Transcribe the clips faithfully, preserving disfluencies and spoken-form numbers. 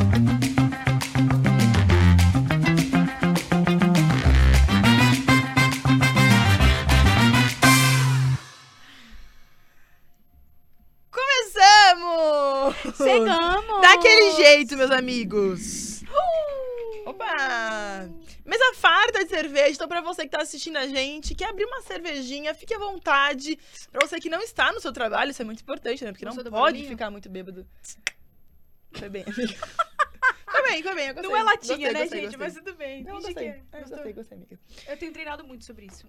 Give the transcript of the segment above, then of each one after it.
Chegamos! Daquele jeito, meus amigos. Uh! Opa! Mesa farta de cerveja. Então, pra você que tá assistindo a gente, quer abrir uma cervejinha, fique à vontade. Pra você que não está no seu trabalho, isso é muito importante, né? Porque não, não pode ficar muito bêbado. Foi bem, amiga. Foi bem, foi bem, eu gostei. Não é latinha, gostei, né, gostei, gente? gostei. Mas tudo bem. Não, Finge gostei. que é. É, Gostou? gostei, gostei, amiga. Eu tenho treinado muito sobre isso.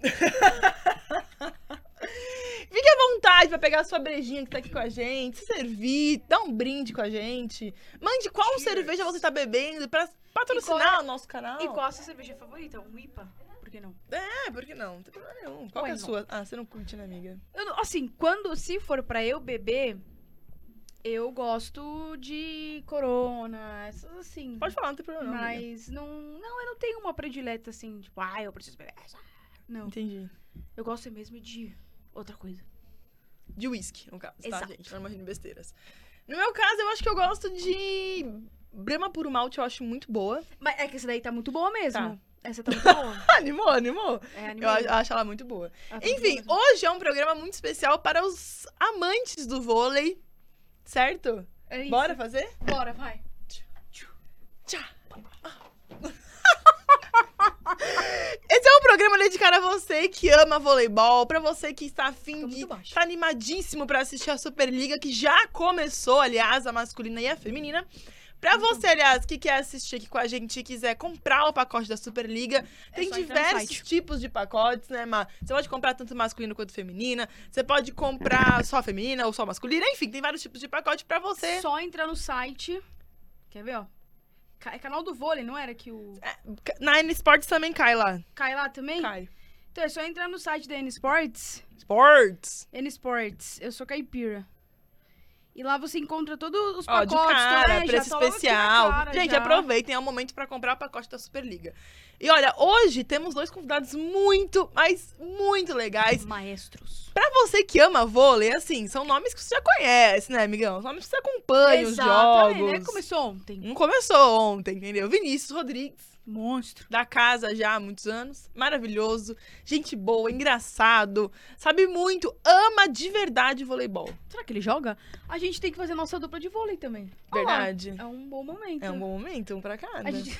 Fique à vontade pra pegar a sua brejinha que tá aqui com a gente, se servir, dar um brinde com a gente. Mande qual Cheers. cerveja você tá bebendo pra patrocinar é... o nosso canal. E qual a sua cerveja favorita? Um I P A? Por que não? É, por que não? Não tem problema nenhum. Qual que é a sua? Ah, você não curte, né, amiga? Eu, assim, quando, se for pra eu beber, eu gosto de Corona, essas assim. Pode falar, não tem problema não. Mas não, não, eu não tenho uma predileta assim, tipo, ah, eu preciso beber essa. Não. Entendi. Eu gosto mesmo de outra coisa. De whisky, no caso, Exato. Tá, gente? Não imagino besteiras. No meu caso, eu acho que eu gosto de Brahma Puro Malte, eu acho muito boa. Mas é que essa daí tá muito boa mesmo. Tá. Essa tá muito boa. Animou, animou. É, animou. Eu acho ela muito boa. Ela tá Enfim, muito boa. hoje é um programa muito especial para os amantes do vôlei, certo? É isso. Bora fazer? Bora, vai. Tchau. Esse é um programa dedicado a você que ama voleibol, pra você que está afim de... Tá animadíssimo pra assistir a Superliga, que já começou, aliás, a masculina e a feminina. Pra você, aliás, que quer assistir aqui com a gente e quiser comprar o pacote da Superliga, É tem diversos tipos de pacotes, né, Má? Você pode comprar tanto masculino quanto feminina, você pode comprar só feminina ou só masculina, enfim, tem vários tipos de pacote pra você. Só entrar no site, quer ver, ó? É canal do vôlei, não era que o... É, na N Sports também cai lá. Cai lá também? Cai. Então é só entrar no site da N Sports. Sports. N Sports. Eu sou caipira. E lá você encontra todos os Ó, pacotes. de cara, é, preço já tá especial. Cara, gente, já. aproveitem, é o momento pra comprar o pacote da Superliga. E olha, hoje temos dois convidados muito, mas muito legais. Maestros. Pra você que ama vôlei, assim, são nomes que você já conhece, né, amigão? São nomes que você acompanha Exatamente, os jogos. né? Começou ontem. Não começou ontem, entendeu? Vinícius Rodrigues. Monstro. Da casa já há muitos anos. Maravilhoso. Gente boa, engraçado. Sabe muito. Ama de verdade voleibol. Será que ele joga? A gente tem que fazer nossa dupla de vôlei também. Verdade. Olá, é um bom momento. É um bom momento, um pra cada. A gente...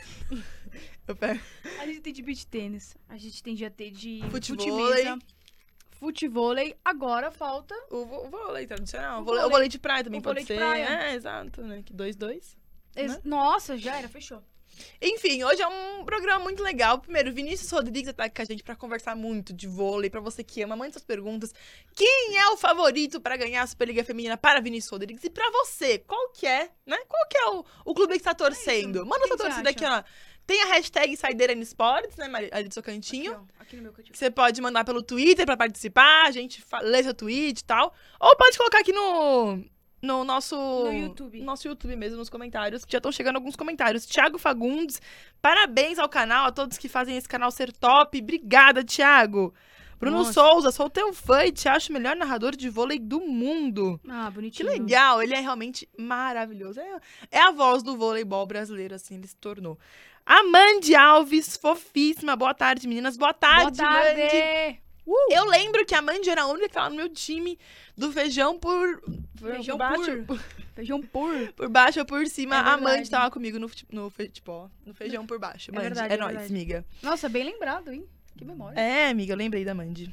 Eu pego. a gente tem de beach tênis. A gente tem de ter de Futevôlei. Futevôlei. Agora falta... O, vo- o vôlei tradicional. O O vôlei, vôlei. o vôlei de praia também O pode vôlei de ser. praia. É, exato, né? Que dois, dois. Ex- né? Nossa, já era, fechou. Enfim, hoje é um programa muito legal. Primeiro, Vinícius Rodrigues tá aqui com a gente pra conversar muito de vôlei. Pra você que ama, mande suas perguntas. Quem é o favorito pra ganhar a Superliga Feminina para Vinícius Rodrigues? E pra você, qual que é, né? Qual que é o, o clube que tá torcendo? isso. Manda Quem sua você torcida aqui, ó. Tem a hashtag Saideira N Sports, né, Mari- ali do seu cantinho. Aqui, ó, aqui no meu cantinho. Que você pode mandar pelo Twitter pra participar, a gente fa- lê seu tweet e tal. Ou pode colocar aqui no, no nosso... No YouTube. no nosso YouTube mesmo, nos comentários. Que já estão chegando alguns comentários. Thiago Fagundes, parabéns ao canal, a todos que fazem esse canal ser top. Obrigada, Thiago. Bruno Nossa. Souza, sou teu fã e te acho o melhor narrador de vôlei do mundo. Ah, Que bonitinho. legal, ele é realmente maravilhoso. É, é a voz do voleibol brasileiro, assim, ele se tornou. Amande Alves, fofíssima. Boa tarde, meninas. Boa tarde, Boa tarde. Mandy. Uh! Eu lembro que a Mandy era a única que tava no meu time do feijão por... por Feijão baixo, pur. Feijão pur. por baixo ou por cima. É a verdade. Mandy tava comigo no, fute- no, fe- tipo, ó, no feijão por baixo. É Mandy, verdade, é é nóis, verdade. amiga. Nossa, bem lembrado, hein? Que memória. É, amiga, eu lembrei da Mandy.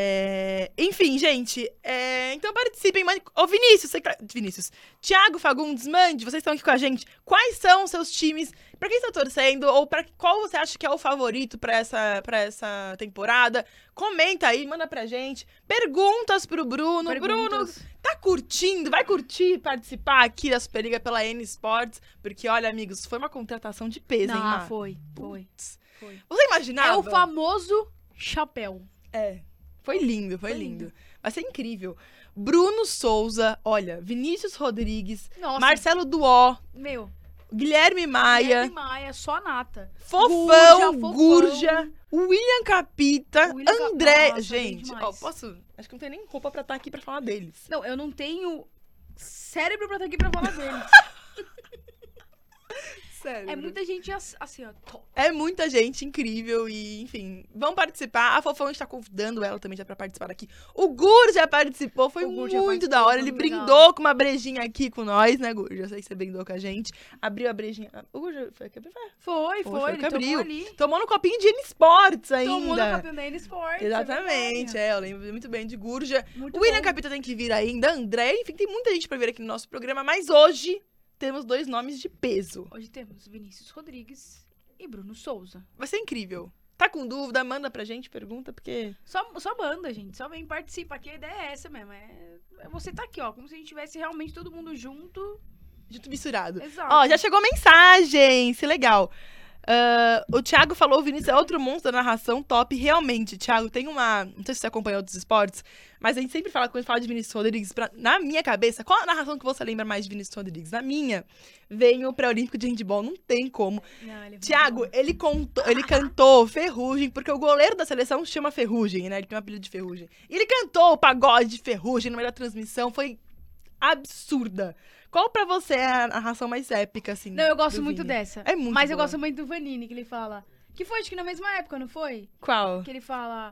É, enfim, gente, é, então participem. Mande... Ô, Vinícius, você que tá... Vinícius, Thiago Fagundes, Mandy, vocês estão aqui com a gente. Quais são os seus times? Pra quem você tá torcendo? Ou pra qual você acha que é o favorito pra essa, pra essa temporada? Comenta aí, manda pra gente. Perguntas pro Bruno. Bruno, Perguntas. tá curtindo? Vai curtir participar aqui da Superliga pela N Sports? Porque, olha, amigos, foi uma contratação de peso, hein, Não, Má? foi, foi, Putz. foi. Você imaginava? É o famoso chapéu. É. Foi lindo, foi, Foi lindo. lindo. Vai ser incrível. Bruno Souza, olha, Vinícius Rodrigues, Nossa, Marcelo Duó, meu. Guilherme Maia, Guilherme Maia, só nata. Fofão, Gurja, Fofão. Gurja, William Capita, William Cap- André. Nossa, bem Gente, demais. ó, posso. Acho que não tem nem roupa pra estar aqui pra falar deles. Não, eu não tenho cérebro pra estar aqui pra falar dele. cérebro. É muita gente ass- assim, ó. top. É muita gente incrível e, enfim, vão participar. A Fofão, a gente tá convidando ela também já pra participar aqui. O Gur já participou, foi O Gur já muito participou, da hora. foi Ele muito legal. brindou com uma brejinha aqui com nós, né, Gur? Já sei que você brindou com a gente. Abriu a brejinha. O Gur já foi que abriu? Foi, Foi, foi, foi ele que abriu. tomou ali. Tomou no copinho de N Sports ainda. Tomou no campeão da N Sports. Exatamente, é. é, eu lembro muito bem de Gurja. Muito O William bom. Capita tem que vir ainda, André, enfim, tem muita gente pra vir aqui no nosso programa, mas hoje temos dois nomes de peso. Hoje temos Vinícius Rodrigues e Bruno Souza. Vai ser incrível. Tá com dúvida? Manda pra gente, pergunta, porque... Só, só manda, gente. Só vem participa. Aqui a ideia é essa mesmo. É, é você tá aqui, ó. Como se a gente tivesse realmente todo mundo junto. Junto misturado. Exato. Ó, já chegou mensagem, que legal. Ah, o Thiago falou, o Vinícius é outro monstro da narração top. Realmente, Thiago, tem uma... Não sei se você acompanha outros esportes, mas a gente sempre fala, quando a gente fala de Vinícius Rodrigues, pra- na minha cabeça, qual a narração que você lembra mais de Vinícius Rodrigues? Na minha, vem o pré-olímpico de handball, não tem como. Não, ele é muito Thiago, bom. ele, contou, ele cantou Ferrugem, porque o goleiro da seleção se chama Ferrugem, né? Ele tem um apelido de Ferrugem. E ele cantou o pagode de Ferrugem no meio da transmissão, foi absurda. Qual pra você é a narração mais épica, assim? Não, eu gosto do muito Vini? dessa. É muito Mas eu boa. gosto muito do Vanini, que ele fala. Que foi, acho que na mesma época, não foi? Qual? Que ele fala.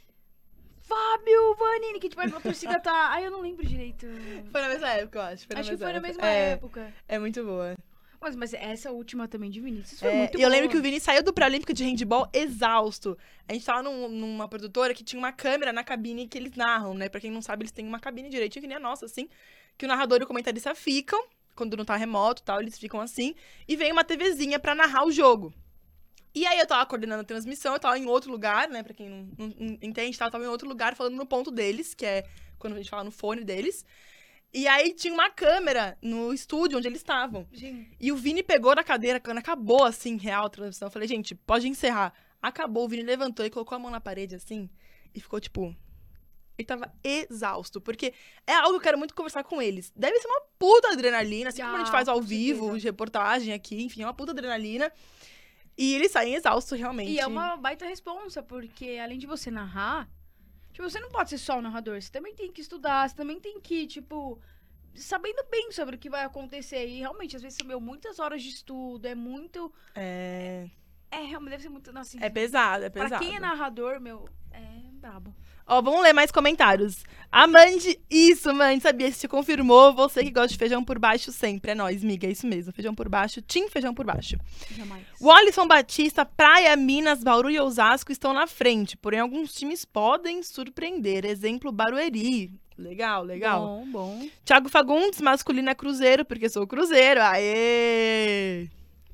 Fábio Vanini, que tipo, a torcida tá. Ai, eu não lembro direito. Foi na mesma época, eu acho. Foi na Acho que mesma foi na época. mesma é, época. É muito boa. Mas, mas essa última também de Vinícius foi É, muito e eu lembro boa. que o Vini saiu do pré-olímpico de handball exausto. A gente tava num- numa produtora que tinha uma câmera na cabine que eles narram, né? Pra quem não sabe, eles têm uma cabine direitinho, que nem a nossa, assim. Que o narrador e o comentarista ficam, quando não tá remoto e tal, eles ficam assim. E vem uma TVzinha pra narrar o jogo. E aí eu tava coordenando a transmissão, eu tava em outro lugar, né? Pra quem não, não- não entende, tá? eu tava em outro lugar falando no ponto deles, que é quando a gente fala no fone deles. E aí tinha uma câmera no estúdio onde eles estavam. Gente, E o Vini pegou na cadeira, quando acabou, assim, real a transmissão. Eu falei, gente, pode encerrar. Acabou, o Vini levantou e colocou a mão na parede, assim, e ficou, tipo... Ele tava exausto, porque é algo que eu quero muito conversar com eles. Deve ser uma puta adrenalina, assim como a gente Ah, faz ao com vivo, certeza. de reportagem aqui, enfim, é uma puta adrenalina. E eles saem exaustos, realmente. E é uma baita responsa, porque além de você narrar, tipo, você não pode ser só o narrador, você também tem que estudar, você também tem que, tipo, sabendo bem sobre o que vai acontecer. E realmente, às vezes, são meu, muitas horas de estudo, é muito. É... É, realmente deve ser muito. Assim, É pesado, é pra pesado. quem é narrador, meu, é brabo. Ó, vamos ler mais comentários. A Mandy, isso, Mandy, sabia, se confirmou. Você que gosta de feijão por baixo sempre. É nóis, miga, é isso mesmo. Feijão por baixo, tim feijão por baixo. Jamais. O Alisson Batista, Praia, Minas, Bauru e Osasco estão na frente. Porém, alguns times podem surpreender. Exemplo, Barueri. Legal, legal. Bom, bom. Thiago Fagundes, masculino é Cruzeiro, porque sou Cruzeiro. Aê!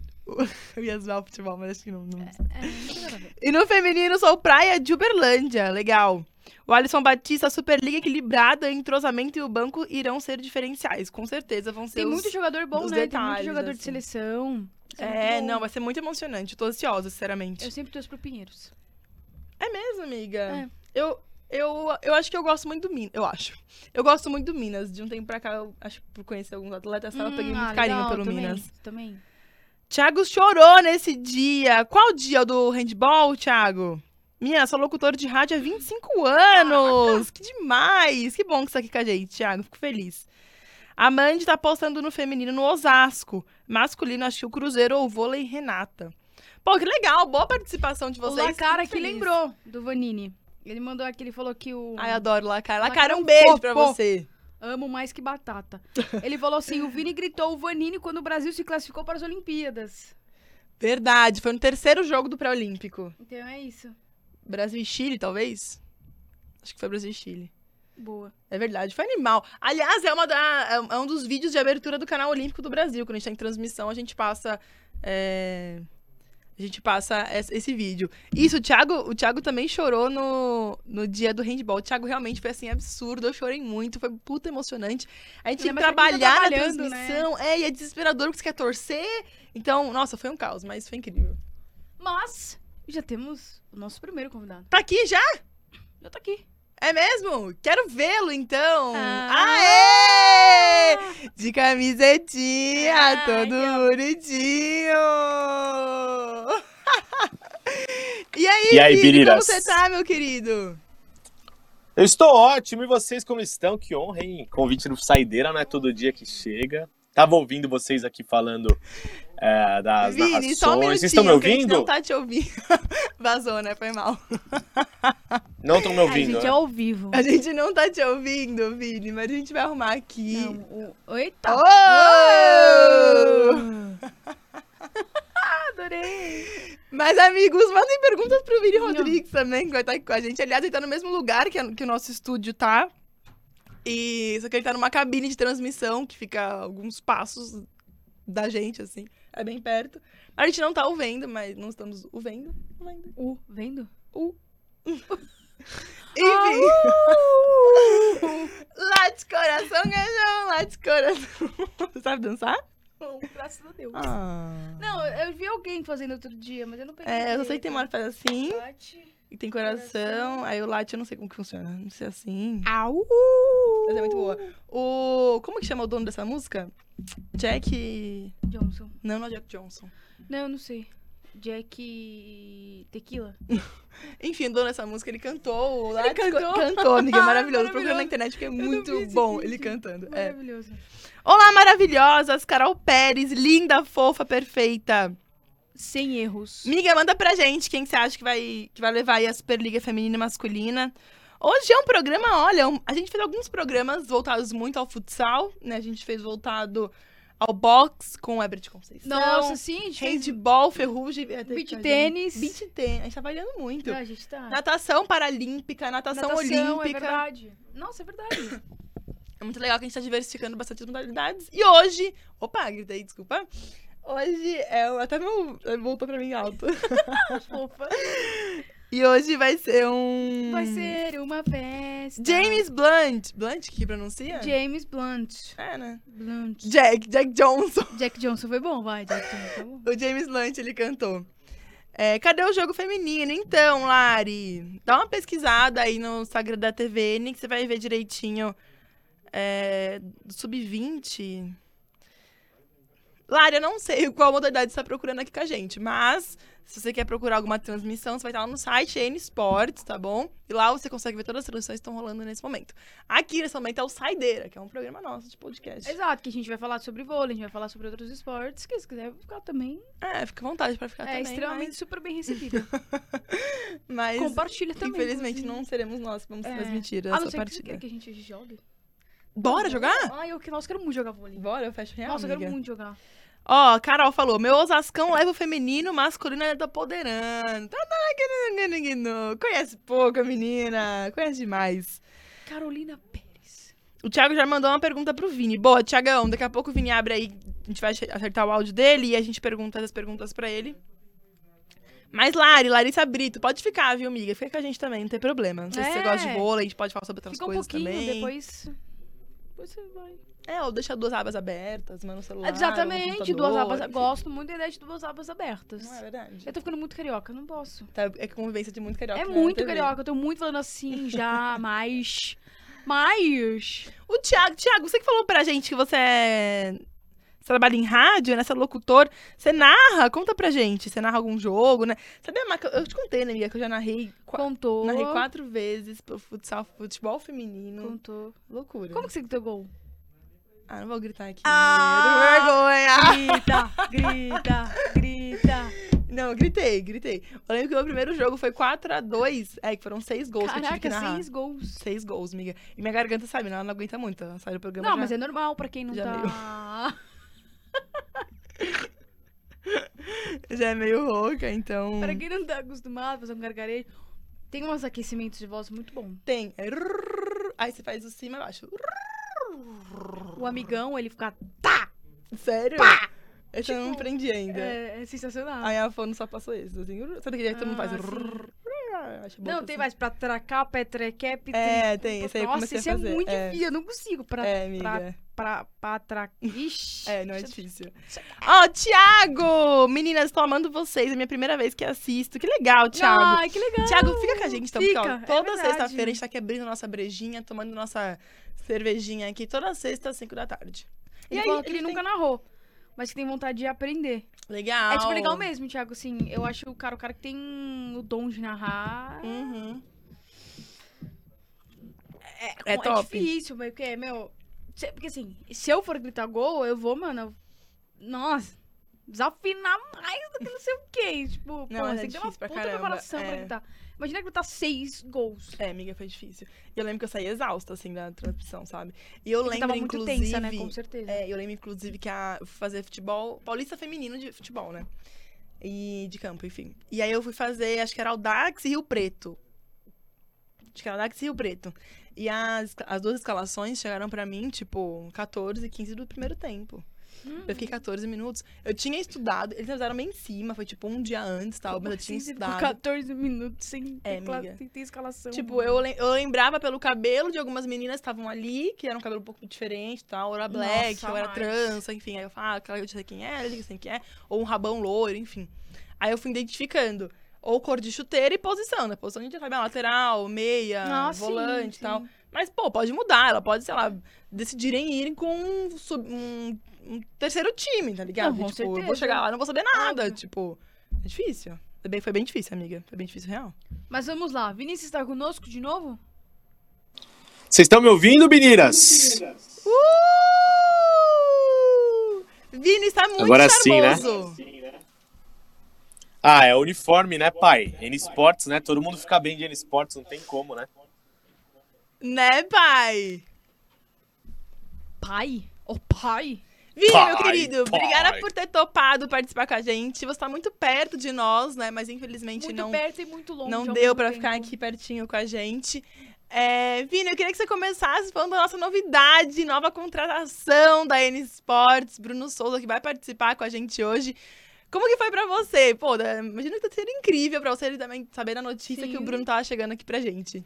Eu ia zoar o futebol, mas acho que não... não... É, não tem nada a ver. E no feminino, sou Praia de Uberlândia. Legal. O Alisson Batista, a Superliga equilibrada, entrosamento e o banco irão ser diferenciais. Com certeza vão ser Tem os... muito jogador bom, os né? Tem detalhes, muito jogador assim. de seleção. Isso É, muito bom. não, vai ser muito emocionante. Eu tô ansiosa, sinceramente. Eu sempre torço pro Pinheiros. É mesmo, amiga? É. Eu, eu, eu acho que eu gosto muito do Minas. Eu acho. Eu gosto muito do Minas. De um tempo pra cá, eu acho que por conhecer alguns atletas, eu peguei Hum, muito ah, carinho legal, pelo também, Minas. Também. Thiago chorou nesse dia. Qual dia do handball, Thiago? Minha, sou locutor de rádio há vinte e cinco anos. Que demais. Que bom que você tá aqui com a gente, Thiago. Fico feliz. A Mandy tá postando no feminino no Osasco. Masculino, acho que o Cruzeiro ou vôlei Renata. Pô, que legal. Boa participação de O vocês. Lacara Fico que feliz. lembrou do Vanini. Ele mandou aqui, ele falou que o... Ai, adoro Lacara. Lacara Lacara, é um um beijo fofo. pra você. Amo mais que batata. Ele falou assim, o Vini gritou o Vanini quando o Brasil se classificou para as Olimpíadas. Verdade. Foi no terceiro jogo do pré-olímpico. Então é isso. Brasil e Chile, talvez? Acho que foi Brasil e Chile. Boa. É verdade, foi animal. Aliás, é, uma da, é um dos vídeos de abertura do canal Olímpico do Brasil. Quando a gente tá em transmissão, a gente passa. é, A gente passa es- esse vídeo. Isso, o Thiago, o Thiago também chorou no, no dia do handball. O Thiago realmente foi assim, absurdo. Eu chorei muito, foi puta emocionante. A gente tinha que Ainda mais pra quem tá trabalhar na trabalhando, né? transmissão. É, e é desesperador porque você quer torcer. Então, nossa, foi um caos, mas foi incrível. Mas já temos o nosso primeiro convidado. Tá aqui já? Já tá aqui. É mesmo? Quero vê-lo, então. Ah. Aê! De camisetinha, Ai, todo eu- bonitinho. E aí, E aí, Vini, como Biriras? você tá, meu querido? Eu estou ótimo, e vocês como estão? Que honra, hein? Convite do Saideira, não é todo dia que chega. Tava ouvindo vocês aqui falando é, das Vini, narrações. só um minutinho, Vocês estão me que a gente ouvindo? não tá te ouvindo. Vazou, né? Foi mal. Não estão me A ouvindo, gente né? é ao vivo. A gente não tá te ouvindo, Vini, mas a gente vai arrumar aqui. Não, o... Eita! Oh! Adorei! Mas, amigos, mandem perguntas pro Vini Não. Rodrigues também, que vai estar aqui com a gente. Aliás, ele tá no mesmo lugar que, a- que o nosso estúdio tá. E só que ele tá numa cabine de transmissão, que fica a alguns passos da gente, assim. É bem perto. A gente não tá o vendo, mas não estamos o vendo. O vendo. O, vendo? O. Enfim. Lá de coração, gajão, lá de coração. Você sabe dançar? Não, graças a Deus. Ah. Não, eu vi alguém fazendo outro dia, mas eu não peguei. É, eu só sei que tem uma hora que faz assim, Bate. e tem coração, Coração. aí o late eu não sei como que funciona. Não sei assim. Au! Mas é muito boa. O... Como que chama o dono dessa música? Jack... Johnson. Não, não é Jack Johnson. Não, eu não sei. Jack Tequila. Enfim, o dono dessa música, ele cantou. o Ele Late Co- cantou? Cantou, amiga, é Ah, maravilhoso. maravilhoso. Procura na internet porque é não muito vi esse bom vídeo. ele cantando. É. Maravilhoso. Olá, maravilhosas! Carol Pérez, linda, fofa, perfeita. Sem erros. Miga, manda pra gente quem que você acha que vai, que vai levar aí a Superliga Feminina e Masculina. Hoje é um programa, olha, um- a gente fez alguns programas voltados muito ao futsal, né? A gente fez voltado ao boxe com o Ebert Conceição. Nossa, sim, a gente fez... Handball, ferrugem... Beach tênis. Beach tênis. A gente tá variando muito. Não, a gente tá... Natação paralímpica, natação, Natação, é olímpica. verdade. Nossa, é verdade. É muito legal que a gente tá diversificando bastante as modalidades. E hoje... Opa, gritei, desculpa. Hoje é... o- Até meu... Voltou pra mim alto. Fofa. E hoje vai ser um... Vai ser uma festa. James Blunt. Blunt que pronuncia? James Blunt. É, né? Blunt. Jack, Jack Johnson. Jack Johnson foi bom, vai. Jack Johnson foi bom. O James Blunt, ele cantou. É, cadê o jogo feminino? Então, Lari, dá uma pesquisada aí no Instagram da T V N que você vai ver direitinho é, do sub vinte. Lari, eu não sei qual modalidade você está procurando aqui com a gente, mas se você quer procurar alguma transmissão, você vai estar lá no site N Sports, tá bom? E lá você consegue ver todas as transmissões que estão rolando nesse momento. Aqui, nesse momento, é o Saideira, que é um programa nosso de podcast. Exato, que a gente vai falar sobre vôlei, a gente vai falar sobre outros esportes, que se quiser ficar também, É, fica à vontade pra ficar é também. extremamente super bem recebido. Mas, mas Compartilha também. infelizmente, inclusive. não seremos nós que vamos É. transmitir A essa não ser que você partida. queira que a gente jogue. Bora jogar? Ai, eu, que- nossa, eu quero muito jogar vôlei. Bora, eu fecho real, Nossa, eu amiga. quero muito jogar. Ó, Carol falou, meu Osascão leva o feminino, masculino é tá poderando. Tá, tá, querendo, conhece pouco a menina, conhece demais. Carolina Pérez. O Thiago já mandou uma pergunta pro Vini. Boa, Thiagão, daqui a pouco o Vini abre aí, a gente vai acertar o áudio dele e a gente pergunta as perguntas pra ele. Mas Lari, Larissa Brito, pode ficar, viu, amiga? Fica com a gente também, não tem problema. Não sei se você É. gosta de vôlei, a gente pode falar sobre outras Fica um coisas pouquinho, também. depois... Depois você vai... É, ou deixa duas abas abertas, manda no celular. Exatamente, ou no duas computador, abas. enfim. Gosto muito da ideia de duas abas abertas. Não é verdade? Eu tô ficando muito carioca, não posso. Tá, é convivência de muito carioca. É né, muito na T V. carioca, eu tô muito falando assim já, mas. Mas. O Thiago, Thiago, você que falou pra gente que você é... Você trabalha em rádio, né? Você é locutor. Você narra? Conta pra gente. Você narra algum jogo, né? Sabia, Maca? Eu te contei, né, amiga? Que eu já narrei... qua- Contou. Narrei quatro vezes pro futsal, futebol feminino. Contou. Loucura. Como que você gritou gol? Ah, não vou gritar aqui. Ah! Vergonha! Grita, grita, grita. Não, eu gritei, gritei. Eu lembro que o meu primeiro jogo foi quatro a dois. É, que foram seis gols que eu tive que Caraca, narrar. seis gols. Seis gols, amiga. E minha garganta, sabe, ela não aguenta muito. Ela sai do programa Não, já... mas é normal pra quem não já tá. já é meio rouca, então... Pra quem não tá acostumado a fazer um gargarejo, tem uns aquecimentos de voz muito bom. Tem. É rrr, aí você faz o cima e baixo. O amigão, ele fica. Sério? Esse eu não Tipo, aprendi ainda. É, é sensacional. Aí a fono só passou isso, assim. rrr, Sabe aquele que todo mundo faz? Ah, rrr, acho bom Não, assim. tem mais pra tracar, petrequep. É, tem, esse aí eu Nossa, comecei a esse fazer, é muito é. difícil, eu não consigo. Pra, É, amiga. pra, pra, pra tra... Ixi. É, não é difícil. Ó, Thiago! Meninas, estou amando vocês. É a minha primeira vez que assisto. Que legal, Thiago. Ai, que legal. Thiago, fica com a gente, então. Fica, Porque, ó, é toda verdade. sexta-feira a gente tá aqui abrindo nossa brejinha, tomando nossa cervejinha aqui. Toda sexta, às cinco da tarde. Ele E aí, falou que ele ele tem- nunca narrou, mas que tem vontade de aprender. Legal. É tipo legal mesmo, Thiago, assim, eu acho o cara, o cara que tem o dom de narrar Uhum. é, É é top. difícil, porque, meu, Se- Porque assim, se eu for gritar gol, eu vou, mano. eu- Nossa, desafinar mais do que não sei o quê. Tipo, Não, pô, mas você é tem que ter uma difícil pra puta caramba, preparação pra é. gritar. Imagina gritar seis gols. É, amiga, foi difícil. E eu lembro que eu saí exausta, assim, da transmissão, sabe? E eu Você lembro, tava muito inclusive... tensa, né? Com certeza. É, eu lembro, inclusive, que a, eu fui fazer futebol... Paulista Feminino de futebol, né? E de campo, enfim. E aí eu fui fazer, acho que era Audax e Rio Preto. Acho que era Audax e Rio Preto. E as, as duas escalações chegaram pra mim, tipo, catorze e quinze do primeiro tempo. Hum. Eu fiquei catorze minutos. Eu tinha estudado, eles avisaram bem em cima, foi tipo um dia antes, tal, mas eu tinha Assim, você ficou estudado. catorze minutos sem ter, É, cla- amiga. sem ter escalação. Tipo, eu, lem- eu lembrava pelo cabelo de algumas meninas que estavam ali, que era um cabelo um pouco diferente e tal. Ou era black, Nossa, ou era mais. trança, enfim. Aí eu falava, ah, aquela eu sei quem é, ele sei quem é. Ou um rabão loiro, enfim. Aí eu fui identificando. Ou cor de chuteira e posição, né? Posição a gente já sabe, ah, lateral, meia, Ah, sim, volante e sim. tal. Mas, pô, pode mudar. Ela pode, sei lá, decidirem irem com um, sub- um- um terceiro time, tá ligado? Não, com E, tipo, eu vou certeza. chegar lá e não vou saber nada. Óbvio. Tipo, é difícil. Foi bem, foi bem difícil, amiga. Foi bem difícil, real. Mas vamos lá, Vinícius está conosco de novo? Vocês estão me ouvindo, meninas? Uh! Vini está muito Agora sim, né? charmoso. Ah, é uniforme, né, pai? N Sports, né? Todo mundo fica bem de N Sports, não tem como, né? Né, pai? Pai? Ô, pai? Vini, Pai, meu querido, pai. obrigada por ter topado participar com a gente. Você tá muito perto de nós, né? Mas infelizmente Muito não, perto e muito longe. não ao deu mesmo pra tempo. ficar aqui pertinho com a gente. É, Vini, eu queria que você começasse falando da nossa novidade, nova contratação da N Sports, Bruno Souza, que vai participar com a gente hoje. Como que foi pra você? Pô, da- imagino que tá sendo incrível pra você ele também saber da notícia Sim. que o Bruno tava chegando aqui pra gente.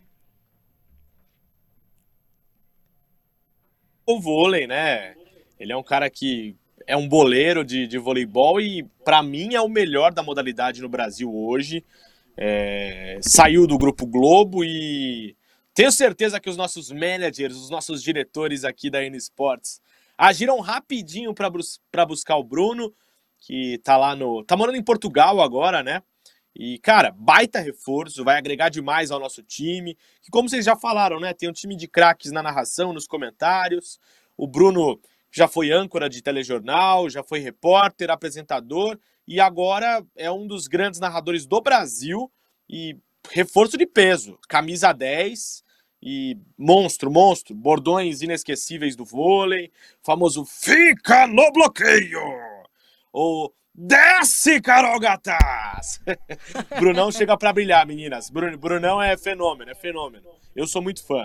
O vôlei, né? Ele é um cara que é um boleiro de, de voleibol e, pra mim, é o melhor da modalidade no Brasil hoje. É, saiu do Grupo Globo e tenho certeza que os nossos managers, os nossos diretores aqui da N Sports agiram rapidinho pra bus- pra buscar o Bruno, que tá lá no... tá morando em Portugal agora, né? E, cara, baita reforço, vai agregar demais ao nosso time. Que, como vocês já falaram, né? Tem um time de craques na narração, nos comentários. O Bruno já foi âncora de telejornal, já foi repórter, apresentador. E agora é um dos grandes narradores do Brasil. E reforço de peso. Camisa dez e monstro, monstro. Bordões inesquecíveis do vôlei. Famoso fica no bloqueio. Ou desce, Carol Gattas! Brunão chega pra brilhar, meninas. Bru- Brunão é fenômeno, é fenômeno. Eu sou muito fã.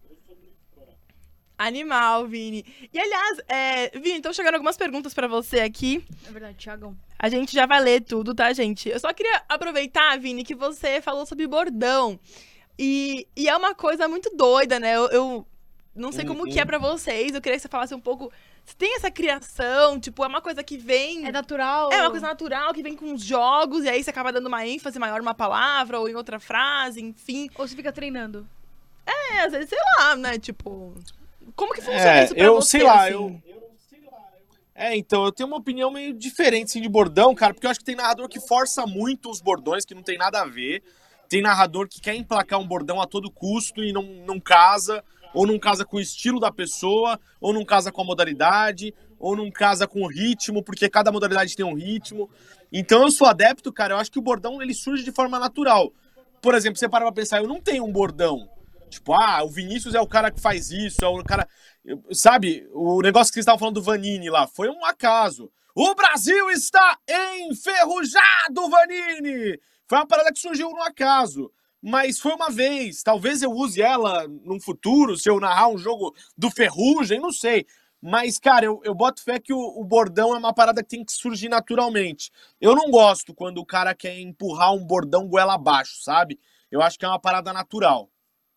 Animal, Vini. E, aliás, é, Vini, estão chegando algumas perguntas pra você aqui. É verdade, Thiagão. A gente já vai ler tudo, tá, gente? Eu só queria aproveitar, Vini, que você falou sobre bordão. E, e é uma coisa muito doida, né? Eu, eu não sei como Uhum. que é pra vocês. Eu queria que você falasse um pouco... Você tem essa criação, tipo, é uma coisa que vem... É natural? É uma coisa natural, que vem com os jogos, e aí você acaba dando uma ênfase maior numa palavra ou em outra frase, enfim. Ou você fica treinando? É, às vezes, sei lá, né? Tipo... Como que funciona É, isso pra eu você, sei lá, assim? eu. É, então, eu tenho uma opinião meio diferente assim, de bordão, cara, porque eu acho que tem narrador que força muito os bordões, que não tem nada a ver. Tem narrador que quer emplacar um bordão a todo custo e não, não casa, ou não casa com o estilo da pessoa, ou não casa com a modalidade, ou não casa com o ritmo, porque cada modalidade tem um ritmo. Então eu sou adepto, cara, eu acho que o bordão ele surge de forma natural. Por exemplo, você para pra pensar, eu não tenho um bordão. Tipo, ah, o Vinícius é o cara que faz isso, é o cara... eu- Sabe, o negócio que vocês estavam falando do Vanini lá, foi um acaso. O Brasil está enferrujado, Vanini! Foi uma parada que surgiu no acaso. Mas foi uma vez, talvez eu use ela num futuro, se eu narrar um jogo do Ferrugem, não sei. Mas, cara, eu, eu boto fé que o, o bordão é uma parada que tem que surgir naturalmente. Eu não gosto quando o cara quer empurrar um bordão goela abaixo, sabe? Eu acho que é uma parada natural.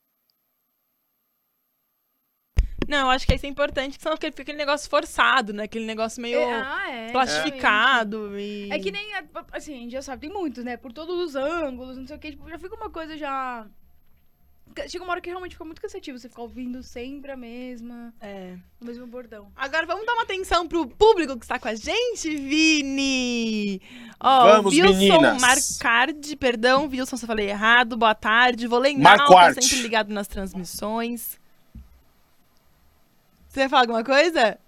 Não, eu acho que isso é importante, que senão fica aquele negócio forçado, né? Aquele negócio meio É, ah, é. plastificado e... É que nem, assim, a gente já sabe, tem muitos, né? Por todos os ângulos, não sei o que. Tipo, já fica uma coisa já... Chega uma hora que realmente fica muito cansativo. Você ficar ouvindo sempre a mesma, É. o mesmo bordão. Agora vamos dar uma atenção pro público que está com a gente, Vini! Ó, Vamos, Wilson meninas! Marcardi, perdão, Wilson, se eu falei errado, boa tarde. Vou lembrar, tá Marquardt. sempre ligado nas transmissões. Você vai falar alguma coisa?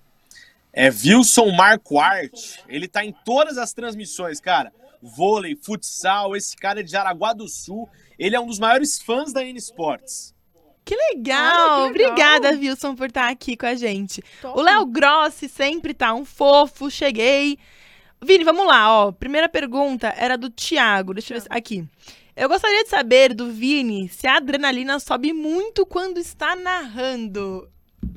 É Wilson Marquardt. Ele tá em todas as transmissões, cara. Vôlei, futsal, esse cara é de Jaraguá do Sul. Ele é um dos maiores fãs da N Sports. Que legal! Olha, que legal. Obrigada, Wilson, por estar aqui com a gente. Top. O Léo Grossi sempre tá um fofo, cheguei. Vini, vamos lá, ó. Primeira pergunta era do Thiago. Deixa eu ver aqui. Eu gostaria de saber do Vini se a adrenalina sobe muito quando está narrando.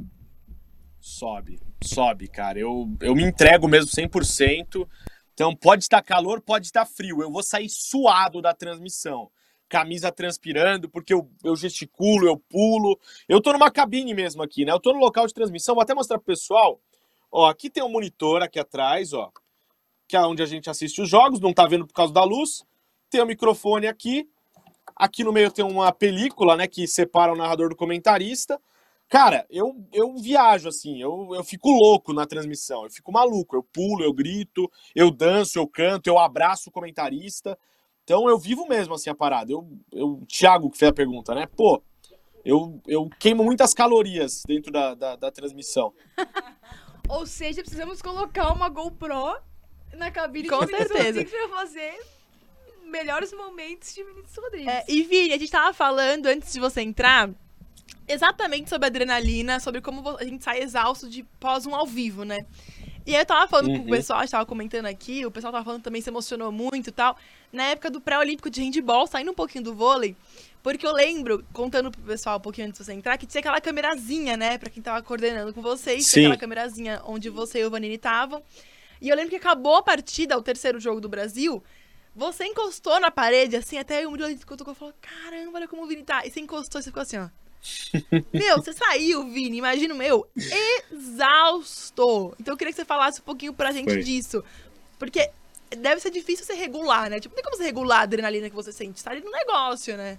Sobe, sobe, cara. Eu, eu me entrego mesmo cem por cento. Então pode estar calor, pode estar frio. Eu vou sair suado da transmissão. Camisa transpirando, porque eu, eu gesticulo, eu pulo. Eu tô numa cabine mesmo aqui, né? Eu tô no local de transmissão, vou até mostrar pro pessoal. Ó, aqui tem um monitor aqui atrás, ó. Que é onde a gente assiste os jogos, não tá vendo por causa da luz. Tem o microfone aqui. Aqui no meio tem uma película, né, que separa o narrador do comentarista. Cara, eu, eu viajo, assim, eu, eu fico louco na transmissão, eu fico maluco, eu pulo, eu grito, eu danço, eu canto, eu abraço o comentarista. Então eu vivo mesmo, assim, a parada. Eu, eu, o Thiago que fez a pergunta, né? Pô, eu, eu queimo muitas calorias dentro da, da, da transmissão. Ou seja, precisamos colocar uma GoPro na cabine Com de Vinícius certeza. Rodrigues pra fazer melhores momentos de Vinícius Rodrigues. É, e Vini, a gente tava falando antes de você entrar exatamente sobre adrenalina, sobre como vo- a gente sai exausto de pós um ao vivo, né? E aí eu tava falando com Uhum. o pessoal, a gente tava comentando aqui, o pessoal tava falando também, se emocionou muito e tal. Na época do pré-olímpico de handball, saindo um pouquinho do vôlei, porque eu lembro, contando pro pessoal um pouquinho antes de você entrar, que tinha aquela câmerazinha, né, pra quem tava coordenando com vocês, Sim. tinha aquela câmerazinha onde você e o Vanini estavam. E eu lembro que acabou a partida, o terceiro jogo do Brasil, você encostou na parede, assim, até o Murilo escutou e falou, caramba, olha como o Vini tá. E você encostou e você ficou assim, ó. Meu, você saiu, Vini, imagina o meu, exausto. Então eu queria que você falasse um pouquinho pra gente Foi. disso. Porque deve ser difícil você regular, né? Tipo, não tem como você regular a adrenalina que você sente. Você tá ali no negócio, né?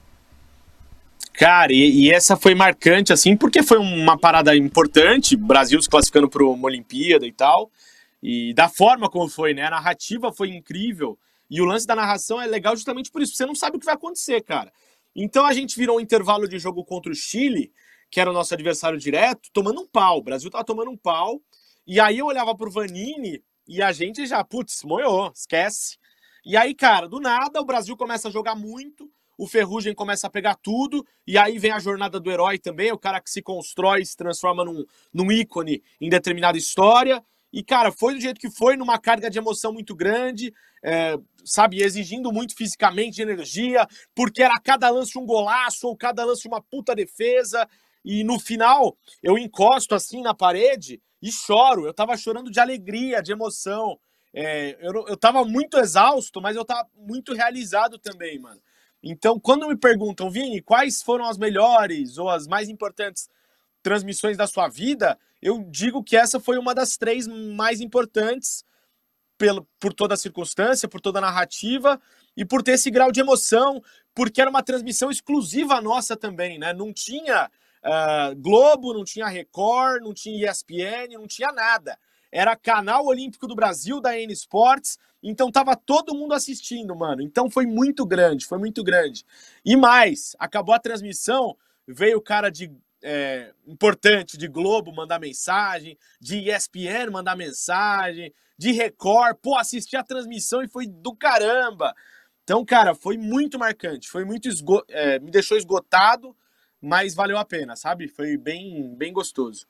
Cara, e, e essa foi marcante, assim, porque foi uma parada importante, Brasil se classificando para uma Olimpíada e tal, e da forma como foi, né? A narrativa foi incrível, e o lance da narração é legal justamente por isso, você não sabe o que vai acontecer, cara. Então a gente virou um intervalo de jogo contra o Chile, que era o nosso adversário direto, tomando um pau, o Brasil tava tomando um pau, e aí eu olhava pro Vanini, e a gente já, putz, moiou, esquece. E aí, cara, do nada, o Brasil começa a jogar muito, o Ferrugem começa a pegar tudo, e aí vem a jornada do herói também, o cara que se constrói e se transforma num, num ícone em determinada história. E, cara, foi do jeito que foi, numa carga de emoção muito grande, é, sabe, exigindo muito fisicamente de energia, porque era cada lance um golaço, ou cada lance uma puta defesa, e no final eu encosto assim na parede e choro, eu tava chorando de alegria, de emoção. É, eu, eu tava muito exausto, mas eu tava muito realizado também, mano. Então, quando me perguntam, Vini, quais foram as melhores ou as mais importantes transmissões da sua vida, eu digo que essa foi uma das três mais importantes pelo, por toda a circunstância, por toda a narrativa e por ter esse grau de emoção, porque era uma transmissão exclusiva nossa também, né? Não tinha uh, Globo, não tinha Record, não tinha E S P N, não tinha nada. Era canal Olímpico do Brasil, da N Sports, então tava todo mundo assistindo, mano. Então foi muito grande, foi muito grande. E mais, acabou a transmissão, veio o cara de é, importante de Globo mandar mensagem, de E S P N mandar mensagem, de Record, pô, assisti a transmissão e foi do caramba. Então, cara, foi muito marcante, foi muito esgo- é, me deixou esgotado, mas valeu a pena, sabe? Foi bem, bem gostoso.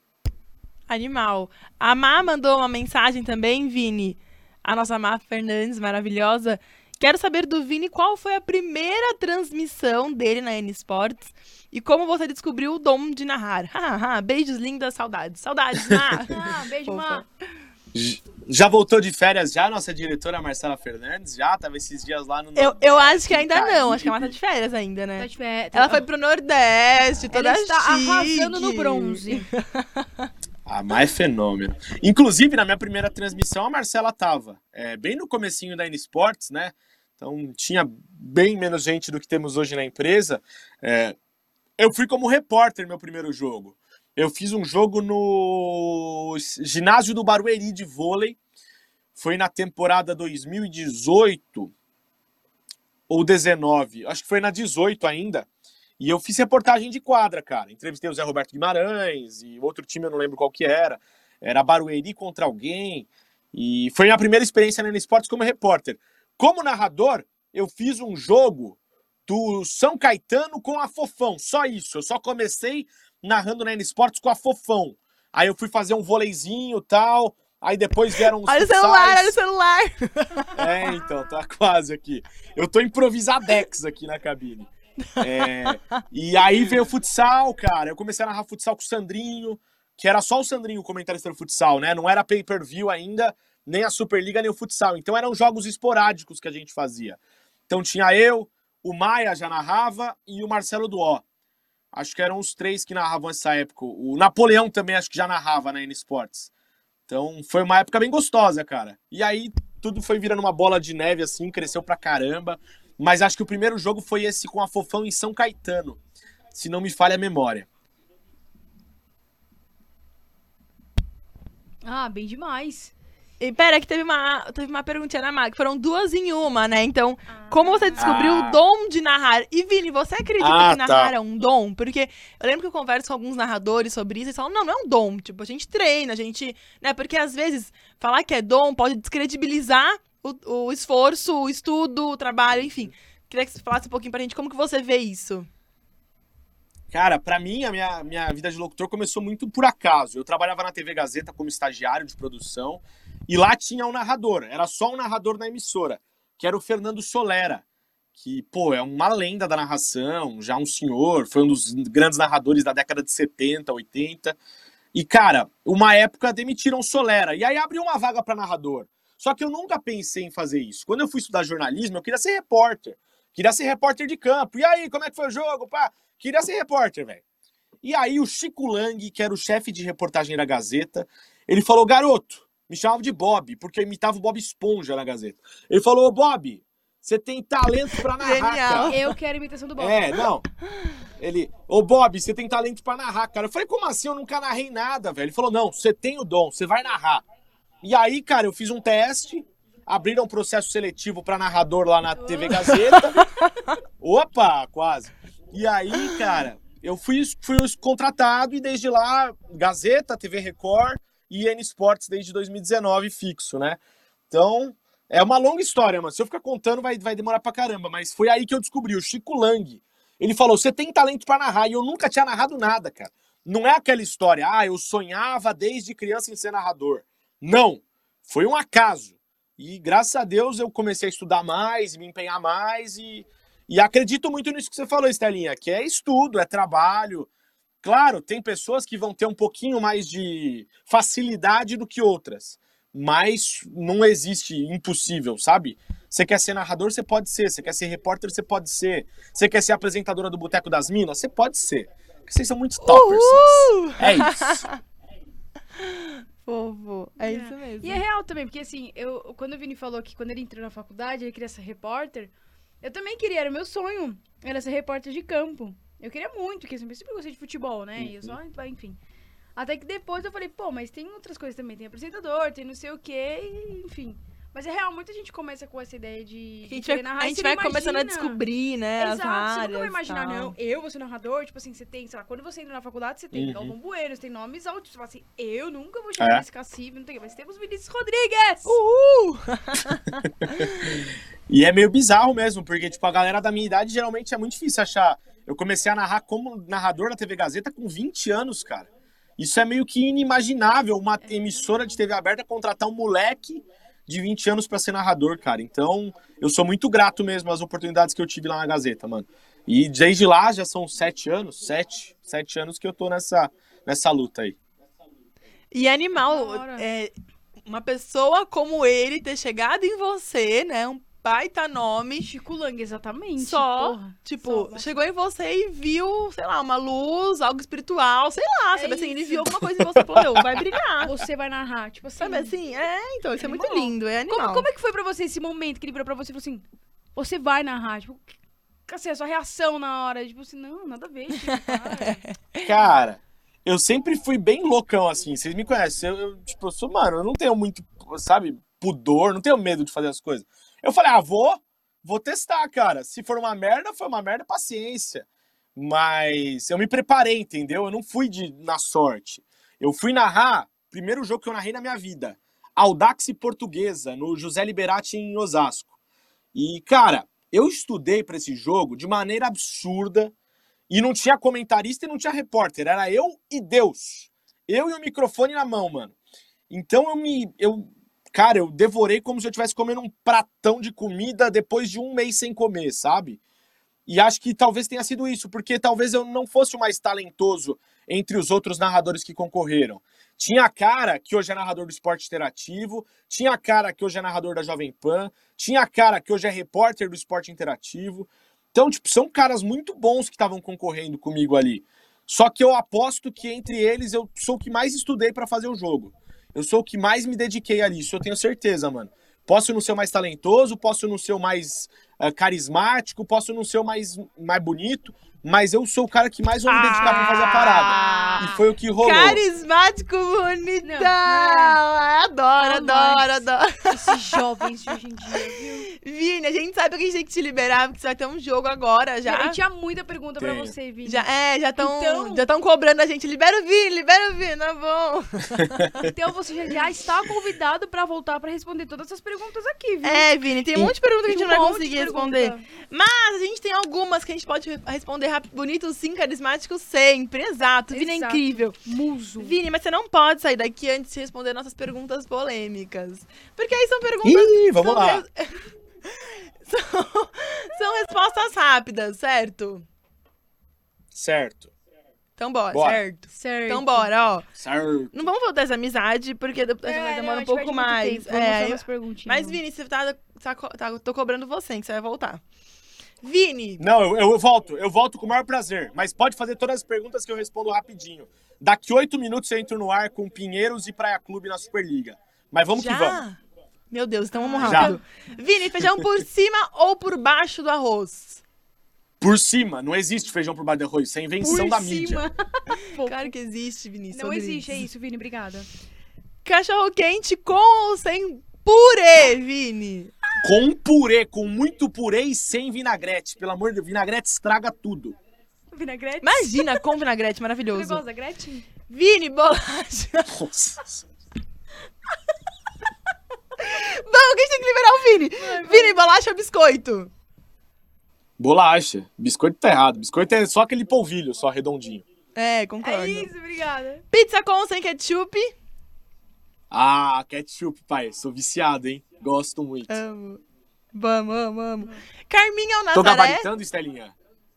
Animal. A Má mandou uma mensagem também, Vini. A nossa Má Fernandes, maravilhosa. Quero saber do Vini qual foi a primeira transmissão dele na N Sports e como você descobriu o dom de narrar. Beijos lindas, saudades. Saudades, Má. Ah, beijo, Fofa. Má. Já voltou de férias já, nossa diretora Marcela Fernandes? Já? Tava esses dias lá no... Eu, eu acho que ainda Caribe. não. Acho que a Má tá de férias ainda, né? Tá de fé- Ela foi pro Nordeste, toda Ela está chique. arrasando no bronze. Ah, mas é fenômeno. Inclusive, na minha primeira transmissão, a Marcela tava. É, bem no comecinho da N Sports, né? Então, tinha bem menos gente do que temos hoje na empresa. É, eu fui como repórter no meu primeiro jogo. Eu fiz um jogo no ginásio do Barueri de vôlei. Foi na temporada dois mil e dezoito ou dezenove. Acho que foi na dezoito ainda. E eu fiz reportagem de quadra, cara. Entrevistei o Zé Roberto Guimarães e outro time, eu não lembro qual que era. Era Barueri contra alguém. E foi minha primeira experiência na N Esportes como repórter. Como narrador, eu fiz um jogo do São Caetano com a Fofão. Só isso. Eu só comecei narrando na N Esportes com a Fofão. Aí eu fui fazer um voleizinho e tal. Aí depois vieram os Olha futsais. o celular, olha o celular. É, então, tá quase aqui. Eu tô improvisadex aqui na cabine. É, e aí veio o futsal, cara. Eu comecei a narrar futsal com o Sandrinho, que era só o Sandrinho, o comentarista do futsal, né? Não era pay-per-view ainda, nem a Superliga, nem o futsal. Então eram jogos esporádicos que a gente fazia. Então tinha eu, o Maia já narrava e o Marcelo Duó. Acho que eram os três que narravam nessa época. O Napoleão também acho que já narrava na N Esportes. Então foi uma época bem gostosa, cara. E aí tudo foi virando uma bola de neve, assim, cresceu pra caramba. Mas acho que o primeiro jogo foi esse com a Fofão em São Caetano, se não me falha a memória. Ah, bem demais. E pera, que teve uma, teve uma perguntinha na Mag. Foram duas em uma, né? Então, ah. como você descobriu ah. o dom de narrar? E Vini, você acredita ah, que narrar tá. é um dom? Porque eu lembro que eu converso com alguns narradores sobre isso e eles falam, não, não é um dom. Tipo, a gente treina, a gente... né? Porque às vezes falar que é dom pode descredibilizar o, o esforço, o estudo, o trabalho, enfim. Queria que você falasse um pouquinho pra gente como que você vê isso. Cara, pra mim, a minha, minha vida de locutor começou muito por acaso. Eu trabalhava na T V Gazeta como estagiário de produção e lá tinha um narrador. Era só um narrador na emissora, que era o Fernando Solera, que, pô, é uma lenda da narração, já um senhor, foi um dos grandes narradores da década de setenta, oitenta. E, cara, uma época demitiram o Solera, e aí abriu uma vaga pra narrador. Só que eu nunca pensei em fazer isso. Quando eu fui estudar jornalismo, eu queria ser repórter. Queria ser repórter de campo. E aí, como é que foi o jogo, pá? Queria ser repórter, velho. E aí o Chico Lang, que era o chefe de reportagem da Gazeta, ele falou, garoto, me chamava de Bob, porque eu imitava o Bob Esponja na Gazeta. Ele falou, Bob, você tem talento pra narrar, cara. Eu quero a imitação do Bob. É, não. Ele, ô Bob, você tem talento pra narrar, cara. Eu falei, como assim? Eu nunca narrei nada, velho. Ele falou, não, você tem o dom, você vai narrar. E aí, cara, eu fiz um teste, abriram um processo seletivo pra narrador lá na T V Gazeta. Opa, quase. E aí, cara, eu fui, fui contratado e desde lá, Gazeta, T V Record e N Esportes desde dois mil e dezenove fixo, né? Então, é uma longa história, mano. Se eu ficar contando, vai, vai demorar pra caramba. Mas foi aí que eu descobri, o Chico Lang. Ele falou, você tem talento pra narrar. E eu nunca tinha narrado nada, cara. Não é aquela história, ah, eu sonhava desde criança em ser narrador. Não, foi um acaso. E graças a Deus eu comecei a estudar mais, me empenhar mais e... E acredito muito nisso que você falou, Estelinha, que é estudo, é trabalho. Claro, tem pessoas que vão ter um pouquinho mais de facilidade do que outras, mas não existe impossível, sabe? Você quer ser narrador, você pode ser. Você quer ser repórter, você pode ser. Você quer ser apresentadora do Boteco das Minas, você pode ser. Porque vocês são muito toppers. É isso. Fofo, é, é isso mesmo. E é real também, porque assim, eu, quando o Vini falou que quando ele entrou na faculdade, ele queria ser repórter, eu também queria, era o meu sonho, era ser repórter de campo. Eu queria muito, porque eu sempre gostei de futebol, né? E eu só, enfim. Até que depois eu falei, pô, mas tem outras coisas também. Tem apresentador, tem não sei o quê, e, enfim. Mas é real, muita gente começa com essa ideia de, a gente de vai, narrar. A gente vai começando a descobrir, né, Exato, as áreas. Você nunca vai imaginar, não, eu vou ser narrador, tipo assim, você tem, sei lá, quando você entra na faculdade, você tem uhum. Galvão Bueno, você tem nomes altos, você fala assim, eu nunca vou chamar é. esse cacife, não tem, mas temos Vinícius Rodrigues! Uhul! E é meio bizarro mesmo, porque, tipo, a galera da minha idade geralmente é muito difícil achar. Eu comecei a narrar como narrador da T V Gazeta com vinte anos, cara. Isso é meio que inimaginável, uma emissora de T V aberta contratar um moleque de vinte anos pra ser narrador, cara. Então, eu sou muito grato mesmo às oportunidades que eu tive lá na Gazeta, mano. E desde lá já são sete anos, sete, sete anos que eu tô nessa, nessa luta aí. E animal, é, uma pessoa como ele ter chegado em você, né, um baita nome. Chico Lang, exatamente. Só, porra, tipo, só. chegou em você e viu, sei lá, uma luz, algo espiritual, sei lá, é sabe assim, ele isso. viu alguma coisa em você e falou, vai brilhar. Você vai narrar, tipo assim. Sabe assim, é, então, isso é, é muito animal. lindo, é animal. Como, como é que foi pra você esse momento que ele virou pra você e falou assim, você vai narrar, tipo, assim, a sua reação na hora, tipo assim, não, nada a ver, tipo, vai. Cara, eu sempre fui bem loucão, assim, vocês me conhecem, eu, eu, tipo, eu sou, mano, eu não tenho muito, sabe, pudor, não tenho medo de fazer as coisas. Eu falei, ah, vou... Vou testar, cara. Se for uma merda, foi uma merda, paciência. mas eu me preparei, entendeu? Eu não fui de, na sorte. Eu fui narrar, primeiro jogo que eu narrei na minha vida, Audax e Portuguesa, no José Liberati em Osasco. E, cara, eu estudei para esse jogo de maneira absurda e não tinha comentarista e não tinha repórter, era eu e Deus. Eu e o microfone na mão, mano. Então eu me... Eu, cara, eu devorei como se eu estivesse comendo um pratão de comida depois de um mês sem comer, sabe? E acho que talvez tenha sido isso, porque talvez eu não fosse o mais talentoso entre os outros narradores que concorreram. Tinha cara que hoje é narrador do Esporte Interativo, tinha cara que hoje é narrador da Jovem Pan, tinha cara que hoje é repórter do Esporte Interativo. Então, tipo, são caras muito bons que estavam concorrendo comigo ali. Só que eu aposto que entre eles eu sou o que mais estudei pra fazer o jogo. Eu sou o que mais me dediquei ali, isso eu tenho certeza, mano. Posso não ser o mais talentoso, posso não ser o mais uh, carismático, posso não ser o mais, mais bonito, mas eu sou o cara que mais vou me dedicar pra fazer a parada. E foi o que rolou. Carismático, bonitão! Não, é. Adoro, Ah, adoro, mas- adoro. Esses jovens de hoje em dia, viu? Vini, a gente sabe que a gente tem que te liberar, porque você vai ter um jogo agora já. Eu tinha muita pergunta pra Tenho. você, Vini. Já, é, já estão Então- já tão cobrando a gente. Libera o Vini, libera o Vini, tá bom. Então você já, já está convidado pra voltar pra responder todas essas perguntas aqui, viu? É, Vini, tem um monte de pergunta que a gente Tem não um vai monte de conseguir pergunta. responder. Mas a gente tem algumas que a gente pode re- responder rápido, bonito sim, carismático sempre. Exato, Vini é Exato. incrível. Muso. Vini, mas você não pode sair daqui antes de responder nossas perguntas polêmicas. Porque aí são perguntas... Ih, vamos são lá. res- são, são respostas rápidas, certo? Certo. Então bora, Bora. certo? Certo. Então bora, ó. Certo. Não vamos voltar essa amizade, porque depois É, vai não, demorar a um gente pouco perde muito mais. tempo. Vamos É, só eu- umas perguntinhas. Mas, vamos. Vini, você tá, tá, co- tá- tô cobrando você, que você vai voltar. Vini, Não, eu, eu volto, eu volto com o maior prazer. Mas pode fazer todas as perguntas que eu respondo rapidinho. Daqui oito minutos eu entro no ar com Pinheiros e Praia Clube na Superliga. Mas vamos já? que vamos. Meu Deus, então vamos Já. rápido. Vini, feijão por cima ou por baixo do arroz? Por cima, não existe feijão por baixo de arroz. Isso é invenção Por da mídia. cima. Claro que existe, Vinícius. Não Rodrigues. existe, é isso, Vini, obrigada. Cachorro quente com ou sem purê, Vini? Com purê, com muito purê e sem vinagrete. Pelo amor de Deus, vinagrete estraga tudo. Vinagrete? Imagina, com vinagrete, Você maravilhoso. gosta da Gretchen? Vini, bolacha. Nossa. Vamos, que a gente tem que liberar o Vini. Vini, bolacha ou biscoito? Bolacha. Biscoito tá errado. Biscoito é só aquele polvilho, só redondinho. É, concordo. É isso, obrigada. Pizza com ou sem ketchup? Ah, ketchup, pai. Sou viciado, hein? Gosto muito. Amo. Vamos, amo, amo. Carminha ou Tô Nazaré? gabaritando, Estelinha?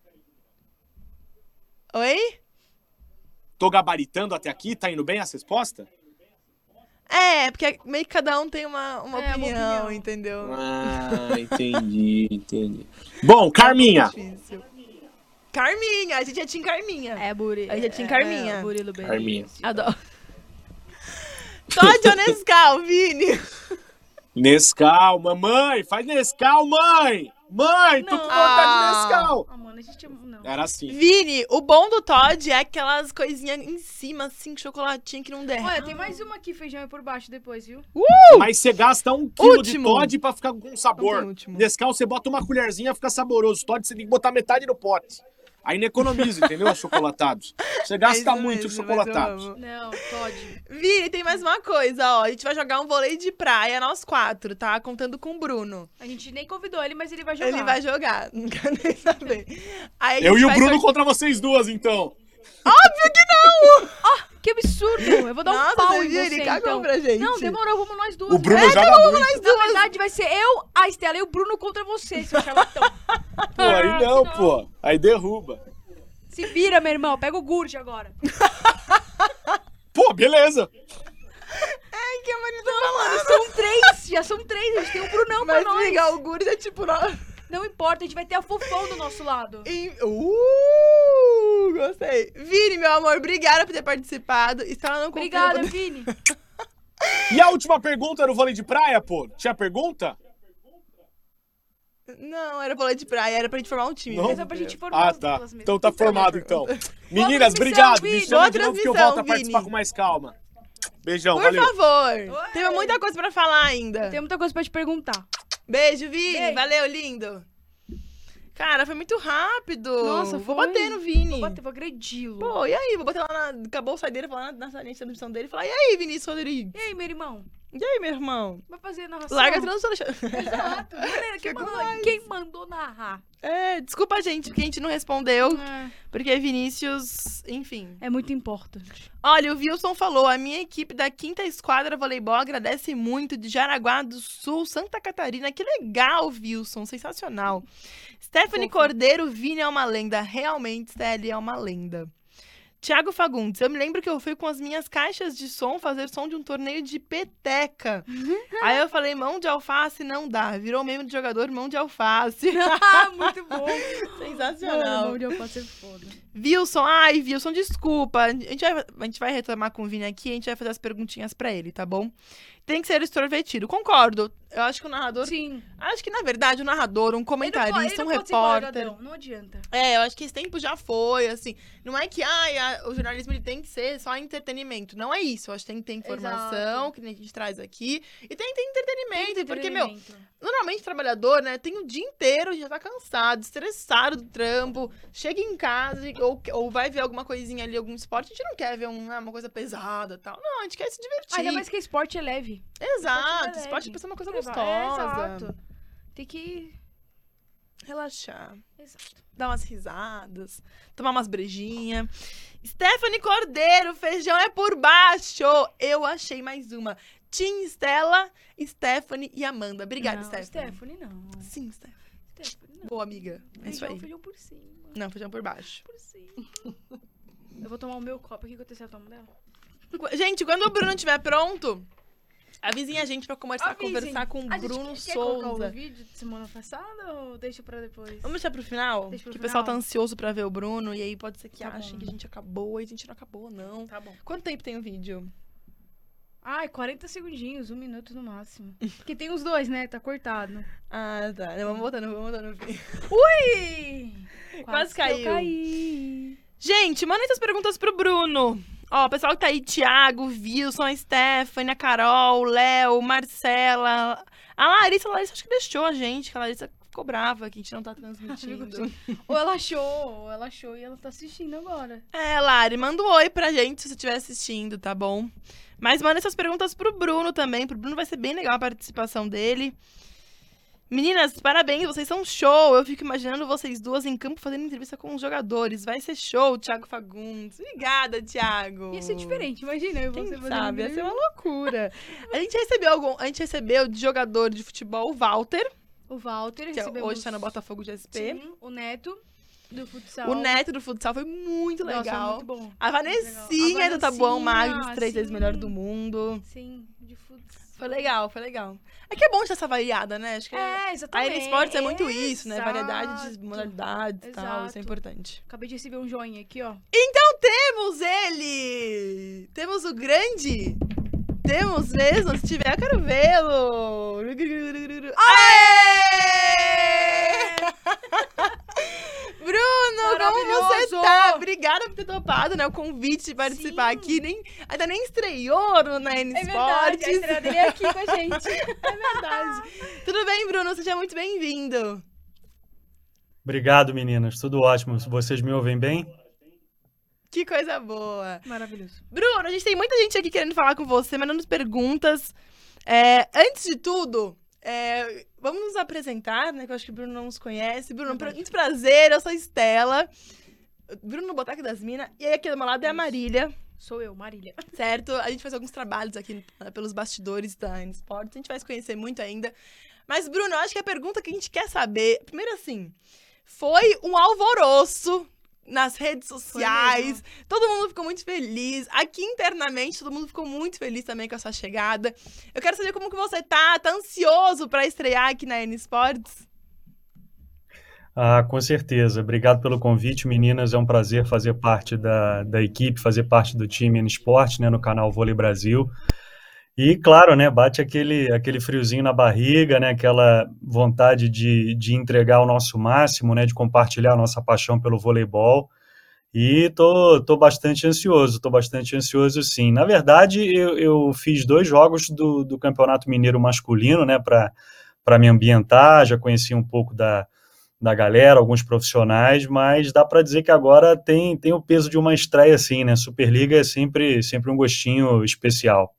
Oi? Tô gabaritando até aqui? Tá indo bem essa resposta? É, porque meio que cada um tem uma, uma, É, uma opinião, opinião. entendeu? Ah, entendi, entendi. Bom, Carminha. Difícil. Carminha, a gente já tinha Carminha. É, Buri. Aí já tinha é, Carminha. É, Burilo Beleza. Carminha. Adoro. Todd ou Nescau, Vini? Nescau, mamãe, faz Nescau, mãe! Mãe, tô com Não. vontade Ah. de Nescau! Ah, mano, a gente... Não. Era assim. Vini, o bom do Todd é aquelas coisinhas em cima, assim, chocolatinho que não derrete. Olha, tem mais uma aqui, feijão e por baixo depois, viu? Mas você gasta um quilo Último. de Todd pra ficar com sabor. Não tem último. Nescau, você bota uma colherzinha, fica saboroso. Todd, você tem que botar metade no pote. Aí não economiza, entendeu? Achocolatados. Você gasta É isso muito mesmo, chocolatados. mas eu amo. Não, Todd. Vini, tem mais uma coisa, ó. A gente vai jogar um vôlei de praia, nós quatro, tá? Contando com o Bruno. A gente nem convidou ele, mas ele vai jogar. Ele vai jogar, não quero nem saber. Aí a Eu gente e o vai Bruno jogar- contra vocês duas, então. Óbvio que não! Que absurdo! Eu vou dar um Nossa, pau você em viu? você, Ele cagou então. pra gente. Não, demorou, vamos nós duas. O Bruno É, joga muito. Na verdade, vai ser eu, a Estela e o Bruno contra você, seu charlatão. Pô, aí não, pô. Aí derruba. Se vira, meu irmão. Pega o Gurge agora. Pô, beleza. Ai, que a Marina tá falando. São três, já são três. A gente tem um Brunão Mas pra nós. ligar o Guri é tipo... nós. Não importa, a gente vai ter a Fofão do nosso lado. Em- Uh, gostei. Vini, meu amor, obrigada por ter participado. E se ela não Obrigada, confirma- Vini. E a última pergunta era o vôlei de praia, pô? Tinha pergunta? Não, era vôlei de praia, era pra gente formar um time. Não? mas Mas é pra gente formar Ah, as tá. duplas mesmo. Então tá formado, então. Meninas, transmissão, obrigado. Vini. Me chama Boa de novo que eu transmissão, volto a participar Vini. com mais calma. Beijão, Por valeu. favor. Oi. Tem muita coisa pra falar ainda. Tem muita coisa pra te perguntar. Beijo, Vini. Beijo. Valeu, lindo. Cara, foi muito rápido. Nossa, Vou foi. bater no Vini. Vou bater, vou agredi-lo. Pô, e aí? Vou bater lá na... Acabou o saideira, falar na, na salinha de transmissão dele e falar, e aí, Vinícius Rodrigues? E aí, meu irmão? E aí, meu irmão? Vai fazer narração? Larga a transmissão. Exato. Galera, quem Chegou mandou, mais. quem mandou narrar? É, desculpa a gente, porque a gente não respondeu. É, Porque Vinícius, enfim. é muito importante. Olha, o Wilson falou, a minha equipe da quinta Esquadra Voleibol agradece muito de Jaraguá do Sul, Santa Catarina. Que legal, Wilson, sensacional. Stephanie Fofa. Cordeiro, Vini é uma lenda. Realmente, Steli é uma lenda. Tiago Fagundes, eu me lembro que eu fui com as minhas caixas de som fazer som de um torneio de peteca. Aí eu falei, mão de alface não dá. Virou meme de jogador, mão de alface. Ah, muito bom. Sensacional. Mano, eu posso ser foda. Wilson, ai, Wilson, desculpa. A gente, vai, a gente vai retomar com o Vini aqui e a gente vai fazer as perguntinhas pra ele, tá bom? Tem que ser extrovertido. Concordo. Eu acho que o narrador... Sim. Acho que, na verdade, o narrador, um comentarista, Ele um não pode- ele não pode ser repórter... quadradão, não adianta. É, eu acho que esse tempo já foi, assim. Não é que ai, a- o jornalismo ele tem que ser só entretenimento. Não é isso. Eu acho que tem que ter informação, Exato. que nem a gente traz aqui. E tem que ter entretenimento. Porque, meu, Entretenimento. normalmente trabalhador, né, tem o dia inteiro, já tá cansado, estressado do trampo, chega em casa e- ou, ou vai ver alguma coisinha ali, algum esporte, a gente não quer ver um, ah, uma coisa pesada e tal. Não, a gente quer se divertir. Ainda mais que esporte é leve. Exato, é esporte leve. é uma coisa É, gostosa. exato. Tem que... Relaxar, Exato. dar umas risadas, tomar umas brejinhas. Stephanie Cordeiro, feijão é por baixo. Eu achei mais uma. Tim, Stella, Stephanie e Amanda. Obrigada, não, Stephanie. Stephanie, não. Sim, Stephanie. Stephanie, não. Boa, amiga. É isso Feijão, aí. feijão por cima. Não, feijão por baixo. Por cima. Eu vou tomar o meu copo aqui, que eu tenho certo dela. Qu- Gente, quando o Bruno estiver pronto, avisem a gente pra conversar, Avisem. conversar com o A gente Bruno quer, quer colocar Souza. o vídeo de semana passada ou deixa pra depois? Vamos deixar pro final? Deixa pro que o pessoal tá final. ansioso pra ver o Bruno, e aí pode ser que Tá achem bom. que a gente acabou, e a gente não acabou, não. Tá bom. Quanto tempo tem o vídeo? Ai, quarenta segundinhos, um minuto no máximo. Porque tem os dois, né? Tá cortado. Ah, tá. Não, vamos botar no, vamos botar no fim. Ui! Quase que eu caiu. caí. Gente, mandem suas perguntas pro Bruno. Ó, o pessoal que tá aí, Thiago, Wilson, a Stephanie, a Carol, o Léo, Marcela, a Larissa, a Larissa acho que deixou a gente, que a Larissa ficou brava que a gente não tá transmitindo. Ou ela achou, ou ela achou e ela tá assistindo agora. É, Lari, manda um oi pra gente se você estiver assistindo, tá bom? Mas manda essas perguntas pro Bruno também, pro Bruno vai ser bem legal a participação dele. Meninas, parabéns, vocês são show. Eu fico imaginando vocês duas em campo fazendo entrevista com os jogadores. Vai ser show, Thiago Fagundes. Obrigada, Thiago. Ia ser diferente, imagina. Eu Quem você sabe, ia ser uma loucura. A gente recebeu algum, a gente recebeu de jogador de futebol o Walter, O Walter, que é- recebemos... hoje tá no Botafogo de S P. Sim, o Neto do futsal. O Neto do futsal foi muito Nossa, legal. muito bom. A Vanessinha A do Tabuão Vanessinha, Magno, três vezes sim. melhor do mundo. Sim, de futsal. Foi legal, foi legal. É que é bom ter essa variada, né? Acho que É, a exatamente. N Sports é muito isso, né? Variedade de Exato. modalidades e tal, isso Exato. é importante. Acabei de receber um joinha aqui, ó. Então temos ele! Temos o grande! Temos mesmo, se tiver eu quero vê-lo! Aê! Bruno, como você Maravilhoso! tá? Obrigada por ter topado, né, o convite de participar Sim. aqui. Nem, ainda nem estreou no na N É verdade, Sports. a estreia dele é aqui com a gente. É verdade. Tudo bem, Bruno? Seja muito bem-vindo. Obrigado, meninas. Tudo ótimo. Vocês me ouvem bem? Que coisa boa. Maravilhoso. Bruno, a gente tem muita gente aqui querendo falar com você, mandando perguntas. É, antes de tudo, é, vamos nos apresentar, né? Que eu acho que o Bruno não nos conhece. Bruno, pra- muito prazer, eu sou a Estela. Bruno Botaque das Minas. E aí aqui do meu lado é a Marília, Sou eu, Marília. certo? A gente faz alguns trabalhos aqui né, pelos bastidores da N Sports. A gente vai se conhecer muito ainda. Mas, Bruno, eu acho que a pergunta que a gente quer saber... Primeiro, assim, foi um alvoroço nas redes sociais. Todo mundo ficou muito feliz. Aqui internamente, todo mundo ficou muito feliz também com a sua chegada. Eu quero saber como que você tá. Tá ansioso pra estrear aqui na N Sports? Ah, com certeza. Obrigado pelo convite, meninas. É um prazer fazer parte da, da equipe, fazer parte do time N Sport, né, no canal Vôlei Brasil. E, claro, né, bate aquele, aquele friozinho na barriga, né, aquela vontade de, de entregar o nosso máximo, né, de compartilhar a nossa paixão pelo voleibol. E tô, tô bastante ansioso, tô bastante ansioso sim. Na verdade, eu, eu fiz dois jogos do, do Campeonato Mineiro masculino, né, para para me ambientar, já conheci um pouco da, da galera, alguns profissionais, mas dá para dizer que agora tem, tem o peso de uma estreia, assim, né? Superliga é sempre, sempre um gostinho especial.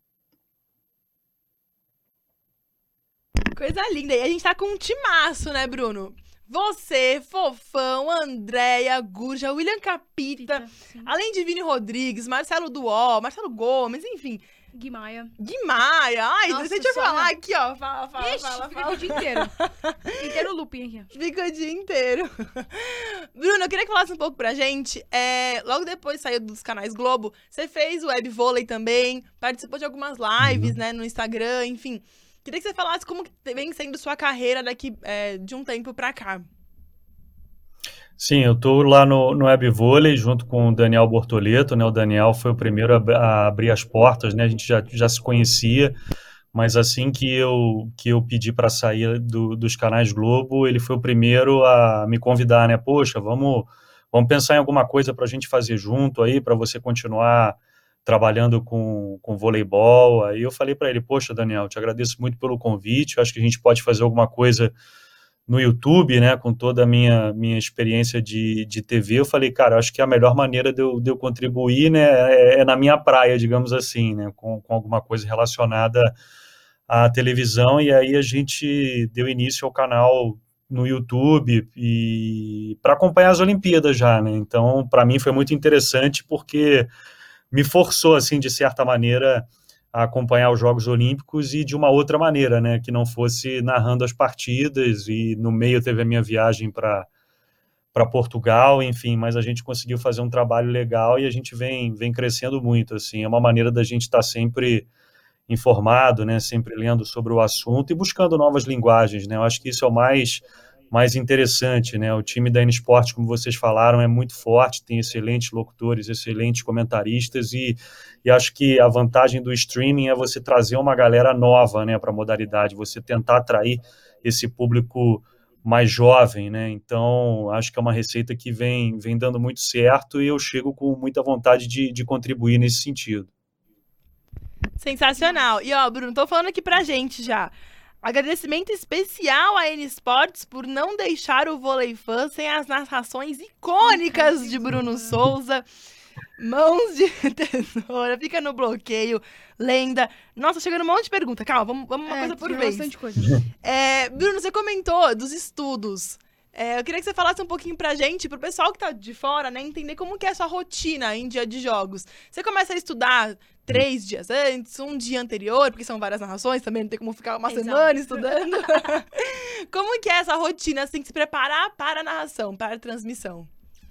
Coisa linda. E a gente tá com um timaço, né, Bruno? Você, Fofão, Andréia, Gurja, William Capita, Sim. além de Vini Rodrigues, Marcelo Duó, Marcelo Gomes, enfim. Gui Maia. Gui Maia. Ai, Nossa deixa eu Senhora. falar aqui, ó. Fala, fala, Ixi, fala, fica fala. o dia inteiro. inteiro looping aqui. ó. Fica o dia inteiro. Bruno, eu queria que falasse um pouco pra gente. É, logo depois saiu dos canais Globo, você fez web vôlei também, participou de algumas lives, Uhum. né, no Instagram, enfim. Queria que você falasse como que vem sendo sua carreira daqui é, de um tempo pra cá. Sim, eu estou lá no, no Web Vôlei junto com o Daniel Bortoleto, né? O Daniel foi o primeiro a, ab- a abrir as portas, né? A gente já, já se conhecia, mas assim que eu, que eu pedi para sair do- dos canais Globo, ele foi o primeiro a me convidar, né? Poxa, vamos, vamos pensar em alguma coisa para a gente fazer junto aí, para você continuar trabalhando com, com voleibol. Aí eu falei para ele, poxa, Daniel, te agradeço muito pelo convite, eu acho que a gente pode fazer alguma coisa no YouTube, né, com toda a minha, minha experiência de, de T V. Eu falei, cara, acho que a melhor maneira de eu, de eu contribuir, né, é, é na minha praia, digamos assim, né, com, com alguma coisa relacionada à televisão, e aí a gente deu início ao canal no YouTube e para acompanhar as Olimpíadas já, né, então para mim foi muito interessante porque me forçou, assim, de certa maneira, a acompanhar os Jogos Olímpicos e de uma outra maneira, né, que não fosse narrando as partidas, e no meio teve a minha viagem para para Portugal, enfim, mas a gente conseguiu fazer um trabalho legal e a gente vem, vem crescendo muito, assim, é uma maneira da gente estar sempre informado, né, sempre lendo sobre o assunto e buscando novas linguagens, né, eu acho que isso é o mais, mais interessante, né, o time da N Sport, como vocês falaram, é muito forte, tem excelentes locutores, excelentes comentaristas e, e acho que a vantagem do streaming é você trazer uma galera nova, né, para a modalidade, você tentar atrair esse público mais jovem, né, então acho que é uma receita que vem, vem dando muito certo e eu chego com muita vontade de, de contribuir nesse sentido. Sensacional. E ó, Bruno, tô falando aqui pra gente já. Agradecimento especial à N Sports por não deixar o Vôlei Fã sem as narrações icônicas de Bruno Souza. Mãos de tesoura, fica no bloqueio, lenda. Nossa, chegando um monte de pergunta. Calma, vamos, vamos uma É, coisa por tem vez. bastante coisa. É, Bruno, você comentou dos estudos. É, eu queria que você falasse um pouquinho pra gente, pro pessoal que tá de fora, né, entender como que é a sua rotina em dia de jogos. Você começa a estudar três dias antes, um dia anterior, porque são várias narrações também, não tem como ficar uma Exato. semana estudando. Como que é essa rotina? Você tem que se preparar para a narração, para a transmissão.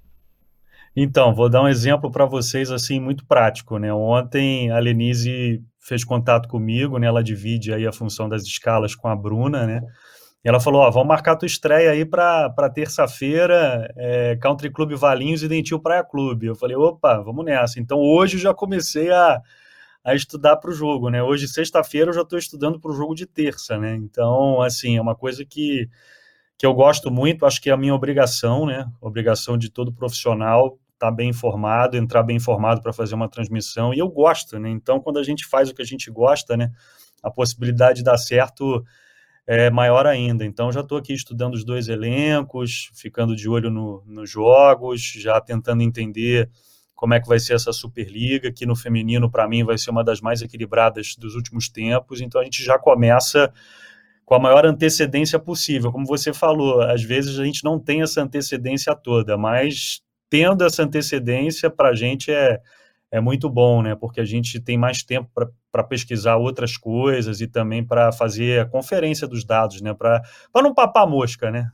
Então, vou dar um exemplo para vocês, assim, muito prático, né? Ontem a Lenise fez contato comigo, né? Ela divide aí a função das escalas com a Bruna, né? E ela falou, ó, vamos marcar tua estreia aí para terça-feira, é, Country Club Valinhos e Dentil Praia Clube. Eu falei, opa, vamos nessa. Então, hoje eu já comecei a, a estudar para o jogo, né? Hoje, sexta-feira, eu já estou estudando para o jogo de terça, né? Então, assim, é uma coisa que, que eu gosto muito, acho que é a minha obrigação, né? Obrigação de todo profissional estar bem informado, entrar bem informado para fazer uma transmissão, e eu gosto, né? Então, quando a gente faz o que a gente gosta, né? A possibilidade de dar certo é maior ainda. Então, já estou aqui estudando os dois elencos, ficando de olho no, nos jogos, já tentando entender como é que vai ser essa Superliga, que no feminino, para mim, vai ser uma das mais equilibradas dos últimos tempos. Então, a gente já começa com a maior antecedência possível. Como você falou, às vezes a gente não tem essa antecedência toda, mas tendo essa antecedência, para a gente é, é muito bom, né? Porque a gente tem mais tempo para pesquisar outras coisas e também para fazer a conferência dos dados, né? Para não papar mosca, né?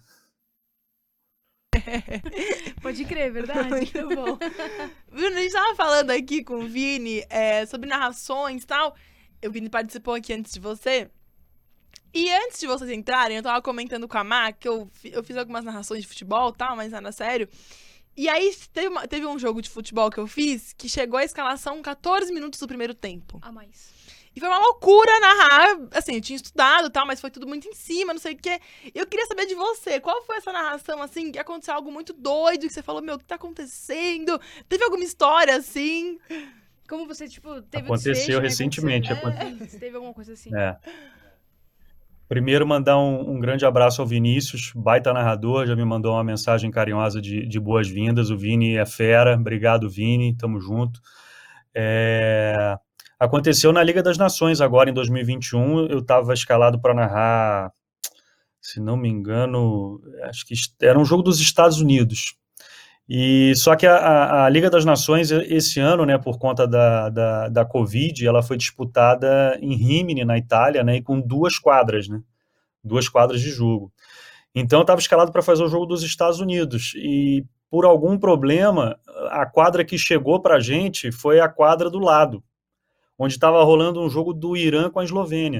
Pode crer, verdade. Muito bom. Bruno, a gente tava falando aqui com o Vini é, sobre narrações e tal. O Vini participou aqui antes de você. E antes de vocês entrarem, eu tava comentando com a Má que eu, eu fiz algumas narrações de futebol e tal, mas nada sério. E aí teve, uma, teve um jogo de futebol que eu fiz que chegou a escalação quatorze minutos do primeiro tempo. A mais. E foi uma loucura narrar, assim, eu tinha estudado e tal, mas foi tudo muito em cima, não sei o quê. Eu queria saber de você, qual foi essa narração, assim, que aconteceu algo muito doido, que você falou, meu, o que tá acontecendo? Teve alguma história, assim? Como você, tipo, teve Aconteceu o desfecho, né? recentemente. Como você... aconte- é, teve alguma coisa assim. É. Primeiro, mandar um, um grande abraço ao Vinícius, baita narrador, já me mandou uma mensagem carinhosa de, de boas-vindas. O Vini é fera, obrigado, Vini, tamo junto. É... Aconteceu na Liga das Nações agora, em dois mil e vinte e um, eu estava escalado para narrar, se não me engano, acho que era um jogo dos Estados Unidos. E só que a, a, a Liga das Nações esse ano, né, por conta da, da, da Covid, ela foi disputada em Rimini, na Itália, né, e com duas quadras, né, duas quadras de jogo. Então eu estava escalado para fazer o jogo dos Estados Unidos e por algum problema a quadra que chegou para a gente foi a quadra do lado, onde estava rolando um jogo do Irã com a Eslovênia.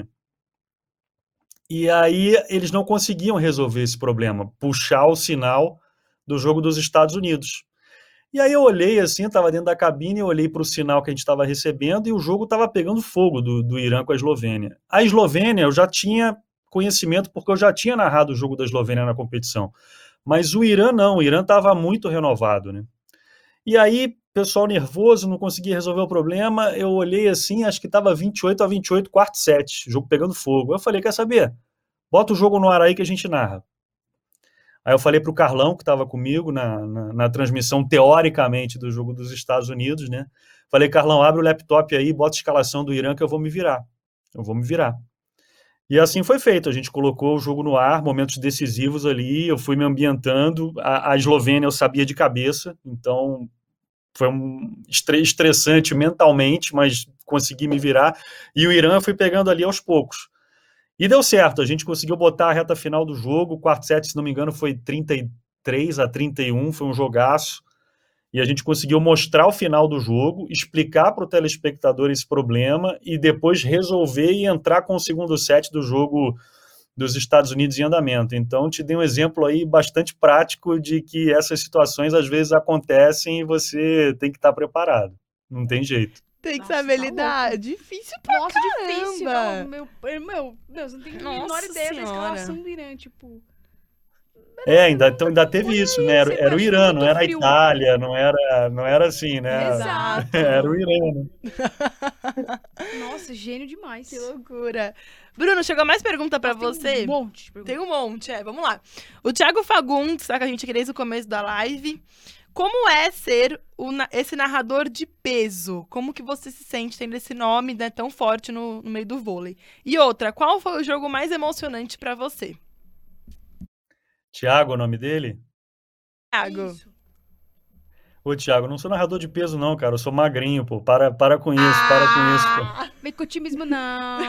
E aí eles não conseguiam resolver esse problema, puxar o sinal do jogo dos Estados Unidos. E aí eu olhei assim, estava dentro da cabine, eu olhei para o sinal que a gente estava recebendo e o jogo estava pegando fogo do, do Irã com a Eslovênia. A Eslovênia eu já tinha conhecimento porque eu já tinha narrado o jogo da Eslovênia na competição. Mas o Irã não, o Irã estava muito renovado, né? E aí, pessoal nervoso, não conseguia resolver o problema, eu olhei assim, acho que estava vinte e oito a vinte e oito, quarto set, jogo pegando fogo. Eu falei, quer saber? Bota o jogo no ar aí que a gente narra. Aí eu falei para o Carlão, que estava comigo na, na, na transmissão, teoricamente, do jogo dos Estados Unidos, né? Falei, Carlão, abre o laptop aí, bota a escalação do Irã que eu vou me virar. Eu vou me virar. E assim foi feito. A gente colocou o jogo no ar, momentos decisivos ali, eu fui me ambientando. A, a Eslovênia eu sabia de cabeça, então foi um estressante mentalmente, mas consegui me virar. E o Irã eu fui pegando ali aos poucos. E deu certo, a gente conseguiu botar a reta final do jogo, o quarto set, se não me engano, foi trinta e três a trinta e um, foi um jogaço, e a gente conseguiu mostrar o final do jogo, explicar para o telespectador esse problema, e depois resolver e entrar com o segundo set do jogo dos Estados Unidos em andamento. Então, te dei um exemplo aí bastante prático de que essas situações às vezes acontecem e você tem que estar preparado, não tem jeito. Tem que Nossa, saber tá lidar. louco. Difícil pra Nossa, caramba. difícil. Não, meu, meu, meu, você não tem a menor Nossa ideia senhora. da escalação do Irã, tipo... É, ainda, então, ainda teve isso, né? Era, era o Irã, não era a Frio. Itália, não era, não era assim, né? Exato. Era o Irã, né? Nossa, gênio demais. Que loucura. Bruno, chegou mais pergunta pra Nossa, você? Tem um monte de perguntas. Tem um monte, é. Vamos lá. O Thiago Fagundes tá com a gente aqui desde o começo da live. Como é ser o, esse narrador de peso? Como que você se sente tendo esse nome, né, tão forte no, no meio do vôlei? E outra, qual foi o jogo mais emocionante pra você? Thiago, o nome dele? Thiago. Isso. Ô, Thiago, eu não sou narrador de peso, não, cara. Eu sou magrinho, pô. Para, para com isso, para com isso, pô. Vem com otimismo, não.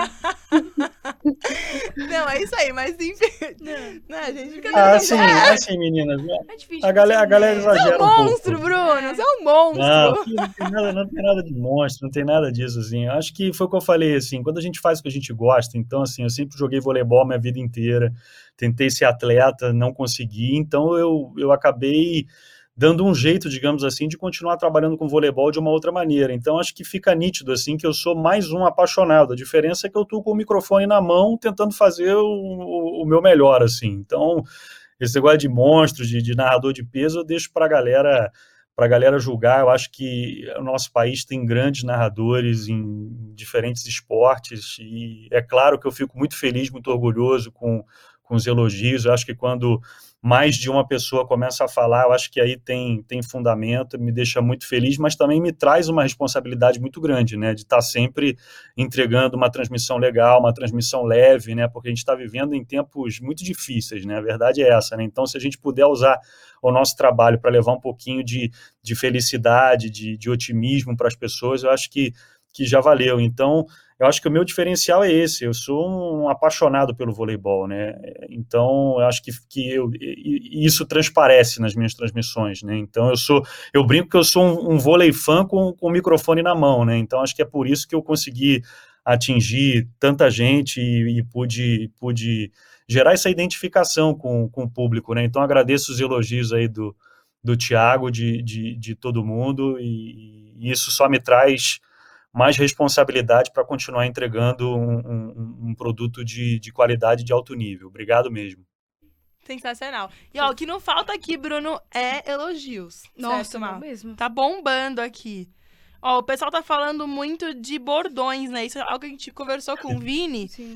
Não, é isso aí, mas enfim. Não, a gente fica Ah, assim, sim, é, assim, meninas. É difícil. A galera, a fazer galera um- Você é exagera um um pouco. monstro, Bruno. Você é um monstro. Não, filho, não tem nada, não tem nada de monstro, não tem nada disso, assim. Acho que foi o que eu falei, assim, quando a gente faz o que a gente gosta, então, assim, eu sempre joguei voleibol minha vida inteira, tentei ser atleta, não consegui, então eu, eu acabei dando um jeito, digamos assim, de continuar trabalhando com voleibol de uma outra maneira. Então, acho que fica nítido, assim, que eu sou mais um apaixonado. A diferença é que eu tô com o microfone na mão, tentando fazer o, o, o meu melhor, assim. Então, esse negócio de monstro, de, de narrador de peso, eu deixo pra galera, pra galera julgar. Eu acho que o nosso país tem grandes narradores em diferentes esportes e é claro que eu fico muito feliz, muito orgulhoso com, com os elogios. Eu acho que quando mais de uma pessoa começa a falar, eu acho que aí tem, tem fundamento, me deixa muito feliz, mas também me traz uma responsabilidade muito grande, né, de estar sempre entregando uma transmissão legal, uma transmissão leve, né, porque a gente está vivendo em tempos muito difíceis, né, a verdade é essa, né, então se a gente puder usar o nosso trabalho para levar um pouquinho de, de felicidade, de, de otimismo para as pessoas, eu acho que, que já valeu. Então, eu acho que o meu diferencial é esse, eu sou um apaixonado pelo voleibol, né, então eu acho que, que eu, isso transparece nas minhas transmissões, né, então eu sou, eu brinco que eu sou um, um vôlei fã com, com o microfone na mão, né, então acho que é por isso que eu consegui atingir tanta gente e, e pude, pude gerar essa identificação com, com o público, né, então agradeço os elogios aí do, do Thiago, de, de, de todo mundo, e, e isso só me traz mais responsabilidade para continuar entregando um, um, um produto de, de qualidade de alto nível. Obrigado mesmo. Sensacional. E ó, o que não falta aqui, Bruno, é elogios. Nossa, certo, não Mal? mesmo. Tá bombando aqui. Ó, o pessoal tá falando muito de bordões, né? Isso é algo que a gente conversou com o Vini. Sim.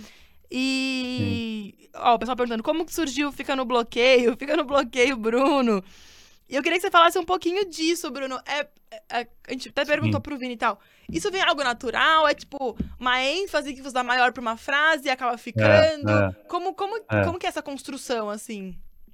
E, ó, o pessoal perguntando, como que surgiu Fica no Bloqueio? Fica no Bloqueio, Bruno. E eu queria que você falasse um pouquinho disso, Bruno. É, é, a gente até perguntou Sim. pro Vini e tal. Isso vem algo natural? É tipo uma ênfase que você dá maior pra uma frase e acaba ficando? É, Como, como, é. como que é essa construção, assim?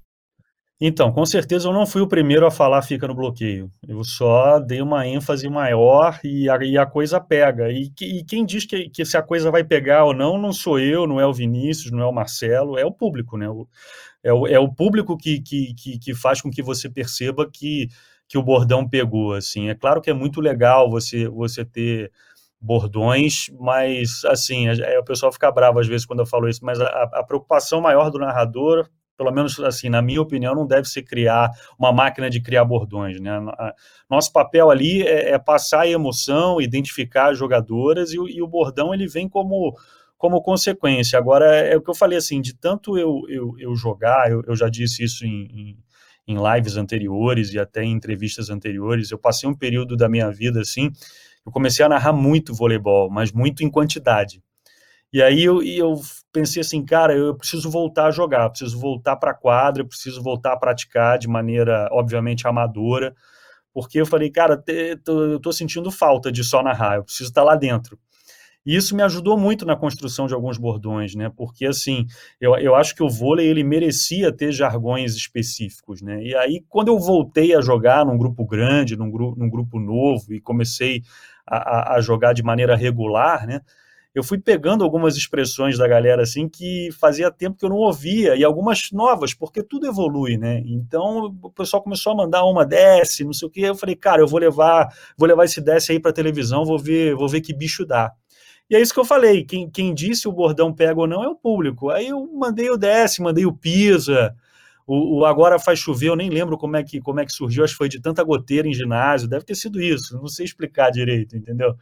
Então, com certeza eu não fui o primeiro a falar fica no bloqueio. Eu só dei uma ênfase maior e a, e a coisa pega. E, que- e quem diz que, que se a coisa vai pegar ou não, não sou eu, não é o Vinícius, não é o Marcelo, é o público, né? O- é, o, é o público que, que, que, que faz com que você perceba que, que o bordão pegou, assim. É claro que é muito legal você, você ter bordões, mas, assim, é, o pessoal fica bravo às vezes quando eu falo isso, mas a, a preocupação maior do narrador, pelo menos assim, na minha opinião, não deve ser criar uma máquina de criar bordões, né? A- Nosso papel ali é, é passar a emoção, identificar as jogadoras e, o- e o bordão ele vem como, como consequência. Agora, é o que eu falei assim, de tanto eu, eu, eu jogar, eu, eu já disse isso em, em, em lives anteriores e até em entrevistas anteriores, eu passei um período da minha vida assim, eu comecei a narrar muito voleibol, mas muito em quantidade. E aí eu, e eu pensei assim, cara, eu preciso voltar a jogar, eu preciso voltar para a quadra, eu preciso voltar a praticar de maneira, obviamente, amadora, porque eu falei, cara, te- tô- eu estou sentindo falta de só narrar, eu preciso estar lá dentro. E isso me ajudou muito na construção de alguns bordões, né? Porque, assim, eu, eu acho que o vôlei, ele merecia ter jargões específicos, né? E aí, quando eu voltei a jogar num grupo grande, num, gru, num grupo novo, e comecei a, a, a jogar de maneira regular, né? Eu fui pegando algumas expressões da galera, assim, que fazia tempo que eu não ouvia, e algumas novas, porque tudo evolui, né? Então, o pessoal começou a mandar uma desce, não sei o quê, eu falei, cara, eu vou levar, vou levar esse desce aí pra televisão, vou ver, vou ver que bicho dá. E é isso que eu falei, quem, quem disse o bordão pega ou não é o público. Aí eu mandei o desce, mandei o pisa, o, o agora faz chover, eu nem lembro como é, que, como é que surgiu, acho que foi de tanta goteira em ginásio, deve ter sido isso, não sei explicar direito, entendeu?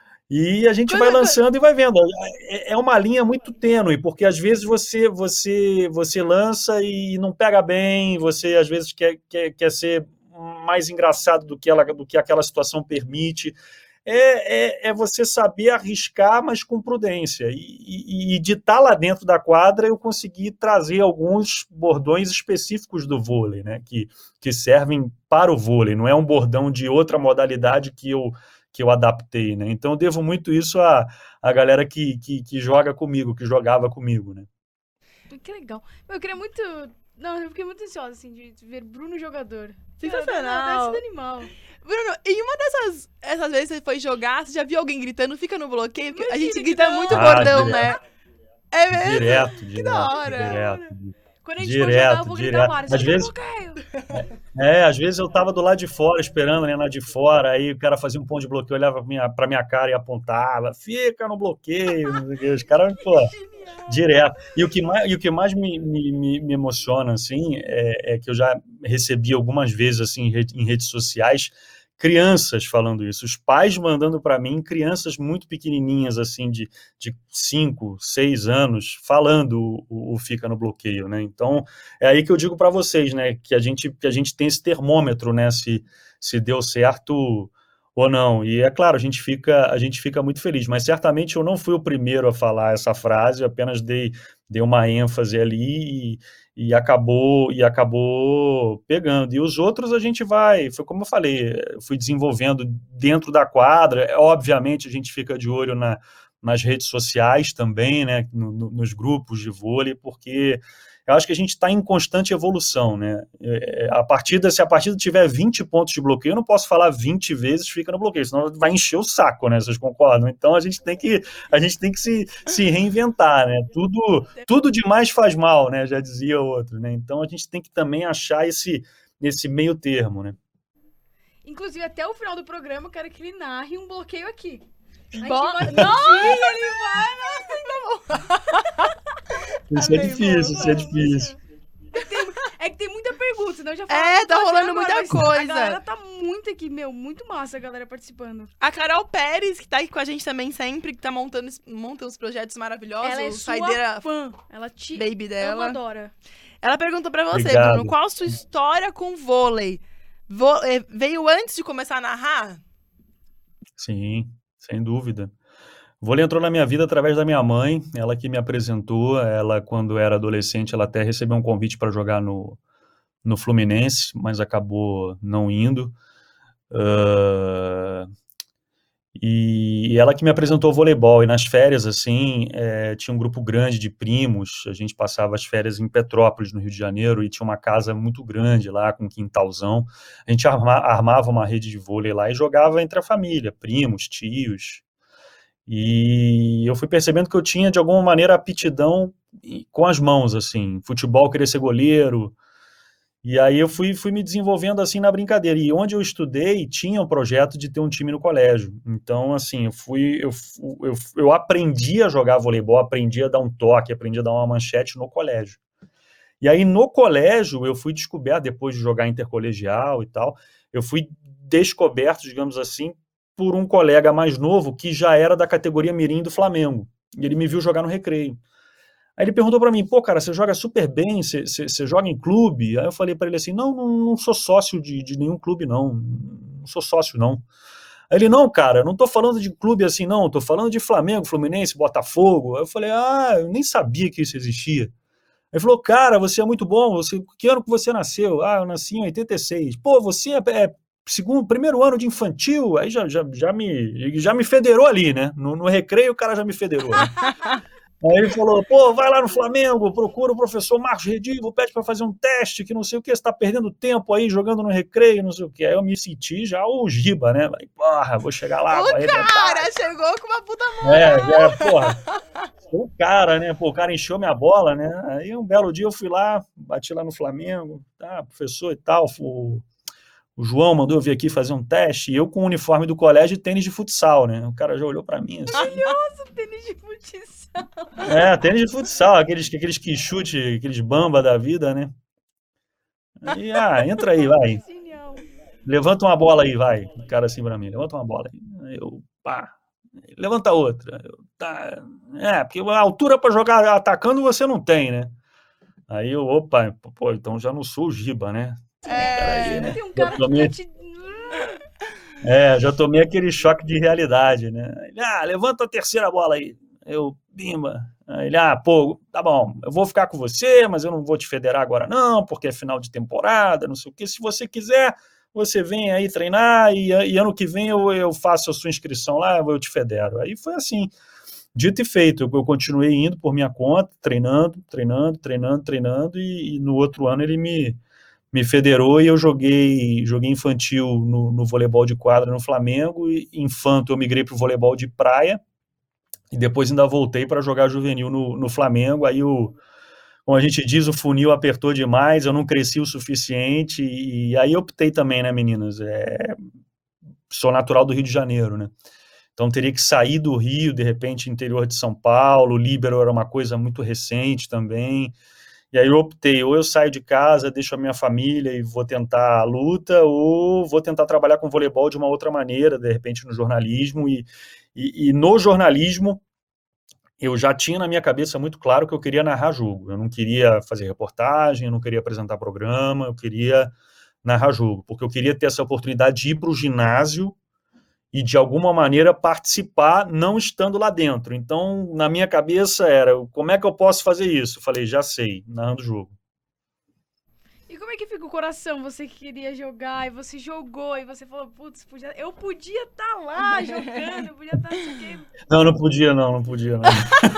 E a gente vai Quando, quando- lançando e vai vendo. É é uma linha muito tênue, porque às vezes você você você lança e não pega bem, você às vezes quer, quer, quer ser mais engraçado do que, ela, do que aquela situação permite. É, é, é você saber arriscar, mas com prudência. E, e, e de estar lá dentro da quadra, eu consegui trazer alguns bordões específicos do vôlei, né? Que, que servem para o vôlei, não é um bordão de outra modalidade que eu, que eu adaptei, né? Então eu devo muito isso à, à galera que, que, que joga comigo, que jogava comigo, né? Que legal. Eu queria muito... Não, eu fiquei muito ansiosa, assim, de ver Bruno jogador. Sensacional. Deve ser animal. Bruno, em uma dessas essas vezes que você foi jogar, você já viu alguém gritando, fica no bloqueio? Porque a Imagina gente que grita da muito hora. bordão, Ah, né? É mesmo? Direto, direto, da hora. direto. Quando a gente for jogar, eu vou gritar Direto, vários. direto. Às Fica no vezes- bloqueio. É, às vezes eu tava do lado de fora, esperando, né, lá de fora, aí o cara fazia um ponto de bloqueio, olhava pra minha, pra minha cara e apontava, fica no bloqueio, não sei o quê. Os caras, pô, direto. E o que mais, e o que mais me, me, me- me emociona, assim, é, é que eu já recebi algumas vezes, assim, em, rede- em redes sociais, crianças falando isso, os pais mandando para mim, crianças muito pequenininhas, assim, de, de cinco, seis anos, falando o, o Fica no Bloqueio, né? Então, é aí que eu digo para vocês, né, que a gente, que a gente tem esse termômetro, né, se, se deu certo ou não. E é claro, a gente fica, a gente fica muito feliz, mas certamente eu não fui o primeiro a falar essa frase, eu apenas dei, dei uma ênfase ali e, e acabou e acabou pegando. E os outros a gente vai, foi como eu falei, eu fui desenvolvendo dentro da quadra. Obviamente a gente fica de olho na, nas redes sociais também, né, no, no, nos grupos de vôlei, porque eu acho que a gente está em constante evolução, né? É, a partida, se a partida tiver vinte pontos de bloqueio, eu não posso falar vinte vezes fica no bloqueio, senão vai encher o saco, né? Vocês concordam? Então a gente tem que, a gente tem que se, se reinventar, né? Tudo, tudo demais faz mal, né? Já dizia o outro, né? Então a gente tem que também achar esse, esse meio termo, né? Inclusive, até o final do programa, eu quero que ele narre um bloqueio aqui. A gente Bora. vai medir, ele vai... Isso é Amei, difícil, isso é vamos, difícil. É que tem muita pergunta, senão eu já É, falo. tá "Nossa, rolando agora muita vai ser-" coisa. A galera tá muito aqui, meu, muito massa a galera participando. A Carol Pérez, que tá aqui com a gente também sempre, que tá montando, montando uns projetos maravilhosos. Ela é o sua saideira fã. Ela te baby dela. ama, adora. Ela perguntou pra você, Obrigado. Bruno, qual a sua história com vôlei? Vo- eh, veio antes de começar a narrar? Sim, sem dúvida. Vôlei entrou na minha vida através da minha mãe, ela que me apresentou. Ela, quando era adolescente, ela até recebeu um convite para jogar no, no Fluminense, mas acabou não indo. Uh, e ela que me apresentou o voleibol. E nas férias, assim, é, tinha um grupo grande de primos. A gente passava as férias em Petrópolis, no Rio de Janeiro, e tinha uma casa muito grande lá, com um quintalzão. A gente arma, armava uma rede de vôlei lá e jogava entre a família, primos, tios. E eu fui percebendo que eu tinha, de alguma maneira, aptidão com as mãos, assim. Futebol, queria ser goleiro. E aí eu fui, fui me desenvolvendo assim na brincadeira. E onde eu estudei, tinha o projeto de ter um time no colégio. Então, assim, eu fui, eu, eu, eu aprendi a jogar voleibol, aprendi a dar um toque, aprendi a dar uma manchete no colégio. E aí, no colégio, eu fui descoberto, depois de jogar intercolegial e tal, eu fui descoberto, digamos assim, por um colega mais novo que já era da categoria mirim do Flamengo. E ele me viu jogar no recreio. Aí ele perguntou pra mim, pô, cara, você joga super bem, você, você, você joga em clube? Aí eu falei pra ele assim, não, não, não sou sócio de, de nenhum clube, não. Não sou sócio, não. Aí ele, não, cara, não tô falando de clube assim, não. Tô falando de Flamengo, Fluminense, Botafogo. Aí eu falei, ah, eu nem sabia que isso existia. Aí ele falou, cara, você é muito bom. Você, que ano que você nasceu? Ah, eu nasci em oitenta e seis. Pô, você é, é segundo, primeiro ano de infantil? Aí já, já, já, me, já me federou ali, né? No, no recreio o cara já me federou, né? Aí ele falou, pô, vai lá no Flamengo, procura o professor Marcos Redivo, pede para fazer um teste, que não sei o que, você está perdendo tempo aí, jogando no recreio, não sei o que. Aí eu me senti já o Giba, né? Falei, porra, vou chegar lá. O cara arrebentar. Chegou com uma puta mão. É, já, porra, o cara, né? Pô, o cara encheu minha bola, né? Aí um belo dia eu fui lá, bati lá no Flamengo, tá, professor e tal, o, o João mandou eu vir aqui fazer um teste, e eu com o uniforme do colégio e tênis de futsal, né? O cara já olhou pra mim assim. Maravilhoso, tênis de futsal. É, tênis de futsal, aqueles, aqueles que chute, aqueles bamba da vida, né? Aí, ah, entra aí, vai. Genial. Levanta uma bola aí, vai. O cara assim pra mim, levanta uma bola aí. Aí eu, pá, levanta outra. Eu, tá. É, porque a altura pra jogar atacando você não tem, né? Aí eu, opa, pô, então já não sou o Giba, né? É, Peraí, né? Tem um cara Já que tomei- quer te... É, já tomei aquele choque de realidade, né? Ele, ah, levanta a terceira bola aí. Eu, bimba. Aí ele, ah, pô, tá bom, eu vou ficar com você, mas eu não vou te federar agora não, porque é final de temporada, não sei o quê. Se você quiser, você vem aí treinar e, e ano que vem eu, eu faço a sua inscrição lá, eu te federo. Aí foi assim, dito e feito. Eu, eu continuei indo por minha conta, treinando, treinando, treinando, treinando, e, e no outro ano ele me... me federou e eu joguei, joguei infantil no, no voleibol de quadra no Flamengo, e infanto eu migrei para o voleibol de praia, e depois ainda voltei para jogar juvenil no, no Flamengo. Aí, o, como a gente diz, o funil apertou demais, eu não cresci o suficiente, e, e aí optei também, né, meninas? É, sou natural do Rio de Janeiro, né? Então teria que sair do Rio, de repente, interior de São Paulo. O líbero era uma coisa muito recente também. E aí eu optei, ou eu saio de casa, deixo a minha família e vou tentar a luta, ou vou tentar trabalhar com voleibol de uma outra maneira, de repente no jornalismo. E, e, e no jornalismo, eu já tinha na minha cabeça muito claro que eu queria narrar jogo. Eu não queria fazer reportagem, eu não queria apresentar programa, eu queria narrar jogo, porque eu queria ter essa oportunidade de ir para o ginásio e, de alguma maneira, participar não estando lá dentro. Então, na minha cabeça era, como é que eu posso fazer isso? Eu falei, já sei, narrando o jogo. E como é que fica o coração? Você que queria jogar, e você jogou, e você falou, putz, podia... eu podia estar lá jogando, eu podia estar... Não, não podia não, não podia não.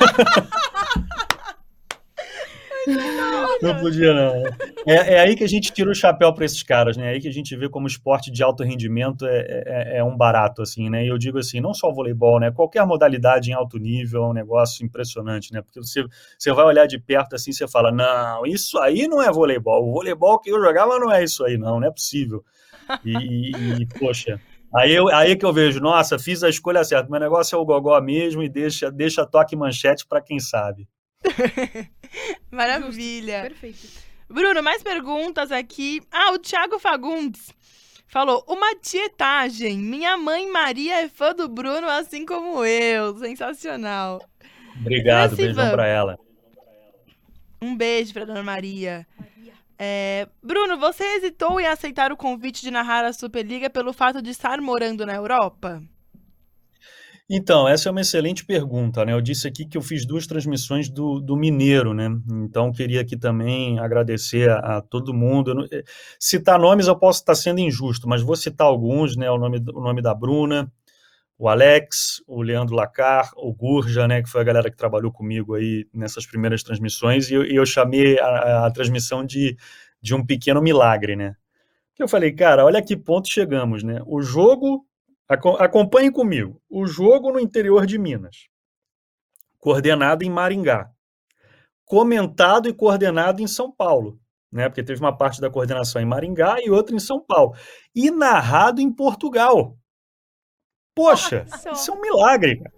Não podia não. É, é aí que a gente tira o chapéu para esses caras, né? É aí que a gente vê como o esporte de alto rendimento é, é, é um barato, assim, né? E eu digo assim, não só o voleibol, né? Qualquer modalidade em alto nível é um negócio impressionante, né? Porque você, você vai olhar de perto assim, você fala, não, isso aí não é voleibol. O voleibol que eu jogava não é isso aí, não, não é possível. E, e, e poxa... Aí, eu, aí que eu vejo, nossa, fiz a escolha certa. Meu negócio é o gogó mesmo e deixa, deixa toque e manchete para quem sabe. Maravilha. Perfeito. Bruno, mais perguntas aqui. Ah, o Thiago Fagundes falou, uma tietagem. Minha mãe Maria é fã do Bruno, assim como eu. Sensacional. Obrigado, Francis beijão Van. pra ela. Um beijo pra dona Maria. É, Bruno, você hesitou em aceitar o convite de narrar a Superliga pelo fato de estar morando na Europa? Então, essa é uma excelente pergunta, né? Eu disse aqui que eu fiz duas transmissões do, do Mineiro, né? Então, queria aqui também agradecer a, a todo mundo. Eu não- eh, citar nomes eu posso estar sendo injusto, mas vou citar alguns, né? O nome, o nome da Bruna, o Alex, o Leandro Lacar, o Gurja, né? Que foi a galera que trabalhou comigo aí nessas primeiras transmissões, e eu, e eu chamei a, a- a transmissão de, de um pequeno milagre, né? Que eu falei, cara, olha a que ponto chegamos, né? O jogo, aco- acompanhe comigo, o jogo no interior de Minas, coordenado em Maringá, comentado e coordenado em São Paulo, né? Porque teve uma parte da coordenação em Maringá e outra em São Paulo, e narrado em Portugal. Poxa, Só. isso é um milagre, cara.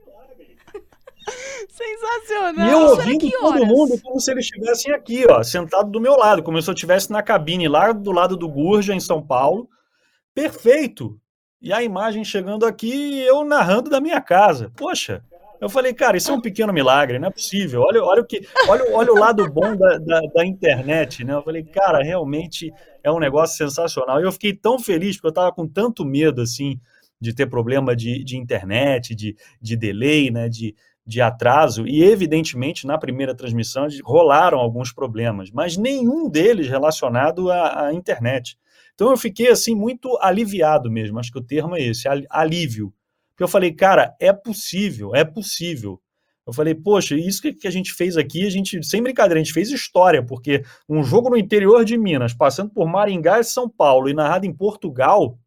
E eu Sensacional. Isso era ouvindo que todo horas? mundo como se eles estivessem aqui, ó, sentado do meu lado, como se eu estivesse na cabine lá do lado do Gurja, em São Paulo. Perfeito. E a imagem chegando aqui e eu narrando da minha casa. Poxa, eu falei, cara, isso é um pequeno milagre, não é possível. Olha, olha, o, que, olha, olha o lado bom da, da, da internet, né? Eu falei, cara, realmente é um negócio sensacional. E eu fiquei tão feliz, porque eu estava com tanto medo, assim, de ter problema de, de internet, de, de delay, né? De, de atraso. E, evidentemente, na primeira transmissão rolaram alguns problemas, mas nenhum deles relacionado à, à internet. Então eu fiquei assim muito aliviado mesmo, acho que o termo é esse, alívio. Porque eu falei, cara, é possível, é possível. Eu falei, poxa, isso que a gente fez aqui, a gente, sem brincadeira, a gente fez história, porque um jogo no interior de Minas, passando por Maringá e São Paulo e narrado em Portugal,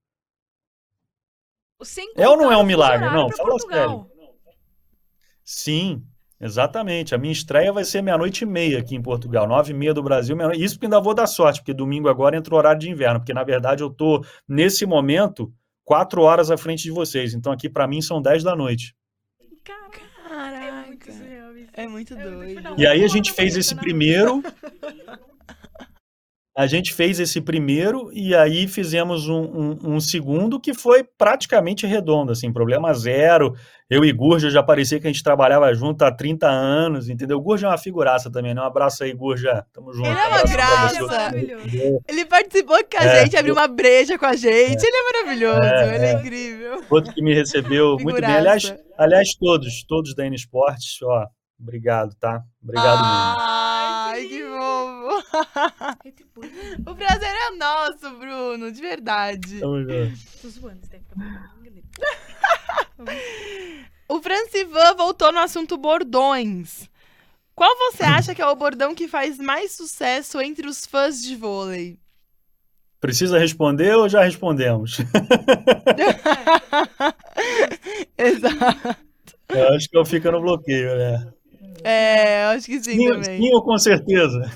Sem é ou não contar é um o fuso milagre? horário Não, para fala sério. Portugal. Sim, exatamente. A minha estreia vai ser meia-noite e meia aqui em Portugal, nove e meia do Brasil. Meia-noite. Isso porque ainda vou dar sorte, porque domingo agora entra o horário de inverno, porque na verdade eu tô nesse momento quatro horas à frente de vocês. Então aqui para mim são dez da noite. Caraca, é muito Caraca. surreal isso. É muito É muito doido. final. E aí a Uma gente hora da fez manhã esse pra narrar. primeiro, a gente fez esse primeiro e aí fizemos um, um- um segundo que foi praticamente redondo, assim, problema zero. Eu e Gurja já parecia que a gente trabalhava junto há trinta anos, entendeu? O Gurja é uma figuraça também, né? Um abraço aí, Gurja. Tamo junto. Ele é Um uma abração pra graça. você. Ele é maravilhoso. Ele participou com a É, gente, abriu uma breja com a gente. Ele é maravilhoso, é, ele é é. incrível. Outro que me recebeu muito bem. Aliás, Figuraça. aliás todos, todos da N Sports, ó, obrigado, tá? Obrigado mesmo. Ai, que fofo. Retribui. O prazer é nosso, Bruno, de verdade. Tamo junto. Tô zoando, Steph. O Francivan voltou no assunto bordões. Qual você acha que é o bordão que faz mais sucesso entre os fãs de vôlei? Precisa responder ou já respondemos? Exato. Eu acho que eu fico no bloqueio, né? É, eu acho que sim, Sim, também. sim ou com certeza?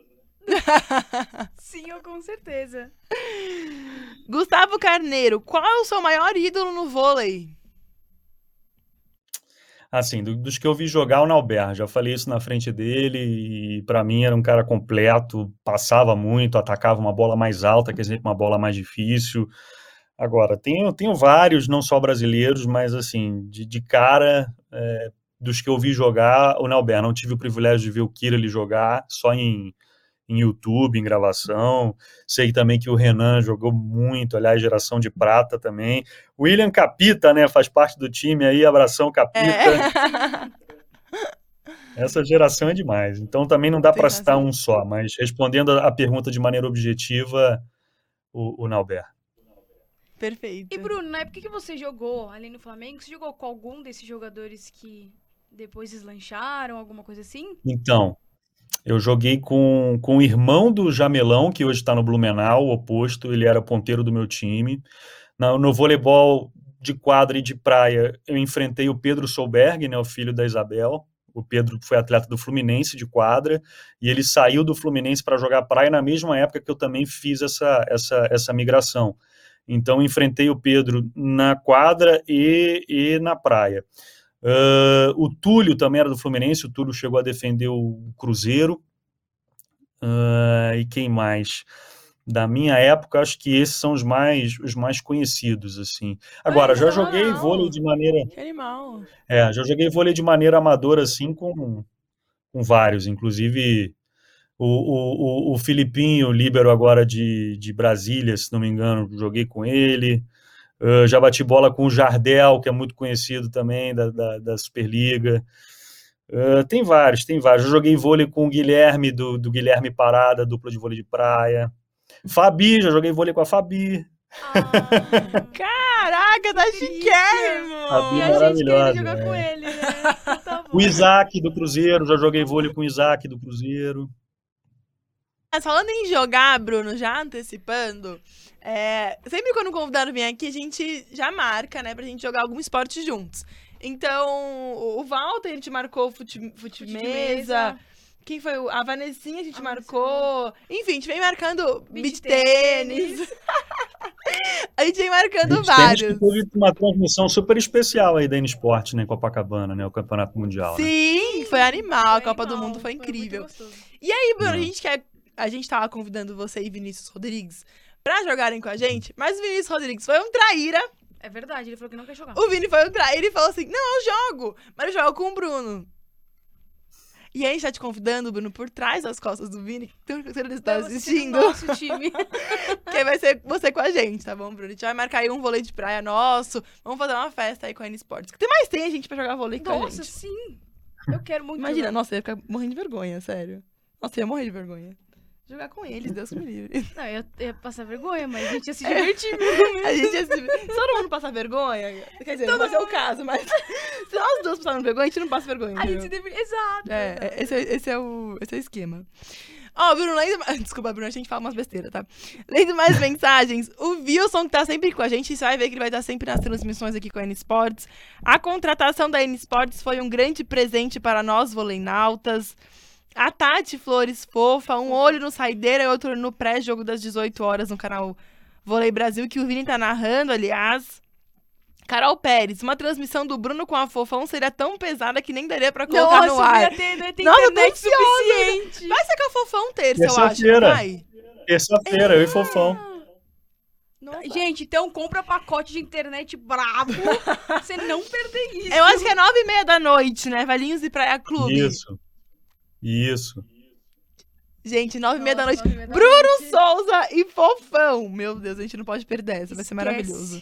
Sim, eu com certeza. Gustavo Carneiro, qual é o seu maior ídolo no vôlei? Assim, do- dos que eu vi jogar, o Nauber, já falei isso na frente dele e pra mim era um cara completo, passava muito, atacava uma bola mais alta, quer dizer, uma bola mais difícil. Agora, tenho, tenho vários, não só brasileiros, mas assim, de, de cara, é, dos que eu vi jogar, o Nauber, não tive o privilégio de ver o Kira ele jogar, só em, em YouTube, em gravação. Sei também que o Renan jogou muito, aliás, geração de prata também. William Capita, né, faz parte do time aí, abração Capita. É. Essa geração é demais. Então também não dá para citar Sensacional. um só, mas respondendo a a pergunta de maneira objetiva, o, o Nauber. Perfeito. E Bruno, na época que você jogou ali no Flamengo, você jogou com algum desses jogadores que depois deslancharam, alguma coisa assim? Então, eu joguei com, com o irmão do Jamelão, que hoje está no Blumenau, o oposto, ele era ponteiro do meu time. No, no voleibol de quadra e de praia, eu enfrentei o Pedro Solberg, né, o filho da Isabel. O Pedro foi atleta do Fluminense de quadra, e ele saiu do Fluminense para jogar praia na mesma época que eu também fiz essa, essa, essa migração. Então, enfrentei o Pedro na quadra e, e na praia. Uh, o Túlio também era do Fluminense, o Túlio chegou a defender o Cruzeiro. Uh, e quem mais? Da minha época, acho que esses são os mais, os mais conhecidos, assim. Agora, já joguei Legal. vôlei de maneira... Que animal. É, já joguei vôlei de maneira amadora, assim, com, com vários, inclusive o, o, o, o Filipinho, líbero agora de, de Brasília, se não me engano, joguei com ele. Uh, já bati bola com o Jardel, que é muito conhecido também, da, da, da Superliga. Uh, tem vários, tem vários. Eu joguei vôlei com o Guilherme, do, do Guilherme Parada, dupla de vôlei de praia. Fabi, já joguei vôlei com a Fabi. Ah, Caraca, tá chiquérrimo! Fabi e a gente maravilhosa, queria jogar é. com ele, né? Tá bom. O Isaac, do Cruzeiro, já joguei vôlei com o Isaac, do Cruzeiro. Mas falando em jogar, Bruno, já antecipando, é, sempre quando o convidado vem aqui, a gente já marca, né, pra gente jogar algum esporte juntos. Então, o Walter, a gente marcou fute, fute mesa. Quem foi? o- A Vanessinha, a gente A marcou. Enfim, a gente vem marcando beach Beach tênis. tênis. A gente vem marcando Beach tênis vários. que teve uma transmissão super especial aí da N Sport, né, em Copacabana, né, o Campeonato Mundial, né? Sim, foi animal. A Foi Copa do animal, Mundo foi muito incrível. gostoso. E aí, Bruno, a Não. gente quer. A gente tava convidando você e Vinícius Rodrigues pra jogarem com a gente, mas o Vinícius Rodrigues foi um traíra. É verdade, ele falou que não quer jogar. O Vini foi um traíra e falou assim: não, eu jogo, mas eu jogo com o Bruno. E aí a gente tá te convidando, Bruno, por trás das costas do Vini, que ele está Pra você ser do assistindo, nosso time. que vai ser você com a gente, tá bom, Bruno? A gente vai marcar aí um vôlei de praia nosso, vamos fazer uma festa aí com a N Sports. O que mais tem a gente pra jogar vôlei com a Nossa, gente? sim. Eu quero muito Imagina, jogar. nossa, eu ia ficar morrendo de vergonha, sério. Nossa, eu ia morrer de vergonha. Jogar com eles, Deus que me livre. Não, eu ia passar vergonha, mas a gente ia se divertir. A gente ia se... Se todo mundo passar vergonha, quer dizer, não vai ser o caso, mas se nós duas passarmos vergonha, a gente não passa vergonha. A gente entendeu? se deveria... Exato. É, é, esse, é, esse, é o, esse é o esquema. Ó, Bruno, lendo... Desculpa, Bruno, a gente fala umas besteiras, tá? Lendo mais mensagens, o Wilson, que tá sempre com a gente, você vai ver que ele vai estar sempre nas transmissões aqui com a N Sports. A contratação da N Sports foi um grande presente para nós, voleinautas. A Tati Flores Fofa, um olho no Saideira e outro no pré-jogo das dezoito horas no canal Vôlei Brasil, que o Vini tá narrando, aliás. Carol Pérez, uma transmissão do Bruno com a Fofão seria tão pesada que nem daria pra colocar Nossa, no ar. não ia ter, não ia ter Nossa, eu tô internet ansiosa. suficiente. Vai ser com a Fofão terça, eu acho, não Terça-feira. vai? Terça-feira, eu e Fofão. Nossa. Gente, então compra pacote de internet brabo pra você não perder isso. Eu acho que é nove e meia da noite, né? Velhinhos e Praia Clube. Isso. Isso. Gente, nove e meia da Nossa, noite. nove e meia da Bruno noite. Souza e Fofão. Meu Deus, a gente não pode perder essa, vai ser Esquece. maravilhoso.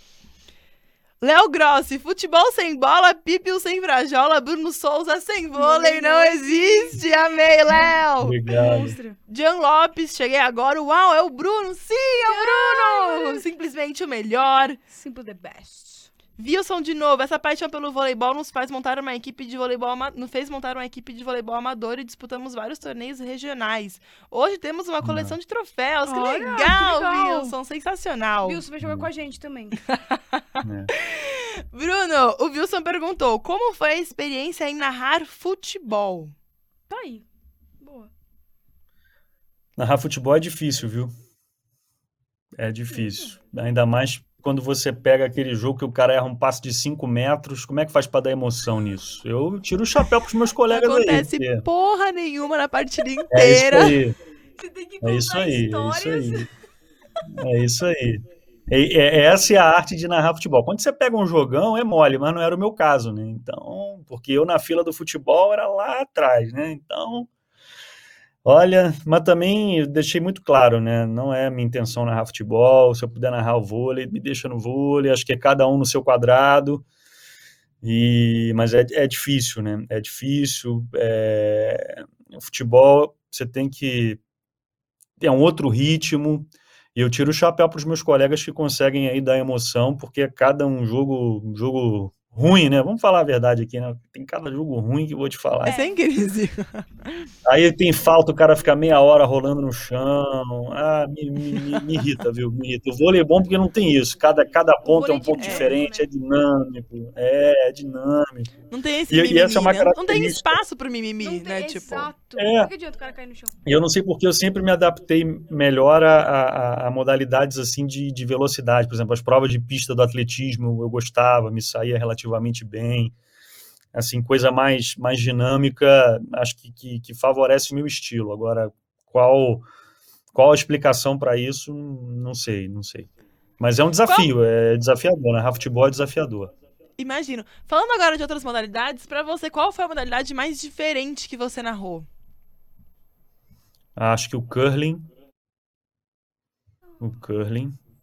Léo Grossi, futebol sem bola, Pipio sem frajola, Bruno Souza sem vôlei, não existe. Amei, Léo. Obrigado. Monstro. Jean Lopes, cheguei agora. Uau, é o Bruno. Sim, é o Bruno. Simplesmente o melhor. Simple the best. Wilson de novo, essa paixão pelo voleibol nos faz montar uma equipe de voleibol ama- nos fez montar uma equipe de voleibol amador e disputamos vários torneios regionais. Hoje temos uma coleção de troféus. Que Olha, legal, que legal. Wilson, sensacional. Wilson vai jogar com a gente também. É. Bruno, o Wilson perguntou: como foi a experiência em narrar futebol? Tá aí. Boa. Narrar futebol é difícil, viu? É difícil. Ainda mais quando você pega aquele jogo que o cara erra um passe de cinco metros. Como é que faz pra dar emoção nisso? Eu tiro o chapéu pros meus Não colegas acontece aí. porque porra nenhuma na partida É isso inteira. aí. Você tem que É isso contar aí. É histórias. isso aí. É isso aí. É, é- essa é a arte de narrar futebol. Quando você pega um jogão, é mole, mas não era o meu caso, né? Então, porque eu na fila do futebol era lá atrás, né? Então, olha, mas também eu deixei muito claro, né? Não é minha intenção narrar futebol. Se eu puder narrar o vôlei, me deixa no vôlei. Acho que é cada um no seu quadrado. E, mas é, é difícil, né? É difícil. É, o futebol, você tem que ter um outro ritmo. E eu tiro o chapéu para os meus colegas que conseguem aí dar emoção, porque é cada um jogo, um jogo ruim, né? Vamos falar a verdade aqui, né? Tem cada jogo ruim que eu vou te falar. É sem crise. Aí tem falta, o cara fica meia hora rolando no chão. Ah, me, me, me, me irrita, viu? Me irrita. O vôlei é bom porque não tem isso. Cada, cada ponto é um vôlei ponto é, diferente, né? é dinâmico. É, é dinâmico. Não tem esse E- e mimimi, essa é uma né? Não tem característica. espaço pro mimimi, Não tem, né? Tipo, exato. É. Não que adianta o cara cair no chão. E eu não sei porque eu sempre me adaptei melhor a, a, a modalidades assim de, de velocidade. Por exemplo, as provas de pista do atletismo eu gostava, me saía relativamente bem. Assim, coisa mais, mais dinâmica, acho que, que, que favorece o meu estilo. Agora, qual, qual a explicação para isso, não sei, não sei. Mas é um desafio, é desafiador, né? Futebol é desafiador. imagino. Falando agora de outras modalidades, pra você, qual foi a modalidade mais diferente que você narrou? Acho que o curling, o curling,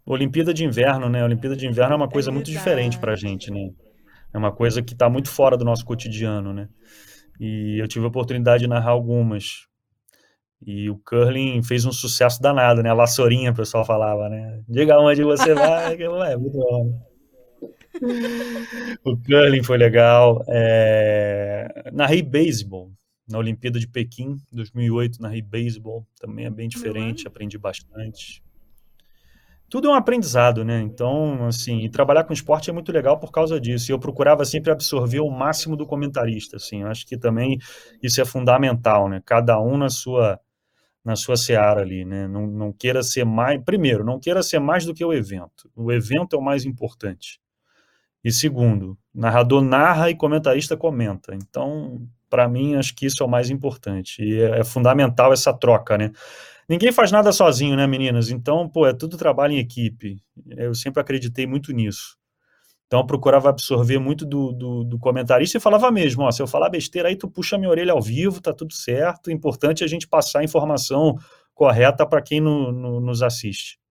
Olimpíada de Inverno, né? Olimpíada de Inverno é uma coisa É muito diferente pra verdade. gente, né? É uma coisa que tá muito fora do nosso cotidiano, né? E eu tive a oportunidade de narrar algumas. E o curling fez um sucesso danado, né? A vassourinha, o pessoal falava, né? Diga onde você vai, que é muito bom. O curling foi legal. É... Narrei beisebol na Olimpíada de Pequim, dois mil e oito, narrei beisebol. Também é bem diferente, aprendi bastante. Tudo é um aprendizado, né? Então, assim, e trabalhar com esporte é muito legal por causa disso. E eu procurava sempre absorver o máximo do comentarista, assim. Eu acho que também isso é fundamental, né? Cada um na sua, na sua seara ali, né? Não, não queira ser mais... Primeiro, não queira ser mais do que o evento. O evento é o mais importante. E segundo, narrador narra e comentarista comenta. Então, para mim, acho que isso é o mais importante. E é, é fundamental essa troca, né? Ninguém faz nada sozinho, né, meninas? Então, pô, é tudo trabalho em equipe. Eu sempre acreditei muito nisso. Então, eu procurava absorver muito do, do, do comentarista e falava mesmo, ó, se eu falar besteira aí, tu puxa minha orelha ao vivo, tá tudo certo. O importante é a gente passar a informação correta para quem no, no, nos assiste.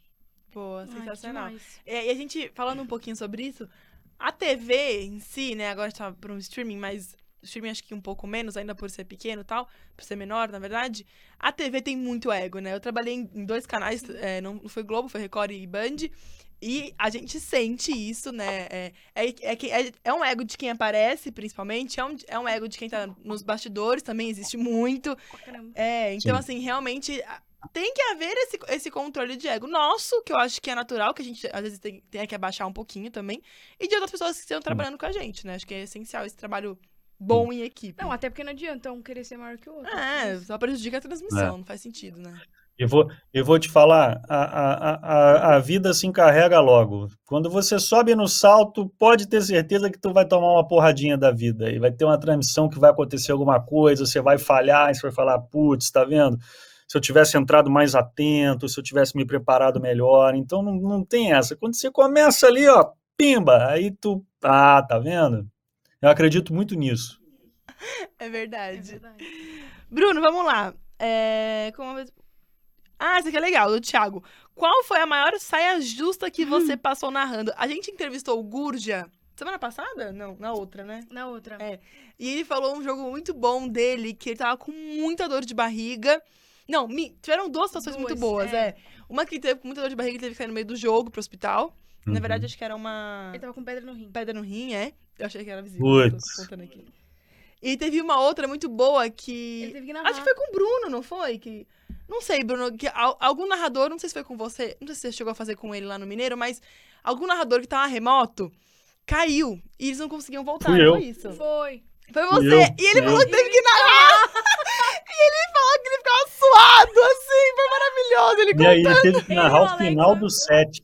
Boa, Ai, sensacional. demais. É, e a gente, falando um pouquinho sobre isso, a T V em si, né, agora está para um streaming, mas o streaming acho que um pouco menos, ainda por ser pequeno e tal, por ser menor, na verdade, a T V tem muito ego, né? Eu trabalhei em, em dois canais, é, não foi Globo, foi Record e Band, e a gente sente isso, né? É, é, é, que- é, é um ego de quem aparece, principalmente, é um, é um ego de quem tá nos bastidores, também existe muito. Pra caramba. É, então, Sim. assim, realmente a- tem que haver esse, esse controle de ego nosso, que eu acho que é natural, que a gente às vezes tem, tem que abaixar um pouquinho também, e de outras pessoas que estão trabalhando com a gente, né? Acho que é essencial esse trabalho bom em equipe. Não, até porque não adianta um querer ser maior que o outro. É, Mas- só prejudica a transmissão, não faz sentido, né? Eu vou, eu vou te falar, a, a, a, a vida se encarrega logo. Quando você sobe no salto, pode ter certeza que tu vai tomar uma porradinha da vida. E vai ter uma transmissão que vai acontecer alguma coisa, você vai falhar, você vai falar, putz, tá vendo? Se eu tivesse entrado mais atento, se eu tivesse me preparado melhor. Então não, não tem essa. Quando você começa ali, ó, pimba, aí tu, ah, tá vendo? Eu acredito muito nisso. É É verdade. verdade. Bruno, vamos lá. É, como... Ah, esse aqui é legal, do Thiago. Qual foi a maior saia justa que você passou narrando? A gente entrevistou o Gurja semana passada? Não, na outra, né? Na outra. É. E ele falou um jogo muito bom dele, que ele tava com muita dor de barriga. Não, mi- tiveram duas situações Duas, muito boas, é. é. Uma que ele teve com muita dor de barriga, ele teve que sair no meio do jogo pro hospital. Na Uhum. verdade, acho que era uma Ele tava com pedra no rim. pedra no rim, é. Eu achei que era visível, tô Putz. contando aqui. E teve uma outra muito boa que... Ele teve que narrar. Acho que foi com o Bruno, não foi? Que... Não sei, Bruno, que al- algum narrador, não sei se foi com você, não sei se você chegou a fazer com ele lá no Mineiro, mas algum narrador que tava remoto caiu e eles não conseguiam voltar, Fui não eu. foi isso? Foi. Foi Fui você! eu, E ele fui falou eu. que teve que narrar! e ele falou que ele ficava suado, assim, foi maravilhoso, ele E aí ele teve que Ele narrar e o o Alex, final né? do set.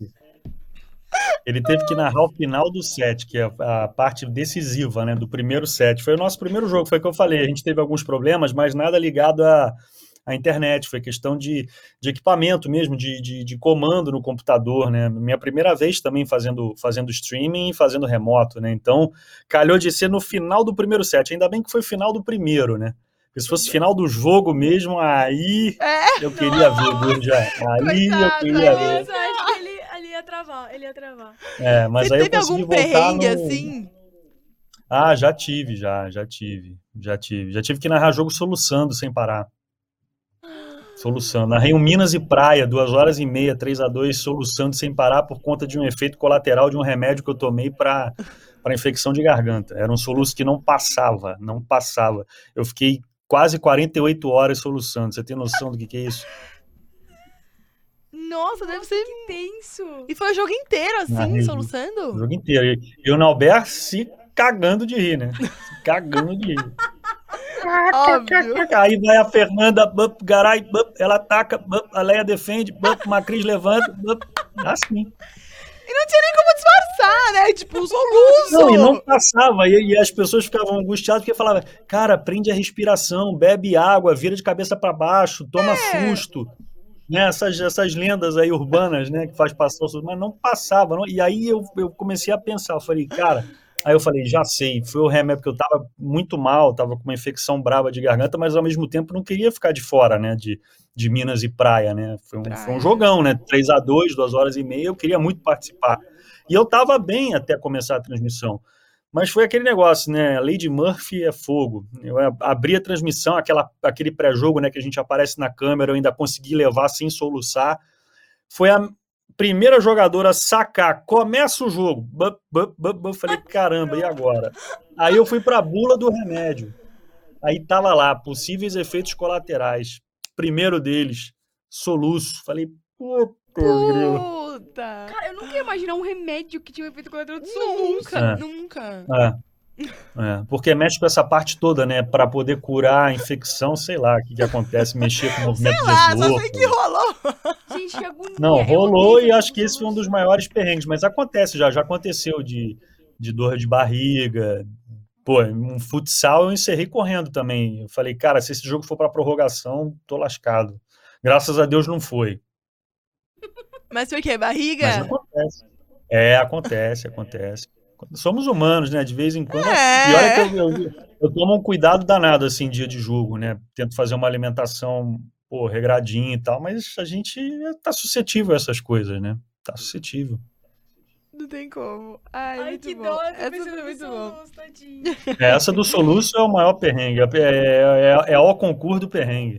Ele teve que narrar o final do set, que é a parte decisiva, né, do primeiro set. Foi o nosso primeiro jogo, foi o que eu falei. A gente teve alguns problemas, mas nada ligado à, à internet. Foi questão de, de equipamento mesmo, de, de, de comando no computador, né? Minha primeira vez também fazendo, fazendo streaming e fazendo remoto, né? Então, calhou de ser no final do primeiro set. Ainda bem que foi final do primeiro, né? Porque se fosse final do jogo mesmo, aí É, eu queria ver, Gurja. Aí eu Coitado, queria aí ver. Nossa, acho que ele, ele ia travar. Ele ia travar. É, mas você aí eu teve consegui algum voltar perrengue, no... assim? Ah, já tive, já, já tive, já tive. Já tive que narrar jogo soluçando sem parar. Soluçando. Narrei um Minas e Praia, duas horas e meia, três a dois, soluçando sem parar por conta de um efeito colateral de um remédio que eu tomei para para infecção de garganta. Era um soluço que não passava, não passava. Eu fiquei quase quarenta e oito horas soluçando. Você tem noção do que, que é isso? Nossa, deve ser... Que tenso. E foi o jogo inteiro, assim, Narrei o soluçando? jogo inteiro. E, e o Nauber se cagando de rir, né? Se cagando de rir. Óbvio. Aí vai a Fernanda, bup, Garay, bup, ela ataca, bup, a Leia defende, bup, Macris levanta, bup, assim. E não tinha nem como disfarçar, né? Tipo, o soluço. Não, e não passava, e, e as pessoas ficavam angustiadas porque falavam, cara, prende a respiração, bebe água, vira de cabeça para baixo, toma É. susto. Né, essas, essas lendas aí urbanas, né, que faz passar o susto, mas não passava. Não, e aí eu, eu comecei a pensar, eu falei, cara, Aí eu falei, já sei, foi o remédio, porque eu tava muito mal, tava com uma infecção brava de garganta, mas ao mesmo tempo não queria ficar de fora, né, de, de Minas e praia, né, foi um, Praia. foi um jogão, né, três a dois, duas horas e meia, eu queria muito participar. E eu tava bem até começar a transmissão, mas foi aquele negócio, né, a lei de Murphy é fogo. Eu abri a transmissão, aquela, aquele pré-jogo, né, que a gente aparece na câmera, eu ainda consegui levar sem soluçar, foi a primeira jogadora a sacar, começa o jogo, bup, bup, bup, bup, falei, caramba, e agora? Aí eu fui para a bula do remédio, aí tava lá, possíveis efeitos colaterais, primeiro deles, soluço, falei, puta, Puta! Cara, eu nunca ia imaginar um remédio que tinha um efeito colateral de soluço. Nunca, É. nunca. É. É, porque mexe com essa parte toda, né, para poder curar a infecção, sei lá, o que, que acontece, mexer com o movimento Sei de lá, só esgoto. sei que rolou. Gente, que agonia. Não, é rolou horrível e acho esse que esse foi um dos soluço. maiores perrengues, mas acontece já, já aconteceu de, de dor de barriga. Pô, um futsal eu encerrei correndo também. Eu falei, cara, se esse jogo for pra prorrogação, tô lascado. Graças a Deus não foi. Mas por quê? Mas Barriga? acontece. É, acontece, acontece. Somos humanos, né? De vez em quando. É. E olha que eu, eu, eu tomo um cuidado danado, assim, dia de jogo, né? Tento fazer uma alimentação, pô, regradinha e tal, mas a gente tá suscetível a essas coisas, né? Tá suscetível. Não tem como. Ai, Ai, muito que bom. dó, eu tô Essa pensando foi no muito bom. soluço, tadinho. É, essa do soluço é o maior perrengue. É, é, é o concurso do perrengue.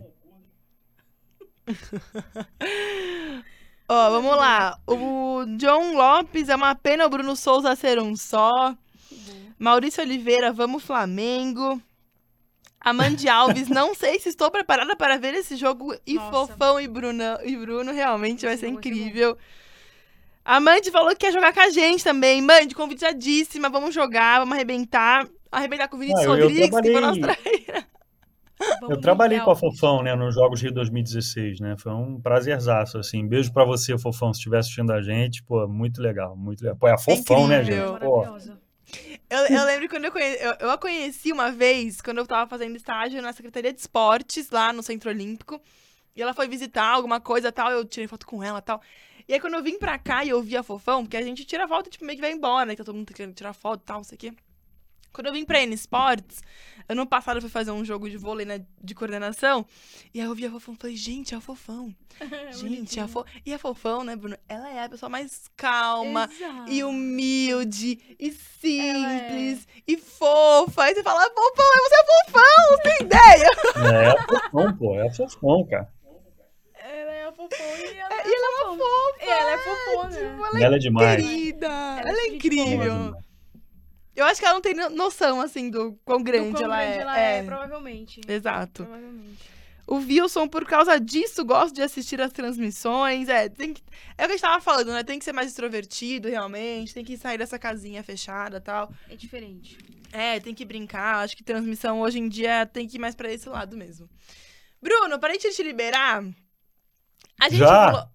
Ó, vamos lá. O John Lopes, é uma pena o Bruno Souza ser um só. Maurício Oliveira, vamos Flamengo. Amande Alves, não sei se estou preparada para ver esse jogo. E Nossa. Fofão e Bruno, e Bruno realmente vai Esse ser jogo vai ser incrível. A Mandy falou que quer jogar com a gente também. Mandy, convidadíssima, vamos jogar, vamos arrebentar. Arrebentar com o Vinícius Ah, eu- eu Rodrigues, que foi trabalhei- nosso traíra. Vamos Eu trabalhei humilhar com a o bicho. Fofão, né, nos Jogos Rio dois mil e dezesseis, né? Foi um prazerzaço, assim. Beijo pra você, Fofão, se estiver assistindo a gente. Pô, muito legal, muito legal. Pô, é a Fofão, né, incrível. gente? Pô, Maravilhosa. Eu, eu lembro quando eu, conhe... eu, eu a conheci uma vez, quando eu tava fazendo estágio na Secretaria de Esportes, lá no Centro Olímpico. E ela foi visitar alguma coisa e tal, eu tirei foto com ela e tal. E aí quando eu vim pra cá e eu vi a Fofão, porque a gente tira foto e tipo, meio que vai embora, né? Então todo mundo tá querendo tirar foto e tal, não sei o quê. Quando eu vim pra N Sports, ano passado eu fui fazer um jogo de vôlei, né, de coordenação, e aí eu vi a Fofão e falei, gente, é a Fofão. Gente, é a Fo... E a Fofão, né, Bruno? Ela é a pessoa mais calma Exato. e humilde e Ela simples e fofa. Aí você fala, Fofão, você é Fofão, você tem ideia? é a Fofão, pô, é a Fofão, cara. Ela é a fofona e ela É, é, e ela é uma fofa. E ela é fofona. Tipo, ela é Ela é demais. querida. Ela Ela é é gente Ela é incrível. demais. Eu acho que ela não tem no- noção, assim, do quão grande, Do quão ela, grande é. ela É. é, provavelmente. Exato. Provavelmente. O Wilson, por causa disso, gosta de assistir as transmissões. É, tem que, é o que a gente tava falando, né? Tem que ser mais extrovertido, realmente. Tem que sair dessa casinha fechada e tal. É diferente. É, tem que brincar. Acho que transmissão hoje em dia tem que ir mais pra esse lado mesmo. Bruno, pra gente te liberar, a gente Já? falou...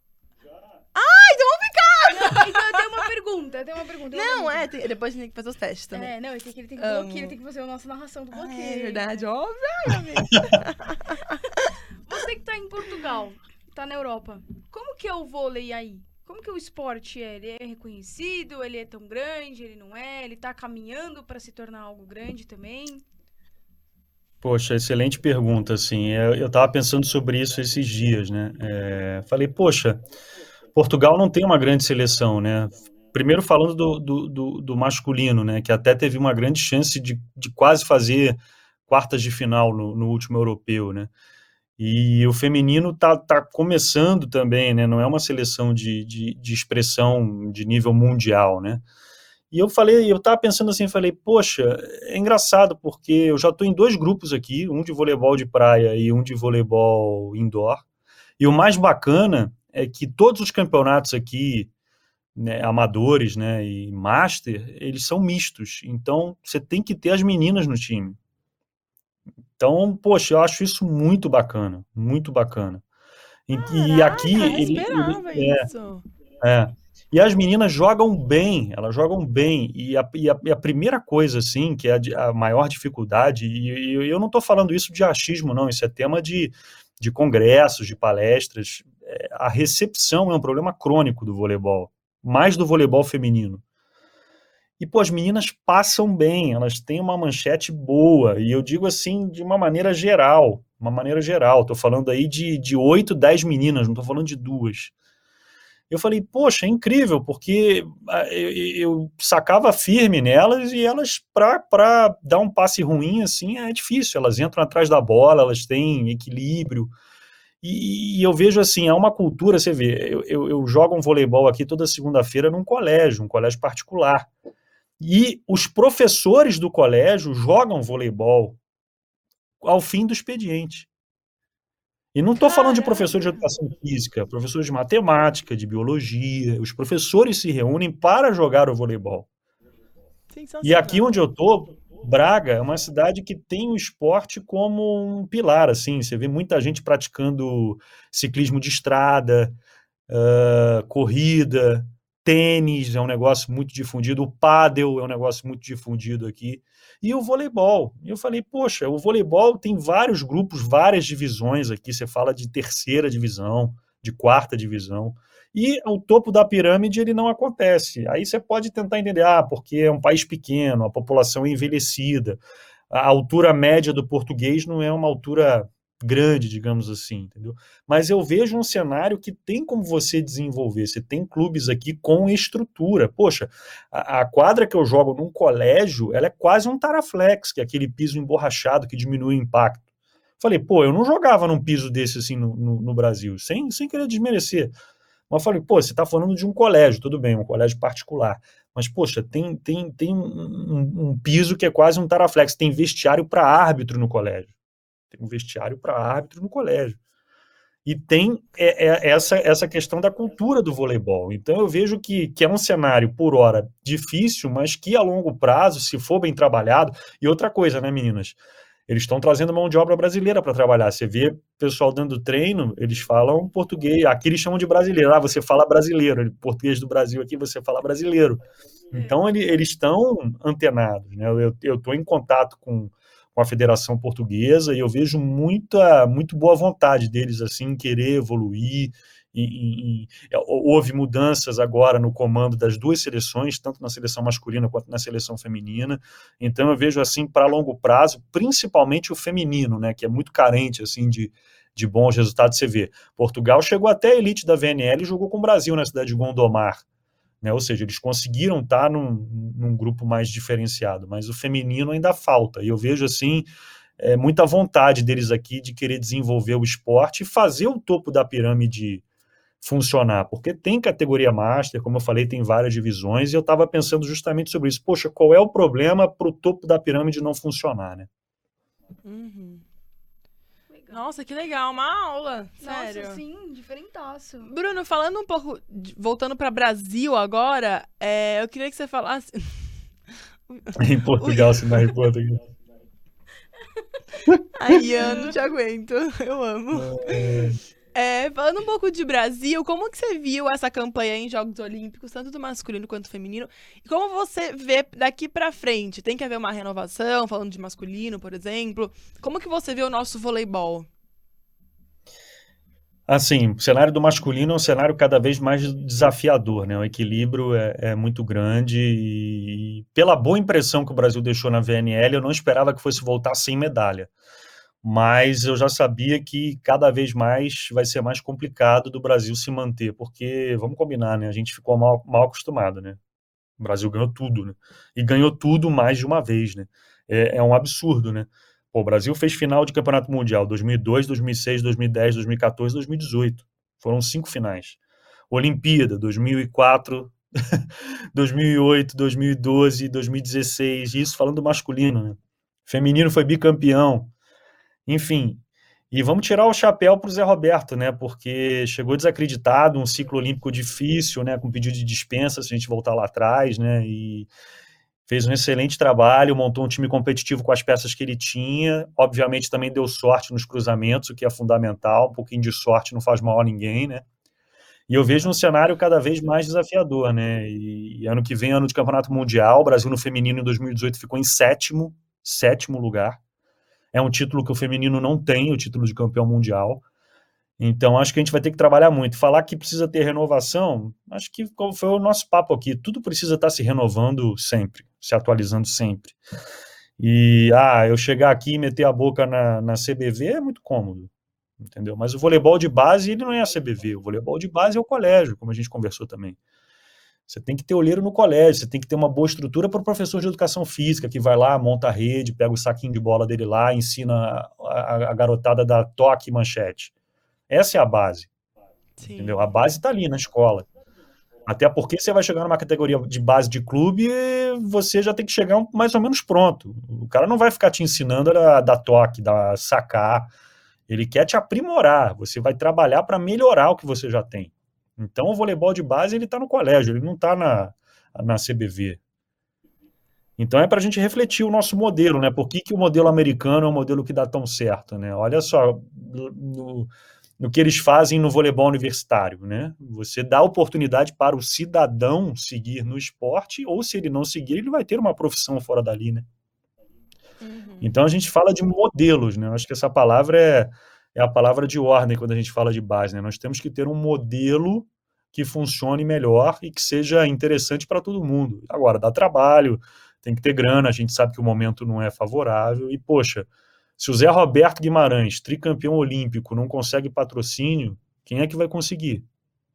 Não, então eu tenho uma pergunta, eu tenho uma pergunta. eu tenho Não, uma é, pergunta. tem- depois a gente tem que fazer os testes também. É, não, ele tem que, ele tem que Amo. bloquear, ele tem que fazer a nossa narração do Ah, bloqueio. é verdade, óbvio. Você que tá em Portugal, tá na Europa, como que é o vôlei aí? Como que o esporte é? Ele é reconhecido? Ele é tão grande? Ele não é? Ele tá caminhando pra se tornar algo grande também? Poxa, excelente pergunta, assim. Eu, eu tava pensando sobre isso esses dias, né? É, falei, poxa, Portugal não tem uma grande seleção, né? Primeiro falando do, do, do, do masculino, né? Que até teve uma grande chance de, de quase fazer quartas de final no, no último europeu, né? E o feminino tá, tá começando também, né? Não é uma seleção de, de, de expressão de nível mundial, né? E eu falei, eu tava pensando assim, falei, poxa, é engraçado porque eu já tô em dois grupos aqui, um de voleibol de praia e um de voleibol indoor. E o mais bacana é que todos os campeonatos aqui, né, amadores, né, e master, eles são mistos. Então, você tem que ter as meninas no time. Então, poxa, eu acho isso muito bacana, muito bacana. E, e aqui... eu não ele- esperava ele- é, isso. é. E as meninas jogam bem, elas jogam bem. E a, e a, e a primeira coisa, assim, que é a, di- a maior dificuldade, e, e eu não estou falando isso de achismo, não, isso é tema de, de congressos, de palestras. É, a recepção é um problema crônico do voleibol, mais do voleibol feminino. E, pô, as meninas passam bem, elas têm uma manchete boa, e eu digo assim de uma maneira geral, uma maneira geral, tô falando aí de, de oito, dez meninas, não tô falando de duas. Eu falei, poxa, é incrível, porque eu, eu sacava firme nelas e elas, para dar um passe ruim, assim, é difícil. Elas entram atrás da bola, elas têm equilíbrio. E, e eu vejo assim, há uma cultura, você vê, eu, eu, eu jogo um voleibol aqui toda segunda-feira num colégio, um colégio particular. E os professores do colégio jogam voleibol ao fim do expediente. E não estou falando de professores de educação física, professores de matemática, de biologia. Os professores se reúnem para jogar o voleibol. E aqui onde eu estou, Braga é uma cidade que tem o esporte como um pilar, assim. Você vê muita gente praticando ciclismo de estrada, uh, corrida, tênis é um negócio muito difundido, o pádel é um negócio muito difundido aqui. E o voleibol. E eu falei, poxa, o voleibol tem vários grupos, várias divisões aqui. Você fala de terceira divisão, de quarta divisão. E o topo da pirâmide, ele não acontece. Aí você pode tentar entender, ah, porque é um país pequeno, a população é envelhecida, a altura média do português não é uma altura grande, digamos assim, entendeu? Mas eu vejo um cenário que tem como você desenvolver. Você tem clubes aqui com estrutura. Poxa, a, a quadra que eu jogo num colégio, ela é quase um Taraflex, que é aquele piso emborrachado que diminui o impacto. Falei, pô, eu não jogava num piso desse assim no, no, no Brasil, sem, sem querer desmerecer. Mas eu falei, pô, você está falando de um colégio, tudo bem, um colégio particular. Mas, poxa, tem, tem, tem um, um, um piso que é quase um Taraflex, tem vestiário para árbitro no colégio. Tem um vestiário para árbitro no colégio. E tem é, é, essa, essa questão da cultura do voleibol. Então eu vejo que, que é um cenário, por hora, difícil, mas que a longo prazo, se for bem trabalhado... E outra coisa, né, meninas? Eles estão trazendo mão de obra brasileira para trabalhar. Você vê o pessoal dando treino, eles falam português. Aqui eles chamam de brasileiro. Ah, você fala brasileiro. Português do Brasil aqui, você fala brasileiro. Então ele, eles estão antenados, né? Eu estou em contato com... com a Federação Portuguesa, e eu vejo muita, muito boa vontade deles, assim, em querer evoluir, e, e, e, houve mudanças agora no comando das duas seleções, tanto na seleção masculina quanto na seleção feminina, então eu vejo, assim, para longo prazo, principalmente o feminino, né, que é muito carente, assim, de, de bons resultados. Você vê, Portugal chegou até a elite da V N L e jogou com o Brasil na cidade de Gondomar, né? Ou seja, eles conseguiram estar num, num grupo mais diferenciado, mas o feminino ainda falta, e eu vejo assim, é, muita vontade deles aqui de querer desenvolver o esporte e fazer o topo da pirâmide funcionar, porque tem categoria master, como eu falei, tem várias divisões, e eu estava pensando justamente sobre isso. Poxa, qual é o problema para o topo da pirâmide não funcionar, né? Uhum. Nossa, que legal, uma aula, sério. Nossa, sim, diferentaço. Bruno, falando um pouco, de, voltando para Brasil agora, é, eu queria que você falasse... Em Portugal, se não é em português. Ai, Ian, não te aguento, eu amo. É, falando um pouco de Brasil, como que você viu essa campanha em Jogos Olímpicos, tanto do masculino quanto do feminino? E como você vê daqui pra frente? Tem que haver uma renovação, falando de masculino, por exemplo. Como que você vê o nosso voleibol? Assim, o cenário do masculino é um cenário cada vez mais desafiador, né? O equilíbrio é, é muito grande e, pela boa impressão que o Brasil deixou na V N L, eu não esperava que fosse voltar sem medalha. Mas eu já sabia que cada vez mais vai ser mais complicado do Brasil se manter, porque, vamos combinar, né? A gente ficou mal, mal acostumado, né? O Brasil ganhou tudo, né? E ganhou tudo mais de uma vez, né? É, é um absurdo, né? Pô, o Brasil fez final de campeonato mundial dois mil e dois, dois mil e seis, dois mil e dez, dois mil e quatorze, dois mil e dezoito. Foram cinco finais. Olimpíada, dois mil e quatro, dois mil e oito, dois mil e doze, dois mil e dezesseis. Isso falando do masculino, né? Feminino foi bicampeão. Enfim, e vamos tirar o chapéu para o Zé Roberto, né? Porque chegou desacreditado, um ciclo olímpico difícil, né? Com pedido de dispensa, se a gente voltar lá atrás, né? E fez um excelente trabalho, montou um time competitivo com as peças que ele tinha. Obviamente também deu sorte nos cruzamentos, o que é fundamental. Um pouquinho de sorte não faz mal a ninguém, né? E eu vejo um cenário cada vez mais desafiador, né? E ano que vem, ano de campeonato mundial, o Brasil no feminino em dois mil e dezoito ficou em sétimo, sétimo lugar. É um título que o feminino não tem, o título de campeão mundial. Então, acho que a gente vai ter que trabalhar muito. Falar que precisa ter renovação, acho que foi o nosso papo aqui. Tudo precisa estar se renovando sempre, se atualizando sempre. E, ah, eu chegar aqui e meter a boca na, na C B V é muito cômodo, entendeu? Mas o voleibol de base, ele não é a C B V. O voleibol de base é o colégio, como a gente conversou também. Você tem que ter olheiro no colégio, você tem que ter uma boa estrutura para o professor de educação física, que vai lá, monta a rede, pega o saquinho de bola dele lá, ensina a, a, a garotada da toque e manchete. Essa é a base, Sim. entendeu? A base está ali na escola. Até porque você vai chegar numa categoria de base de clube e você já tem que chegar mais ou menos pronto. O cara não vai ficar te ensinando a dar toque, a sacar. Ele quer te aprimorar. Você vai trabalhar para melhorar o que você já tem. Então, o voleibol de base, ele está no colégio, ele não está na, na C B V. Então, é para a gente refletir o nosso modelo, né? Por que, que o modelo americano é um modelo que dá tão certo, né? Olha só, no, no que eles fazem no voleibol universitário, né? Você dá oportunidade para o cidadão seguir no esporte, ou se ele não seguir, ele vai ter uma profissão fora dali, né? Uhum. Então, a gente fala de modelos, né? Eu acho que essa palavra é, é a palavra de ordem quando a gente fala de base, né? Nós temos que ter um modelo que funcione melhor e que seja interessante para todo mundo. Agora, dá trabalho, tem que ter grana, a gente sabe que o momento não é favorável. E, poxa, se o Zé Roberto Guimarães, tricampeão olímpico, não consegue patrocínio, quem é que vai conseguir?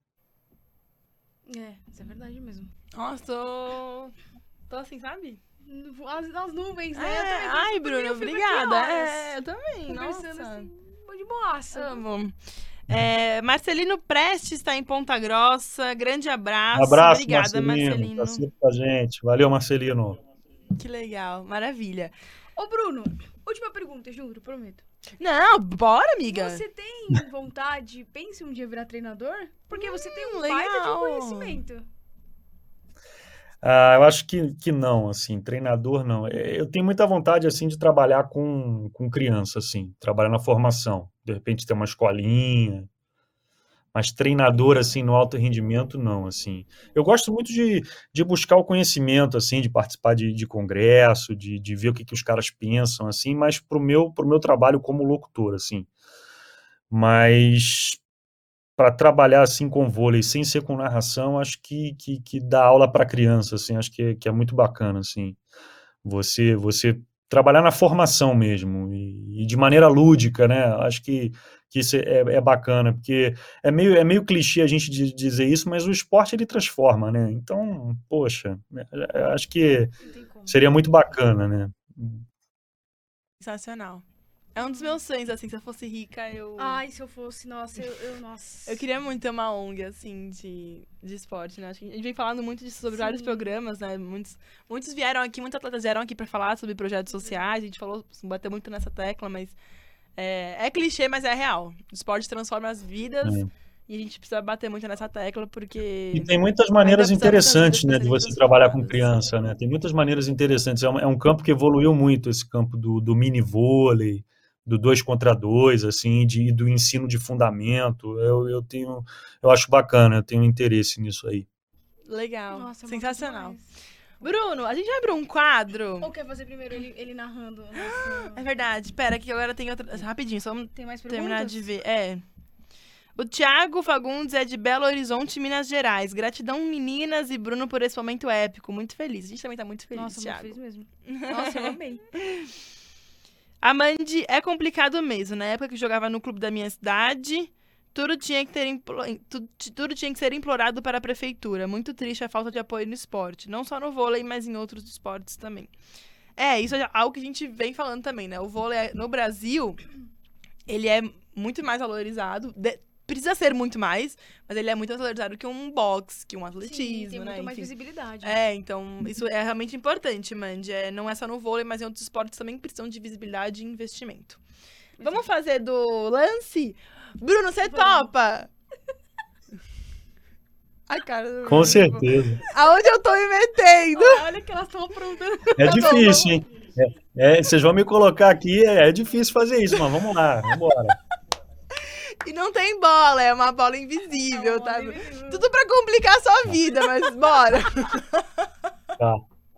É, isso é verdade mesmo. Nossa, tô... tô assim, sabe? As, as nuvens, né? É, Eu também, ai, por mim, Bruno, eu fico aqui obrigada. horas É, eu também, conversando nossa. assim, de boaça. Amo. É, Marcelino Prestes está em Ponta Grossa. Grande abraço. Um abraço, Obrigada, Marcelino. Marcelino. Tá sempre com a gente. Valeu, Marcelino. Que legal, maravilha. Ô, Bruno, última pergunta, juro, prometo. Não, bora, amiga. Você tem vontade, pense um dia virar treinador? Porque você tem um Hum, baita de legal. conhecimento. Ah, eu acho que, que não, assim, treinador não. É, eu tenho muita vontade, assim, de trabalhar com, com criança, assim, trabalhar na formação. De repente ter uma escolinha, mas treinador, assim, no alto rendimento, não, assim. Eu gosto muito de, de buscar o conhecimento, assim, de participar de, de congresso, de, de ver o que, que os caras pensam, assim, mas pro meu, pro meu trabalho como locutor, assim. Mas para trabalhar, assim, com vôlei, sem ser com narração, acho que, que, que dá aula para criança, assim, acho que, que é muito bacana, assim. Você, você trabalhar na formação mesmo, e, e de maneira lúdica, né? Acho que, que isso é, é bacana, porque é meio, é meio clichê a gente dizer isso, mas o esporte, ele transforma, né? Então, poxa, acho que Não tem como. seria muito bacana, né? Sensacional. É um dos meus sonhos, assim, se eu fosse rica, eu... Ai, se eu fosse, nossa, eu, eu nossa. Eu queria muito ter uma O N G, assim, de, de esporte, né? Acho que a gente vem falando muito disso sobre Sim. vários programas, né? Muitos, muitos vieram aqui, muitos atletas vieram aqui pra falar sobre projetos sociais. A gente falou, bateu muito nessa tecla, mas é, é clichê, mas é real. O esporte transforma as vidas É. e a gente precisa bater muito nessa tecla, porque... E tem muitas maneiras Ainda precisamos interessantes, das né, vidas de pra você serem trabalhar com transformadas. criança, né? Tem muitas maneiras interessantes. É um, é um campo que evoluiu muito, esse campo do, do mini vôlei, do dois contra dois, assim, de, do ensino de fundamento. Eu, eu tenho, eu acho bacana, eu tenho interesse nisso aí. Legal. Nossa, massa Sensacional. demais. Bruno, a gente abriu um quadro. Ou quer fazer primeiro ele, ele narrando? Nossa. É verdade. Pera, que agora tem outra... Rapidinho, só vamos Tem mais perguntas? terminar de ver. É. O Thiago Fagundes é de Belo Horizonte, Minas Gerais. Gratidão, meninas e Bruno, por esse momento épico. Muito feliz. A gente também tá muito feliz, Nossa, Thiago. muito feliz mesmo. Nossa, eu amei. A Mandy, é complicado mesmo. Na época que jogava no clube da minha cidade, tudo tinha que ter implo... tudo, tudo tinha que ser implorado para a prefeitura. Muito triste a falta de apoio no esporte. Não só no vôlei, mas em outros esportes também. É, isso é algo que a gente vem falando também, né? O vôlei no Brasil, ele é muito mais valorizado. De... Precisa ser muito mais, mas ele é muito mais valorizado que um boxe, que um atletismo, Sim, tem né? muito mais Enfim. visibilidade. É, então, isso é realmente importante, Mandy. É, não é só no vôlei, mas em outros esportes também precisam de visibilidade e investimento. Vamos fazer do lance? Bruno, você Vamos. topa? Ai, cara. Com certeza. Aonde eu tô me metendo? Olha, olha que elas estão aprontando. É Tá bom, difícil, hein? É, é, vocês vão me colocar aqui, é, é difícil fazer isso, mas vamos lá, vamos embora. E não tem bola, é uma bola invisível, tá? Olha, menino. Tudo pra complicar a sua vida, mas bora. Tá.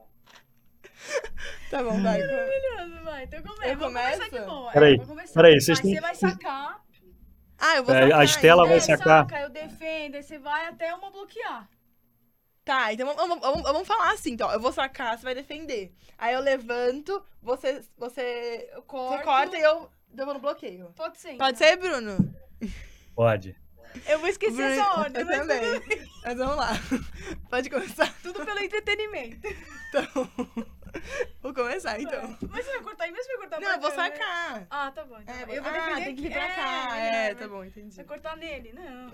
Tá bom, vai. Maravilhoso, vai. Então começa. Eu Vamos começar começo? de boa. Peraí, É, vou começar. peraí, vocês Aí têm- você vai sacar. Ah, eu vou É, sacar. a Estela então. vai É, sacar. saca, eu defendo, aí você vai até uma bloquear. Tá, então vamos, vamos- vamos- vamos falar assim, então. Eu vou sacar, você vai defender. Aí eu levanto, você, você, Eu corto. você corta e eu devo no bloqueio. Pode ser. Pode então. ser, Bruno? Pode. Eu vou esquecer Bruno, essa ordem, eu mas também. Mas vamos lá. Pode começar. tudo pelo entretenimento. Então, vou começar, então. Mas você vai cortar aí mesmo ou vai cortar Não, pra eu vou cá, né? sacar. Ah, tá bom. Então. É, eu vou ah, defender tem que vir aqui. pra cá. É, É, é, tá vai- bom, entendi. Vai cortar nele? Não.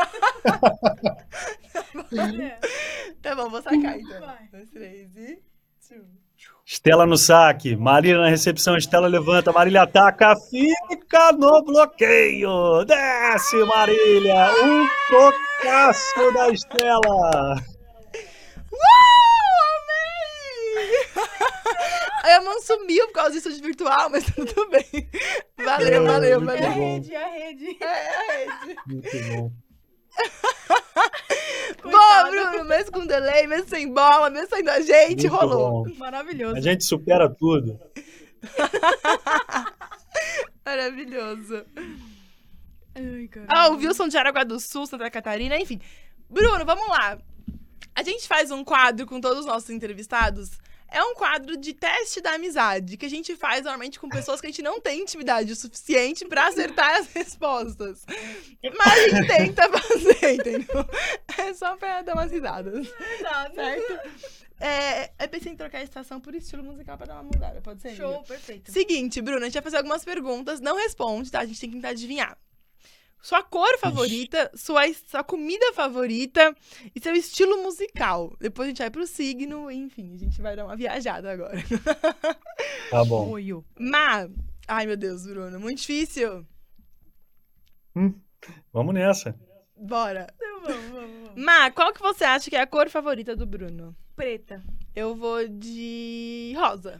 Tá bom, vou sacar, então. Vai. Dois, três e... tchum. Estela no saque, Marília na recepção, Estela levanta, Marília ataca, fica no bloqueio. Desce, Marília, um tocaço da Estela. Uh, amei! Aí a mão sumiu por causa disso de virtual, mas tudo bem. Valeu, É, valeu, muito É a valeu. bom. rede, é a rede. É, é, é. Muito bom. Bom, Coitado. Bruno, mesmo com delay, mesmo sem bola, mesmo saindo a gente, Muito rolou. bom. Maravilhoso. A gente supera tudo. Maravilhoso. Ai, cara. Ah, o Wilson de Aragua do Sul, Santa Catarina, enfim. Bruno, vamos lá. A gente faz um quadro com todos os nossos entrevistados. É um quadro de teste da amizade, que a gente faz normalmente com pessoas que a gente não tem intimidade o suficiente pra acertar as respostas. Mas a gente tenta fazer, entendeu? É só pra dar umas risadas, Verdade. certo? É, eu pensei em trocar a estação por estilo musical pra dar uma mudada, pode ser? Show, perfeito. Seguinte, Bruno, a gente vai fazer algumas perguntas, não responde, tá? A gente tem que tentar adivinhar. Sua cor favorita, sua, sua comida favorita e seu estilo musical. Depois a gente vai pro signo, enfim, a gente vai dar uma viajada agora. Tá bom. Oio. Má, ai meu Deus, Bruno, muito difícil. Vamos nessa. Bora. Então vamos, vamos, vamos. Má, qual que você acha que é a cor favorita do Bruno? Preta. Eu vou de rosa.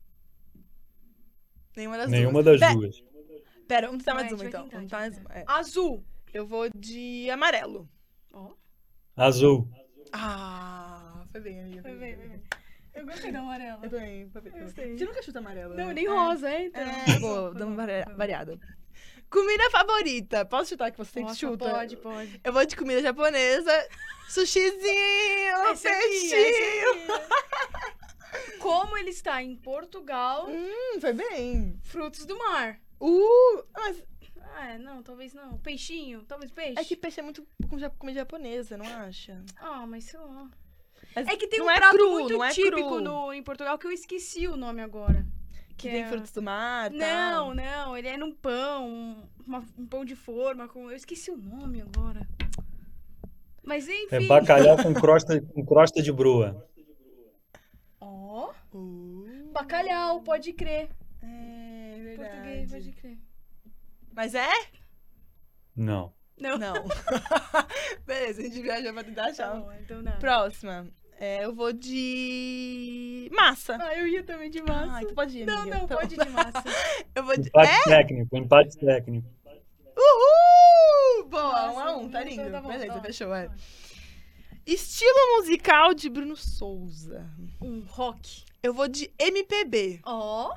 Nenhuma das Nenhuma duas. das Pe- duas. Pera, vamos tentar Vai, mais a gente uma vai então. tentar, Vamos tentar a mais gente uma. É. Azul. Eu vou de amarelo. Ó. Azul. Ah, foi bem, amiga. Foi bem, foi bem. Eu gostei da amarela. Eu também. Foi bem. Eu gostei. Você nunca chuta amarelo, Não, né? nem É. rosa, hein? Então. É, boa, dá uma vari- variada. Comida favorita. Posso chutar que você tem que Nossa, chuta? pode, pode. Eu vou de comida japonesa. Sushizinho, Esse aqui, peixinho. esse aqui. Como ele está em Portugal, Hum, foi bem. frutos do mar. Uh, mas Ah, é, não, talvez não. Peixinho, talvez peixe. é que peixe é muito com ja- comida japonesa, não acha? Ah, mas sei lá. Mas É que tem não um é prato cru, muito não é típico cru. no, em Portugal que eu esqueci o nome agora. Que é- tem frutos do mar, Não, tal. não, ele é num pão, uma- um pão de forma com... Eu esqueci o nome agora. Mas enfim. É bacalhau com crosta, com crosta de broa. Ó, Uh, bacalhau, pode crer. é verdade. Português, pode crer. Mas é? Não. Não. Não. Beleza, a gente viajou pra tentar Tá achar. bom, então não. Próxima. É, eu vou de massa. Ah, eu ia também de massa. Ai, tu pode ir, não, amiga. não, Então- pode ir de massa. Eu vou de... Empate técnico, empate técnico. Uhul! Boa, Nossa, um a um, tá não, lindo. tá bom, Beleza, tá. fechou, é. Estilo musical de Bruno Souza. Um rock. Eu vou de M P B. Ó.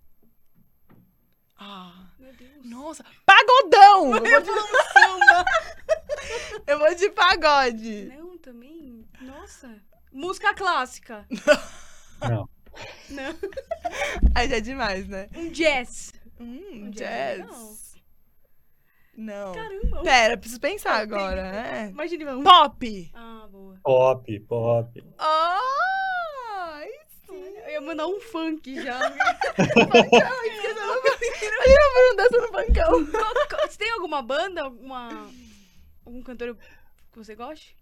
Ah, Meu Deus. nossa. Pagodão! Eu vou de samba. Eu vou de pagode. Não, também. Nossa. Música clássica. Não. Não. Aí já é demais, né? Um jazz. Hum, Um jazz. jazz, Não. Caramba. Pera, preciso pensar agora, né? Imagina um. Pop. Ah, boa. Pop, pop. Ah, isso. Eu ia mandar um funk já. Imagina o Bruno dançando no pancão. Qual- qual- Você tem alguma banda, alguma, algum cantor que você goste?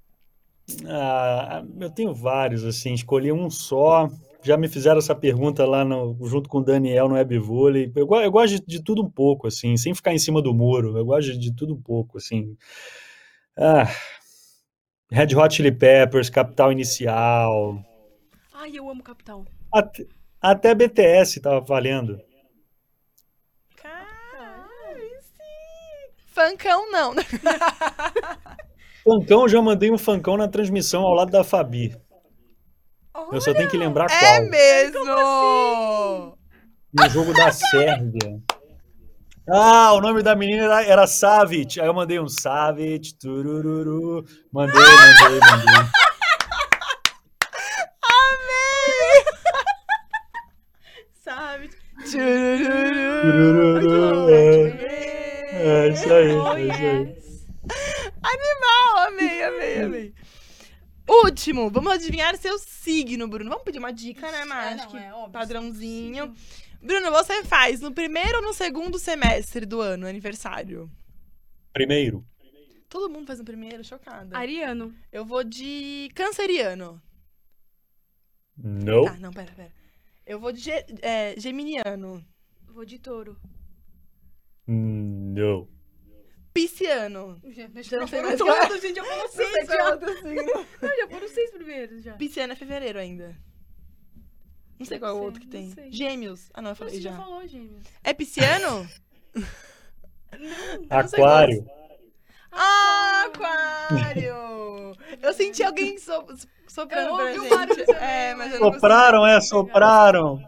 Ah, eu tenho vários, assim, escolhi um só. Já me fizeram essa pergunta lá no- junto com o Daniel no Webvôlei. Eu, go- eu gosto de, de tudo um pouco, assim, sem ficar em cima do muro. Eu gosto de, de tudo um pouco, assim. Ah, Red Hot Chili Peppers, Capital Inicial, Ai, eu amo Capital. até, até B T S tava valendo. Caralho, sim. Funkão não, né? Funkão, já mandei um funkão na transmissão ao lado da Fabi. Eu só tenho que lembrar É qual. mesmo! No jogo da Sérvia. Ah, o nome da menina era, era Savit. Aí eu mandei um Savit, turururu. Mandei, mandei, mandei. Amei! Sabe? Tchurururu. Turururu, é, é isso aí, Oh, é isso aí. yes. Animal! Amei, amei, amei. Último, vamos adivinhar seu signo, Bruno. Vamos pedir uma dica, né, É, Mas? não, Acho que é óbvio. padrãozinho. Bruno, você faz no primeiro ou no segundo semestre do ano, aniversário? Primeiro. Todo mundo faz no primeiro, chocada. Ariano. Eu vou de canceriano. Não. Tá, não, pera, pera. Eu vou de ge- é, geminiano. Vou de touro. Não. Pisciano. Já, Já não sei eu mais tô- qual é. gente, já foram Não sei seis qual é já. outro signo. Não, já foram seis primeiros já. Pisciano é fevereiro ainda. Não sei qual é o Deve outro que ser, não tem. sei. Gêmeos. Ah, não, eu falei Você já já. falou, gêmeos. É pisciano? Aquário. Ah, aquário! Eu senti alguém so- soprando Eu pra ouvi o gente. barulho também, É, mas eu não Sopraram, é? Sopraram.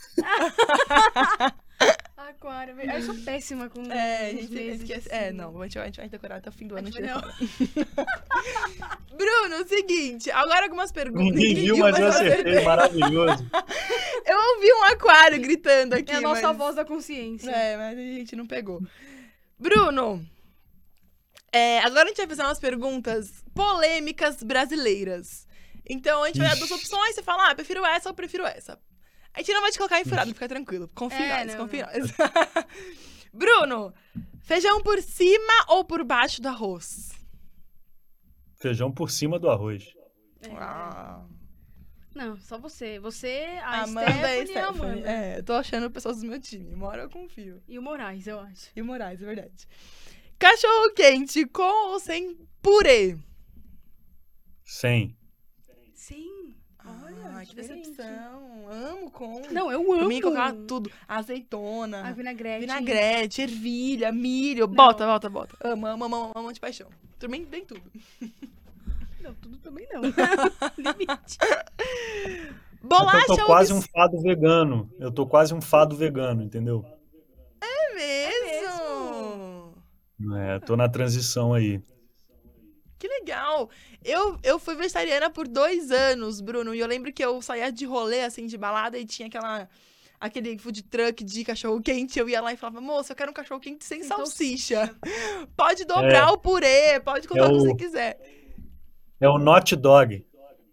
Aquário. Eu sou péssima com É, a os gente meses, esquece. assim. É, não, a gente, vai, a gente vai decorar até o fim do A ano. A gente gente vai- decora. Bruno, o seguinte, agora algumas perguntas. Ninguém viu, mas eu acertei. Maravilhoso. Eu ouvi um aquário gritando aqui. É a nossa mas... voz da consciência. É, mas a gente não pegou. Bruno, é, agora a gente vai fazer umas perguntas polêmicas brasileiras. Então a gente vai dar duas Ixi. opções, você fala, ah, prefiro essa ou prefiro essa. A gente não vai te colocar em furado, fica tranquilo. Confia em É, nós, não, confia em nós. Bruno, feijão por cima ou por baixo do arroz? Feijão por cima do arroz. É. Ah, Não, só você. Você, a Amanda e Stephanie e a Stephanie. Amanda. É, eu tô achando pessoas do meu time. Uma hora eu confio. E o Moraes, eu acho. E o Moraes, é verdade. Cachorro quente com ou sem purê? Sem. Sim. Olha, Ah, que diferente. decepção. Amo com. Não, eu amo. Pra mim, colocava tudo. Azeitona, A vinagrete. vinagrete, ervilha, milho. Não. Bota, bota, bota. Amo, amo, amo, amo de paixão. Também bem tudo. Não, tudo também não. Limite. Bolacha eu tô ou quase um bis- fado vegano. Eu tô quase um fado vegano, entendeu? É mesmo? É, tô na transição aí. Que legal. Eu, eu fui vegetariana por dois anos, Bruno. E eu lembro que eu saía de rolê, assim, de balada. E tinha aquela... Aquele food truck de cachorro-quente. Eu ia lá e falava, moça, eu quero um cachorro-quente sem Sem salsicha. Pode dobrar É. o purê, pode colocar o que o- você quiser. É o not dog.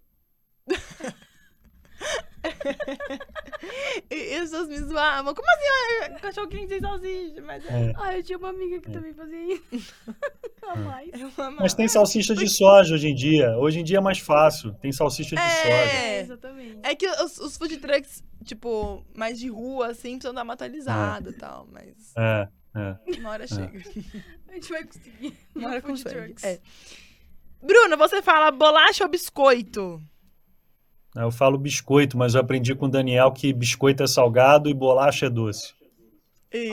E, e as pessoas me zoavam. Como assim, ah, cachorro-quente sem salsicha? Mas é, É. Ah, eu tinha uma amiga que também fazia isso. A mais. é uma Mas tem salsicha de soja hoje em dia. Hoje em dia é mais fácil. Tem salsicha de É. soja. É, exatamente. É que os, os food trucks, tipo, mais de rua, assim, precisam dar uma atualizada e tal, mas É, é. uma hora chega. A gente vai conseguir. Uma hora Food consegue. trucks. É. Bruno, você fala bolacha ou biscoito? Eu falo biscoito, mas eu aprendi com o Daniel que biscoito é salgado e bolacha é doce. Isso!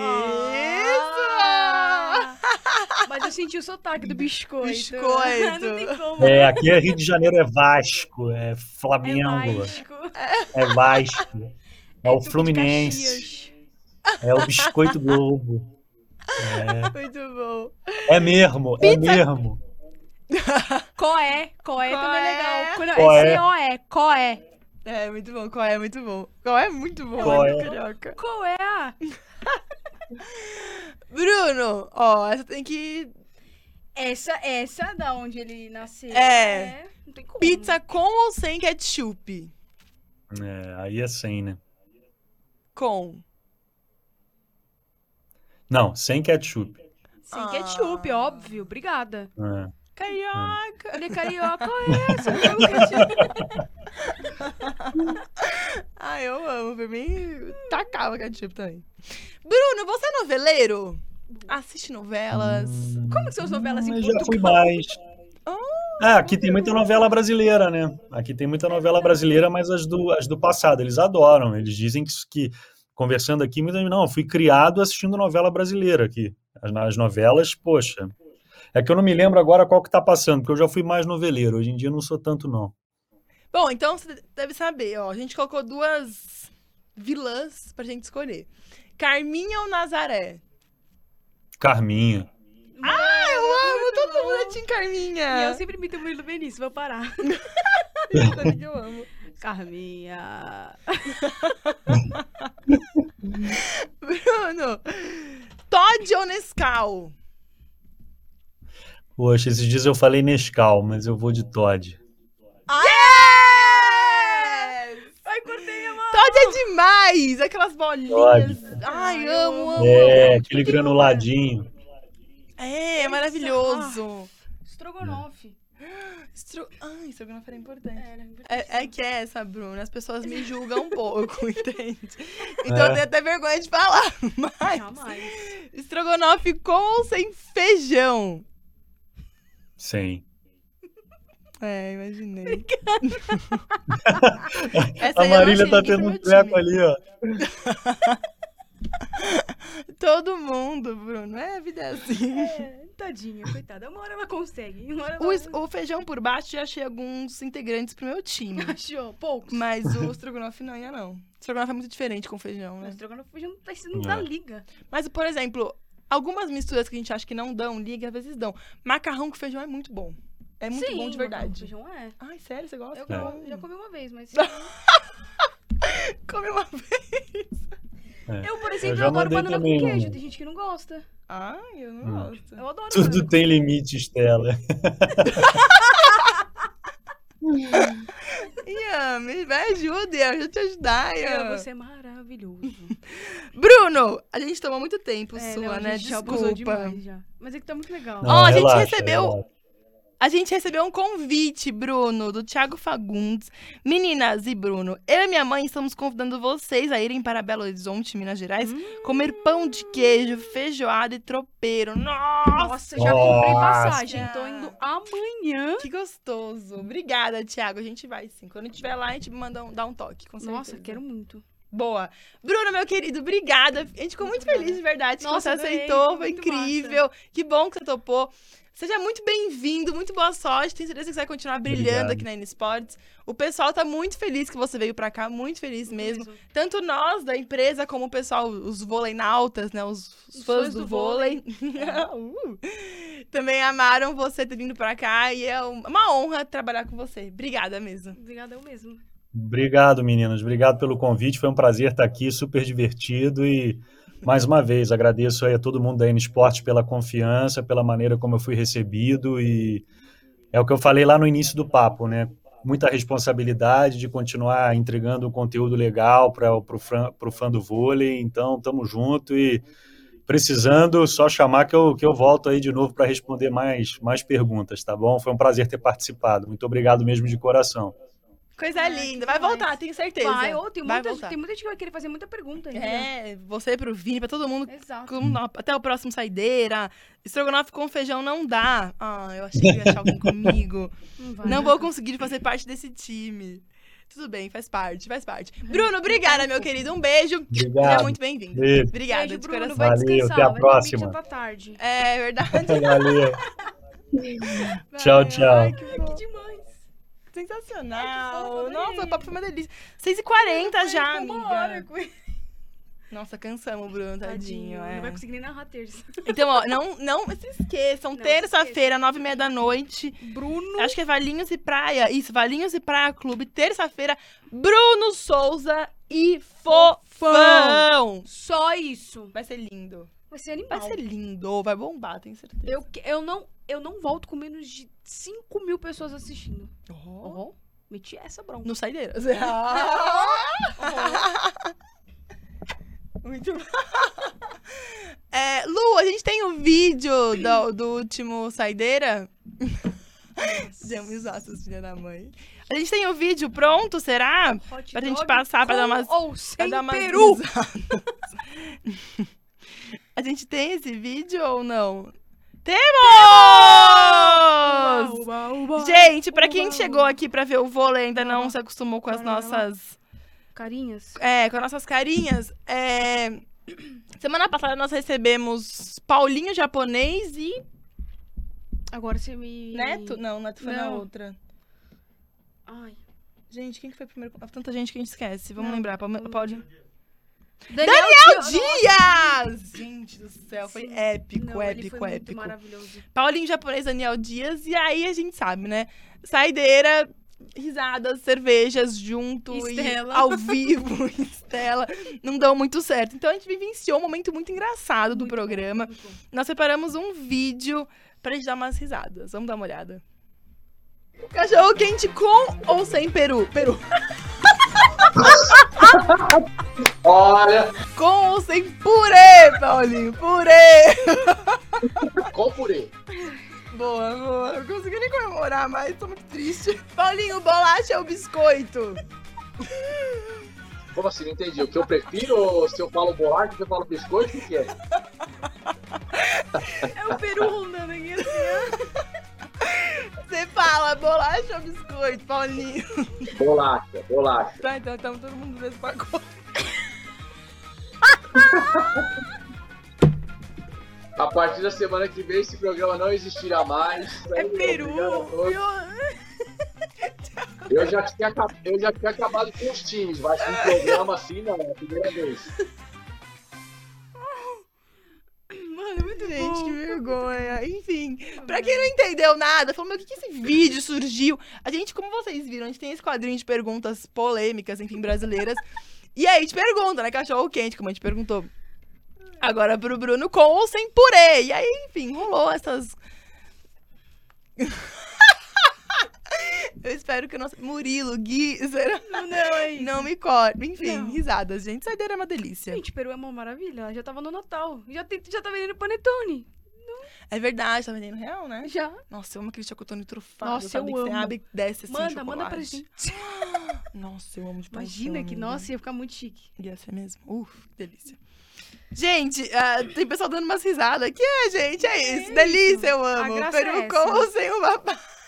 Ah! Mas eu senti o sotaque do biscoito. Biscoito. Não tem como. É, aqui é Rio de Janeiro, é Vasco, é É Flamengo, mágico. é Vasco, é o Tupi de Fluminense, Caxias. é o Biscoito Globo. Muito bom. É mesmo, é mesmo. Coé. Coé também Coé. é legal. Quando- Coé. É C O E. Coé. É, muito bom. Qual é? Muito bom. Qual é? Muito bom. Qual é? é? Carioca. Coé. Bruno, ó, essa tem que... Essa, essa da onde ele nasceu. É. Não tem como. Pizza com ou sem ketchup? É, aí é sem, né? Com. Não, sem ketchup. Sem Ah. ketchup, óbvio. Obrigada. É. Carioca. Ele é carioca. Qual é essa? Não, ketchup. Ah, eu amo. Pra mim, tacava ketchup também. Bruno, você é noveleiro? Assiste novelas? Como que são as novelas em Mas já fui Portugal? mais. Ah, aqui tem muita novela brasileira, né? Aqui tem muita novela brasileira, mas as do, as do passado, eles adoram. Eles dizem que, que conversando aqui, muita gente, não, eu fui criado assistindo novela brasileira aqui. As, as novelas, poxa. É que eu não me lembro agora qual que tá passando, porque eu já fui mais noveleiro. Hoje em dia eu não sou tanto, não. Bom, então você deve saber, ó. A gente colocou duas vilãs pra gente escolher. Carminha ou Nazaré? Carminha. Ah, eu amo! Todo mundo é Tim Carminha! E eu sempre imito o Murilo Benício, vou parar. Isso é que eu amo. Carminha. Bruno, Toddy ou Nescau? Poxa, esses dias eu falei Nescau, mas eu vou de Toddy. Yes! Ai, cortei a mão. Toddy é demais! Aquelas bolinhas. Toddy. Ai, Ai, amo, eu amo. amo. É, amo. aquele granuladinho. É, é maravilhoso. Estrogonofe. Estro... Ai, estrogonofe era importante. Era importante. É, é que é essa, Bruna. As pessoas me julgam um pouco, entende? Então É. eu tenho até vergonha de falar. Mas Jamais. estrogonofe com ou sem feijão? Sim. É, imaginei. Essa A aí eu não Marília achei tá ninguém tendo pro um meu treco time. ali, ó. Todo mundo, Bruno. É, a vida é assim. É, tadinha, coitada. Uma hora ela consegue. Uma hora O, ela... es- o feijão por baixo, já achei alguns integrantes pro meu time. Achou, poucos. Mas o estrogonofe não ia, não. O estrogonofe é muito diferente com o feijão, O né? estrogonofe feijão não, tá, não dá É. liga. Mas, por exemplo, algumas misturas que a gente acha que não dão liga, às vezes dão. Macarrão com feijão é muito bom. É muito Sim, bom de macarrão com verdade. feijão é. Ai, sério, você gosta? Eu É. como- já comi uma vez, mas... Come uma vez. É. Eu, por exemplo, já eu adoro mandei banana também com um- queijo. Tem gente que não gosta. Ai, eu não Hum. gosto. Eu adoro Tudo banana. tem limite, Estela. Ian, me me ajuda, Ian. Deixa eu te ajudar, Eu, Ian. você é maravilhoso. Bruno, a gente tomou muito tempo É, sua, não, a né? gente já abusou Desculpa. demais já. Mas é que tá muito legal. Ó, a gente relaxa, recebeu- relaxa. A gente recebeu um convite, Bruno, do Thiago Fagundes. Meninas e Bruno, eu e minha mãe estamos convidando vocês a irem para Belo Horizonte, Minas Gerais, Hum. comer pão de queijo, feijoada e tropeiro. Nossa, Nossa, já comprei Nossa. passagem. Tô indo amanhã. que gostoso. Obrigada, Thiago. A gente vai sim. Quando estiver lá, a gente manda um, dá um toque, com certeza. Nossa, quero muito. Boa. Bruno, meu querido, obrigada. A gente ficou muito, Muito feliz, de verdade, que Nossa, você adorei, aceitou. foi Foi muito incrível. Que bom que você topou. Seja muito bem-vindo, muito boa sorte. Tenho certeza que você vai continuar brilhando Obrigado. aqui na N Sports. O pessoal tá muito feliz que você veio pra cá, muito feliz mesmo. Tanto nós da empresa, como o pessoal, os vôleinautas, né? Os, os Os fãs fãs do, do vôlei. Uh. Também amaram você ter vindo pra cá e é uma honra trabalhar com você. Obrigada mesmo. Obrigada, eu mesmo. Obrigado, meninas. Obrigado pelo convite. Foi um prazer estar aqui, super divertido. E, mais uma vez, agradeço aí a todo mundo da N Sports pela confiança, pela maneira como eu fui recebido. E é o que eu falei lá no início do papo, né? Muita responsabilidade de continuar entregando um conteúdo legal para o fã do vôlei. Então, estamos juntos e precisando, só chamar que eu, que eu volto aí de novo para responder mais, mais perguntas, tá bom? Foi um prazer ter participado. Muito obrigado mesmo de coração. Coisa Ai, linda. que Vai demais. voltar, tenho certeza. Vai, ô, tem, Vai muita, voltar. tem muita gente que vai querer fazer muita pergunta ainda. É, você pro Vini, pra todo mundo. Exato. Com- Até o próximo saideira. Estrogonofe com feijão não dá. Ah, eu achei que ia achar alguém comigo. Não, vai. Não vou conseguir fazer parte desse time. Tudo bem, faz parte, faz parte. Bruno, obrigada, meu querido. Um beijo. Seja Obrigado. muito bem-vindo. Beijo. Obrigada, Beijo, de Bruno. coração. Vai Valeu, descansar. até a vai próxima. dormir, já tá tarde. É verdade. Valeu. Tchau, tchau. Ai, que Ai, bom. que demais. Sensacional. Ai, que fofo, Nossa, adorei. o papo foi uma delícia. seis e quarenta já, Ficou uma hora amiga. com ele. Nossa, cansamos, Bruno, tadinho. Não é. vai conseguir nem narrar terça. Então, ó, não, não se esqueçam. Não se Terça-feira, nove e meia da noite. Bruno. Acho que é Valinhos e Praia. Isso, Valinhos e Praia Clube. Terça-feira, Bruno Souza e Fofão. Só isso. Vai ser lindo. Vai ser animal. Vai ser lindo. Vai bombar, tenho certeza. Eu, que- eu, não, eu não volto com menos de cinco mil pessoas assistindo. Oh. Oh, meti essa bronca. No Saideiras. Muito bom. É, Lu, a gente tem o vídeo do, do último Saideira. Demos os ossos, filha da mãe. A gente tem o vídeo pronto, será? Hot Pra gente dog passar, pra com dar umas- ou Pra sem dar umas peru. risadas. A gente tem esse vídeo ou não? Temos! Uba, uba. Gente, pra quem Uba, chegou uba. aqui pra ver o vôlei e ainda não Uba. se acostumou com as Uba, uba. nossas... Carinhas. É, com as nossas carinhas, é... Semana passada nós recebemos Paulinho Japonês e Agora você me... Neto. Não, Neto foi na Não. outra. Ai. Gente, quem que foi primeiro? Tanta gente que a gente esquece. Vamos Não, lembrar. Paulo- vamos- Paulinho. Daniel, Daniel Dias! Dias! Gente do céu, foi Sim. épico, Não, ele épico, foi muito épico. maravilhoso. Paulinho japonês, Daniel Dias, e aí a gente sabe, né? Saideira, risadas, cervejas junto Estela. e ao vivo, Estela, não dão muito certo. Então a gente vivenciou um momento muito engraçado do Muito programa. bom, muito bom. Nós preparamos um vídeo pra gente dar umas risadas. Vamos dar uma olhada. Cachorro quente com ou sem peru? Peru. Olha, Com ou sem purê, Paulinho? Purê. com purê. Boa, boa. Eu não consegui nem comemorar mais, tô muito triste. Paulinho, bolacha ou biscoito? Como assim? Não entendi. O que eu prefiro, ou se eu falo bolacha, se eu falo biscoito, o que é? É o peru rondando aqui assim, ó. Você fala bolacha ou biscoito, Paulinho? Bolacha, bolacha. Tá, então estamos todo mundo nesse pacote. A partir da semana que vem, esse programa não existirá mais. É peru. Obrigado a todos. Eu já, tinha, acab- eu já tinha acabado com os times, mas um programa assim não, é a primeira vez. Mano, muito Gente, bom. que vergonha. Enfim, pra quem não entendeu nada, falou, meu, o que, que esse vídeo surgiu? A gente, como vocês viram, a gente tem esse quadrinho de perguntas polêmicas, enfim, brasileiras. E aí a gente pergunta, né, cachorro quente, como a gente perguntou. Agora pro Bruno, com ou sem purê. E aí, enfim, rolou essas... Eu espero que o nosso... Murilo, Gui... Será? Não, não, é isso. Não me corte. Enfim, Não. risadas, gente. Saideira é uma delícia. Gente, peru é uma maravilha. Ela já tava no Natal. Já, tem, já tá vendendo panetone. É verdade, tá vendendo real, né? Já. Nossa, eu amo aquele chocotone trufado. Nossa, sabe? eu Que você amo. abre e desce assim Manda, chocolate. manda pra gente. Nossa, eu amo de paixão, Imagina que, amiga. nossa, ia ficar muito chique. Ia ser mesmo. Uf, que delícia. Gente, ah, tem pessoal dando umas risadas. Que é, gente? É isso. É delícia, isso. eu A amo. graça Peru é com essa. ou sem uva passa.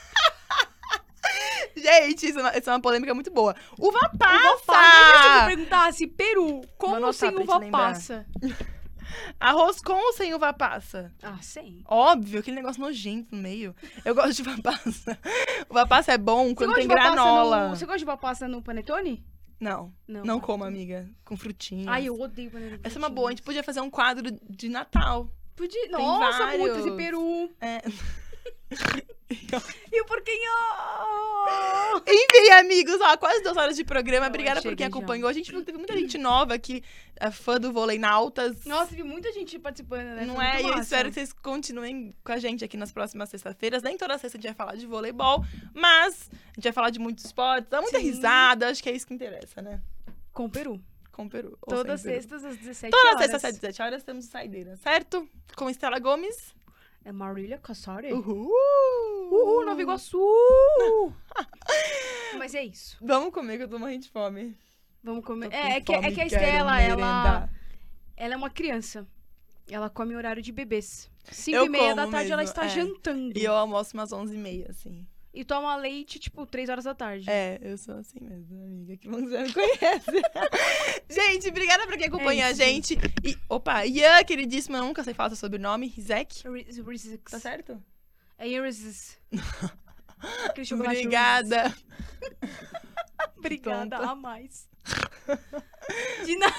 Gente, isso é, uma, isso é uma polêmica muito boa. Uva Uva passa. Imagina se passa! eu perguntasse peru com Vou ou anotar sem pra te uva lembrar. passa? Arroz com ou sem uva passa? Ah, sem. Óbvio, aquele negócio nojento no meio. Eu gosto de uva passa. Uva passa é bom Você quando gosta tem de uva passa granola. no- Você gosta de uva passa no panetone? Não, Não. não tá. como, amiga. Com frutinhas. Ai, eu odeio panetone. Essa é uma boa. A gente podia fazer um quadro de Natal. Podia... Nossa, vários. muito esse peru. É. E o porquinho? Enfim, amigos, ó, quase duas horas de programa. Ai, Obrigada por chega quem já. acompanhou. A gente viu que teve muita gente nova aqui, é, fã do Vôlei Nautas. Nossa, vi muita gente participando, né? Não Foi é? muito E eu massa. espero que vocês continuem com a gente aqui nas próximas sextas-feiras. Nem toda sexta a gente vai falar de voleibol, mas a gente vai falar de muitos esportes, dá muita Sim. risada. Acho que é isso que interessa, né? Com o peru. Com o Peru. ou Todas sem Peru. sextas às dezessete Todas horas. sextas às dezessete horas temos saideira, certo? Com Estela Gomes. É Marília Cassari. Uhul! Uhul, Nova Iguaçu! Mas é isso. Vamos comer que eu tô morrendo de fome. Vamos comer. Tô É, com é que, é fome, que a quero Estela, ela, merendar. ela é uma criança. Ela come em horário de bebês. Cinco Eu e meia como da tarde ela mesmo, está é. jantando. E eu almoço umas onze e meia, assim. E toma leite, tipo, três horas da tarde. É, eu sou assim mesmo, amiga. Que bom que você me conhece. Gente, obrigada pra quem acompanha É a isso, gente. E, opa, Ian, queridíssimo, eu nunca sei falar seu sobrenome. Rizek, Riz- Riz- tá certo? É Iris. Aquele chocolate Obrigada. Reese's. Obrigada tonta. a mais. De nada.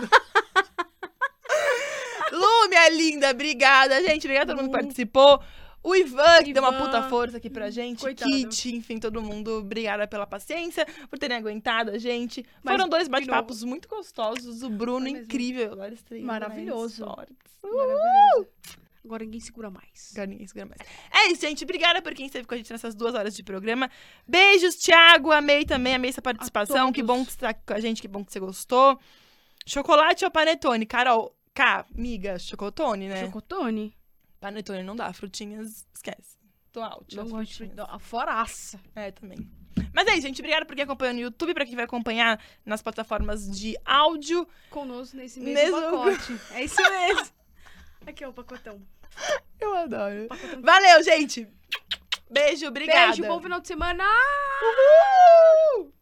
Lu, minha linda, obrigada, gente. Obrigada a todo mundo que Lu. participou. O Ivan, que deu uma Ivan. puta força aqui pra gente. Coitado. Kit, enfim, todo mundo. Obrigada pela paciência, por terem aguentado a gente. Mas, Foram dois de bate-papos muito gostosos. O Bruno, Foi mesmo. incrível. Agora estreou, Maravilhoso. Né? Sorte. Maravilhoso. Agora ninguém segura mais. Agora ninguém segura mais. É isso, gente. Obrigada por quem esteve com a gente nessas duas horas de programa. Beijos, Thiago. Amei também, amei essa participação. Que bom que você tá aqui com a gente, que bom que você gostou. Chocolate ou panetone? Carol, K, amiga, chocotone, né? Chocotone? Panetone não dá, frutinhas, esquece. Tô out. Não as gosto de frutinhas. a foraça. É, também. Mas é isso, gente. Obrigada por quem acompanha no YouTube, pra quem vai acompanhar nas plataformas de áudio. Conosco nesse mesmo, Mesmo- pacote. É isso mesmo. Aqui, ó, o pacotão. Eu adoro. Pacotão. Valeu, gente. Beijo, obrigada. Beijo, bom final de semana. Uhul!